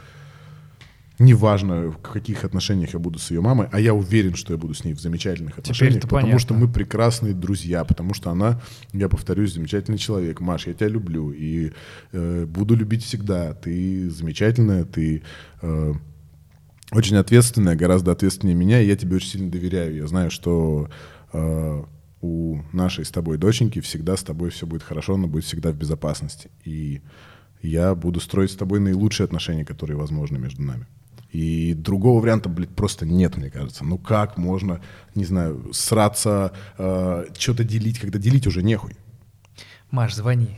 неважно, в каких отношениях я буду с ее мамой, а я уверен, что я буду с ней в замечательных отношениях, потому понятно. что мы прекрасные друзья, потому что она, я повторюсь, замечательный человек. Маш, я тебя люблю и э, буду любить всегда. Ты замечательная, ты... э, очень ответственная, гораздо ответственнее меня, и я тебе очень сильно доверяю. Я знаю, что э, у нашей с тобой доченьки всегда с тобой все будет хорошо, она будет всегда в безопасности. И я буду строить с тобой наилучшие отношения, которые возможны между нами. И другого варианта, блядь, просто нет, мне кажется. Ну как можно, не знаю, сраться, э, что-то делить, когда делить уже нехуй. Маш, звони.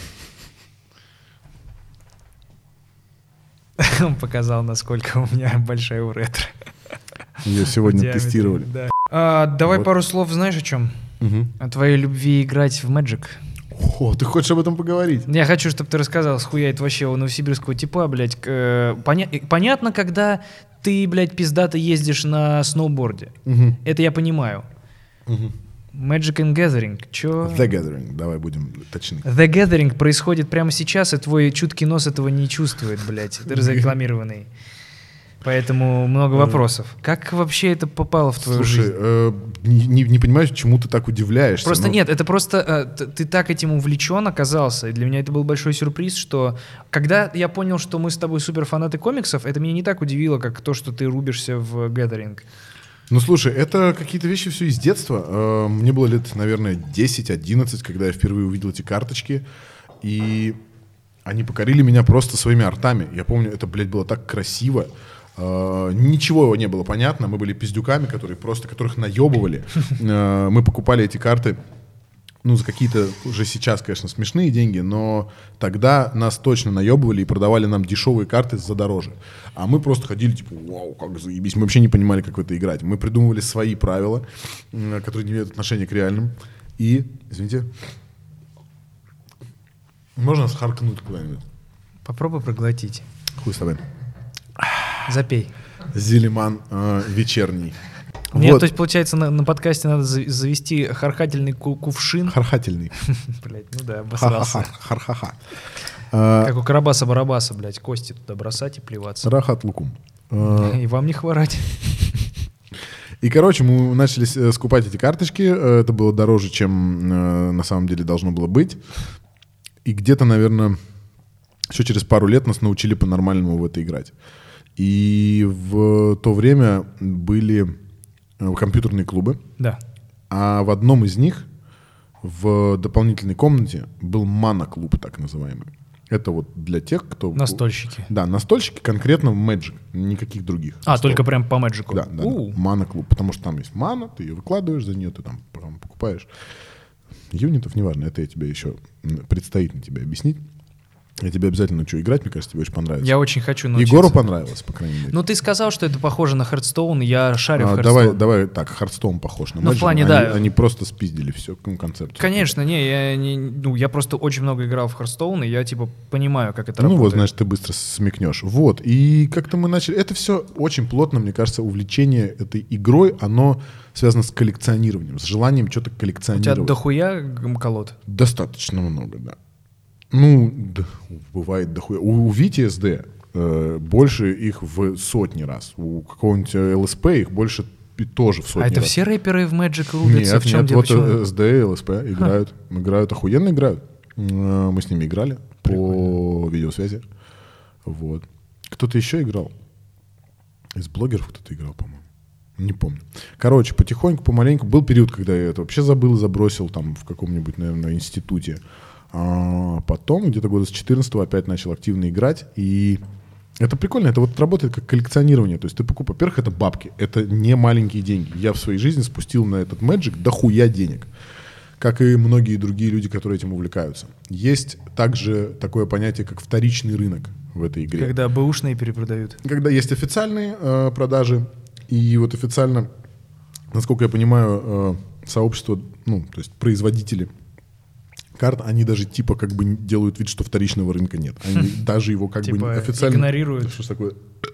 Он показал, насколько у меня большая уретра. Ее сегодня В диаметре, тестировали. да. А, давай Вот. пару слов, знаешь, о чем? Мгм. О твоей любви играть в Magic. О, ты хочешь об этом поговорить? Я хочу, чтобы ты рассказал, схуяет вообще у новосибирского типа, блядь. к- э, поня- э, понятно, когда ты, блядь, пиздато ездишь на сноуборде. Мгм. Это я понимаю. Мгм. Magic and Gathering. Чё? The Gathering, давай будем точны. The Gathering происходит прямо сейчас, и твой чуткий нос этого не чувствует, блядь. Ты разрекламированный. Поэтому много вопросов. Как вообще это попало в твою Слушай, жизнь? э, не, не- не понимаю, чему ты так удивляешься. Просто но- нет, это просто э, т- ты так этим увлечен оказался, и для меня это был большой сюрприз, что когда я понял, что мы с тобой супер фанаты комиксов, это меня не так удивило, как то, что ты рубишься в Gathering. Ну, слушай, это какие-то вещи все из детства. Э, Мне было лет, наверное, десять-одиннадцать, когда я впервые увидел эти карточки. И они покорили меня просто своими артами. Я помню, это, блядь, было так красиво. Э, Ничего не было понятно. Мы были пиздюками, которые просто, которых наебывали. Э, Мы покупали эти карты, ну, за какие-то уже сейчас, конечно, смешные деньги, но тогда нас точно наебывали и продавали нам дешевые карты за дороже. А мы просто ходили, типа, вау, как заебись. Мы вообще не понимали, как в это играть. Мы придумывали свои правила, м, которые не имеют отношения к реальным. И, извините, можно схаркнуть куда-нибудь? Попробуй проглотить. Хуй с тобой. Запей. Зелиман э, вечерний. Мне, Вот. то есть, получается, на, на подкасте надо за- завести хархательный ку- кувшин. Хархательный. Блять, ну да, обосрался. Ха-ха-ха. Хархаха. Э, Как у Карабаса-Барабаса, блядь, кости туда бросать и плеваться. Рахат лукум. Э, И вам не хворать. И, короче, мы начали с- э, скупать эти карточки. Э, Это было дороже, чем э, на самом деле должно было быть. И где-то, наверное, еще через пару лет нас научили по-нормальному в это играть. И в то время были э, компьютерные клубы. Да. А в одном из них, в дополнительной комнате, был мана-клуб, так называемый. Это вот для тех, кто... Настольщики. Да, настольщики конкретно в Magic, никаких других. А, Стол. только прям по мэджику. Да, да, да. У. Мана-клуб, потому что там есть мана, ты ее выкладываешь за нее, ты там потом покупаешь. Юнитов, неважно, это я тебе еще м, предстоит на тебе объяснить. Я тебе обязательно научу играть, мне кажется, тебе очень понравится. Я очень хочу научиться. Егору понравилось, по крайней мере. Ну, ты сказал, что это похоже на Hearthstone, я шарю в А, Hearthstone. давай, давай так, Хардстоун похож на Ну, в Magic, плане, они, да. они просто спиздили все, концепцию. Конечно, не, я, не, ну, я просто очень много играл в Hearthstone, и я, типа, понимаю, как это Ну работает. вот, значит, ты быстро смекнешь. Вот, и как-то мы начали... Это все очень плотно, мне кажется, увлечение этой игрой, оно связано с коллекционированием, с желанием что-то У тебя коллекционировать. дохуя г- колод? Достаточно много, да. Ну, да, бывает дохуя. У, у Вити эс ди э, больше их в сотни раз. У какого-нибудь эл эс пи их больше и тоже в сотни А это раз. все рэперы в Magic рубятся? Нет, в чем нет, дело? вот Почему? эс ди и эл эс пи играют. Играют, охуенно играют. Э, Мы с ними играли по видеосвязи. Вот. Кто-то еще играл? Из блогеров кто-то играл, по-моему. Не помню. Короче, потихоньку, помаленьку. Был период, когда я это вообще забыл и забросил там в каком-нибудь, наверное, институте. А потом, где-то года с четырнадцатого опять начал активно играть. И это прикольно. Это вот работает как коллекционирование. То есть ты покупаешь... Во-первых, это бабки. Это не маленькие деньги. Я в своей жизни спустил на этот Magic дохуя денег. Как и многие другие люди, которые этим увлекаются. Есть также такое понятие, как вторичный рынок в этой игре. Когда бэушные перепродают. Когда есть официальные э, продажи, и вот официально, насколько я понимаю, э, сообщество, ну, то есть производители карт, они даже типа как бы делают вид, что вторичного рынка нет. Они даже его как бы Типа официально... игнорируют. Что ж такое?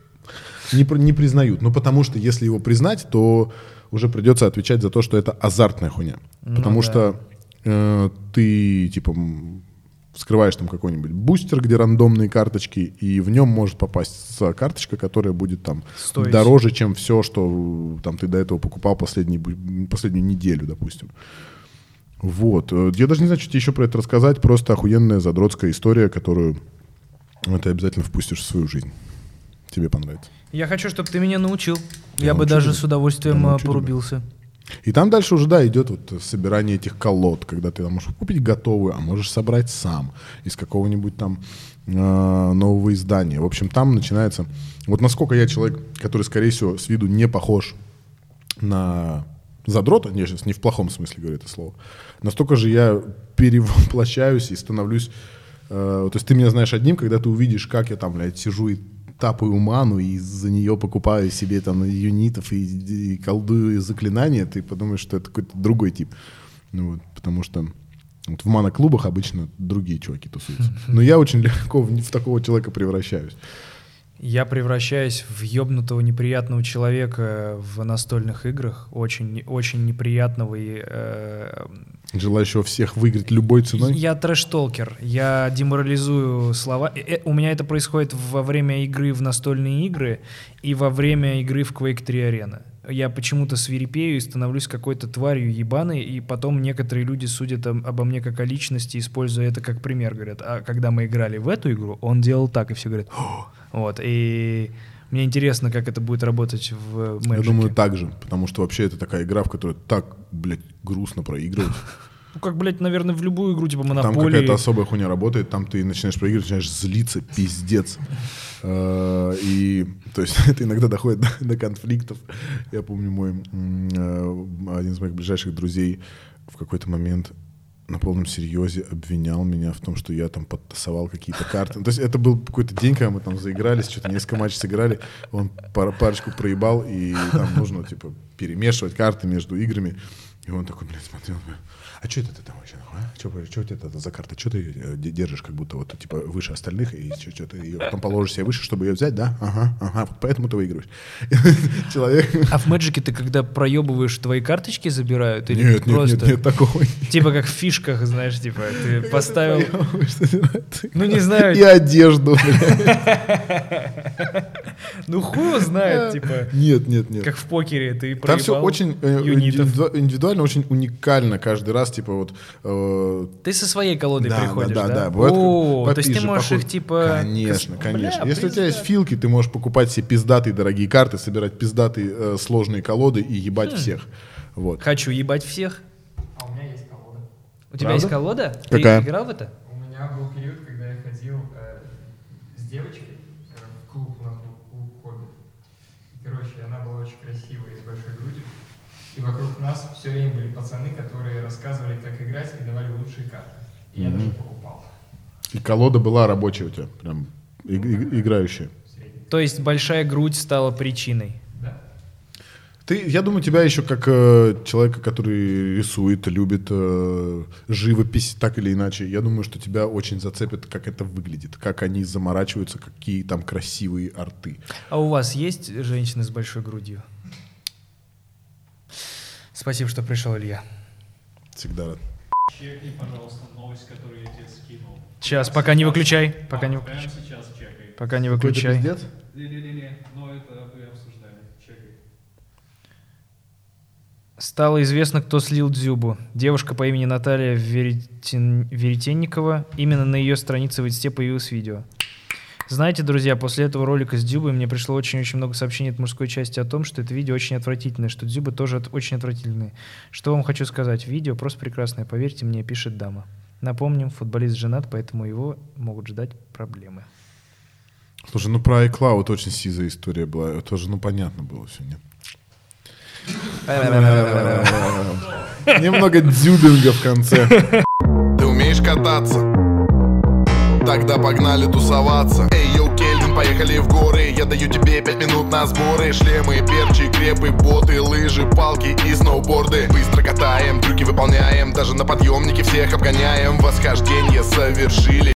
Не, при- не признают. Ну, потому что если его признать, то уже придется отвечать за то, что это азартная хуйня. Ну потому да. что э, ты, типа, м, вскрываешь там какой-нибудь бустер, где рандомные карточки, и в нем может попасть карточка, которая будет там Стоить. дороже, чем все, что э, там ты до этого покупал последний, бу- последнюю неделю, допустим. Вот. Э, Я даже не знаю, что тебе еще про это рассказать. Просто охуенная задротская история, которую э, ты обязательно впустишь в свою жизнь. Тебе понравится. Я хочу, чтобы ты меня научил. Я Я, бы научу даже тебя. с удовольствием Я а, научу тебя. порубился. И там дальше уже, да, идет вот собирание этих колод, когда ты там можешь купить готовую, а можешь собрать сам из какого-нибудь там э, нового издания. В общем, там начинается... Вот насколько я человек, который, скорее всего, с виду не похож на задрота, я сейчас не в плохом смысле говорю это слово, настолько же я перевоплощаюсь и становлюсь... Э, то есть ты меня знаешь одним, когда ты увидишь, как я там, блядь, сижу и тапаю ману и за нее покупаю себе там юнитов и, и колдую заклинания, ты подумаешь, что это какой-то другой тип. Ну, вот, потому что вот в мана-клубах обычно другие чуваки тусуются. Но я очень легко в, в такого человека превращаюсь. Я превращаюсь в ёбнутого неприятного человека в настольных играх, очень, очень неприятного и... Э, желающего всех выиграть любой ценой? Я трэш-толкер, я деморализую слова. Э, у меня это происходит во время игры в настольные игры и во время игры в Quake три Arena. Я почему-то свирепею и становлюсь какой-то тварью ебаной, и потом некоторые люди судят об- обо мне как о личности, используя это как пример, говорят. А когда мы играли в эту игру, он делал так, и все говорят... Вот, и мне интересно, как это будет работать в Magic. Я думаю, так же, потому что вообще это такая игра, в которой так, блядь, грустно проигрывать. Ну, как, блядь, наверное, в любую игру, типа Там Монополии. какая-то особая хуйня работает, там ты начинаешь проигрывать, начинаешь злиться, пиздец. Э, И, то есть, это иногда доходит до, до конфликтов. Я помню, мой м, э, один из моих ближайших друзей в какой-то момент на полном серьезе обвинял меня в том, что я там подтасовал какие-то карты. Ну, то есть это был какой-то день, когда мы там заигрались, что-то несколько матчей сыграли, он пар- парочку проебал, и там нужно, типа, перемешивать карты между играми. И он такой, блядь, смотрел, а что это ты там вообще, нахуй, а? Что, что у тебя это за карта? Что ты ее держишь как будто вот, типа, выше остальных, и что, что ты ее потом положишь себе выше, чтобы ее взять, да? Ага, ага, вот поэтому ты выигрываешь. Человек... А в Мэджике ты когда проебываешь, твои карточки забирают? Или Нет, нет, просто... нет, нет, такого нет. Типа как в фишках, знаешь, типа ты поставил... Ну, не знаю. И одежду, Ну, хуй его знает, типа. Нет, нет, нет. Как в покере, ты Там все проебал очень э, юнитов. индивиду- индивидуально, очень уникально каждый раз, типа вот... э, Ты со своей колодой да, приходишь, да, да? да, да. Бывает, О, как то есть ты попизже, можешь похуй. их типа... Конечно, Бля, конечно. Если у тебя есть пизда. филки, ты можешь покупать себе пиздатые дорогие карты, собирать пиздатые э, сложные колоды и ебать всех. Вот. Хочу ебать всех. А у меня есть колода. У тебя Правда? есть колода? Какая? Ты играл в это? У меня был период, когда я ходил э, с девочкой э, в клуб, у нас был клуб хобби. И, короче, она была очень красивая и с большой грудью. И вокруг нас все время были пацаны, которые рассказывали, как играть и давали лучшие карты. И я Мгм. даже покупал. И колода была рабочая у тебя, прям и- и- играющая. Средний. То есть большая грудь стала причиной. Да. Ты, я думаю, тебя еще как э, человека, который рисует, любит э, живопись, так или иначе, я думаю, что тебя очень зацепит, как это выглядит, как они заморачиваются, какие там красивые арты. А у вас есть женщины с большой грудью? Спасибо, что пришел, Илья. Всегда рад. Чекни, пожалуйста, новость, которую я тебе скинул. Сейчас, пока не выключай, пока не А, выключай. Прямо сейчас чекай. Пока не выключай. Не-не-не, но это вы обсуждали. Чекай. Стало известно, кто слил Дзюбу. Девушка по имени Наталья Веретен... Веретенникова. Именно на ее странице в инсте появилось видео. Знаете, друзья, после этого ролика с Дзюбой мне пришло очень-очень много сообщений от мужской части о том, что это видео очень отвратительное, что Дзюба тоже от- очень отвратительные. Что вам хочу сказать? Видео просто прекрасное, поверьте мне, пишет дама. Напомним, футболист женат, поэтому его могут ждать проблемы. Слушай, ну про iCloud очень сизая история была. Это же, ну, понятно было все, нет? Немного дзюбинга в конце. Ты умеешь кататься? Тогда погнали тусоваться. Эй, йоу, Кельвин, поехали в горы. Я даю тебе пять минут на сборы. Шлемы, перчи, крепы, боты, лыжи, палки и сноуборды. Быстро катаем, трюки выполняем. Даже на подъемнике всех обгоняем. Восхождение совершили.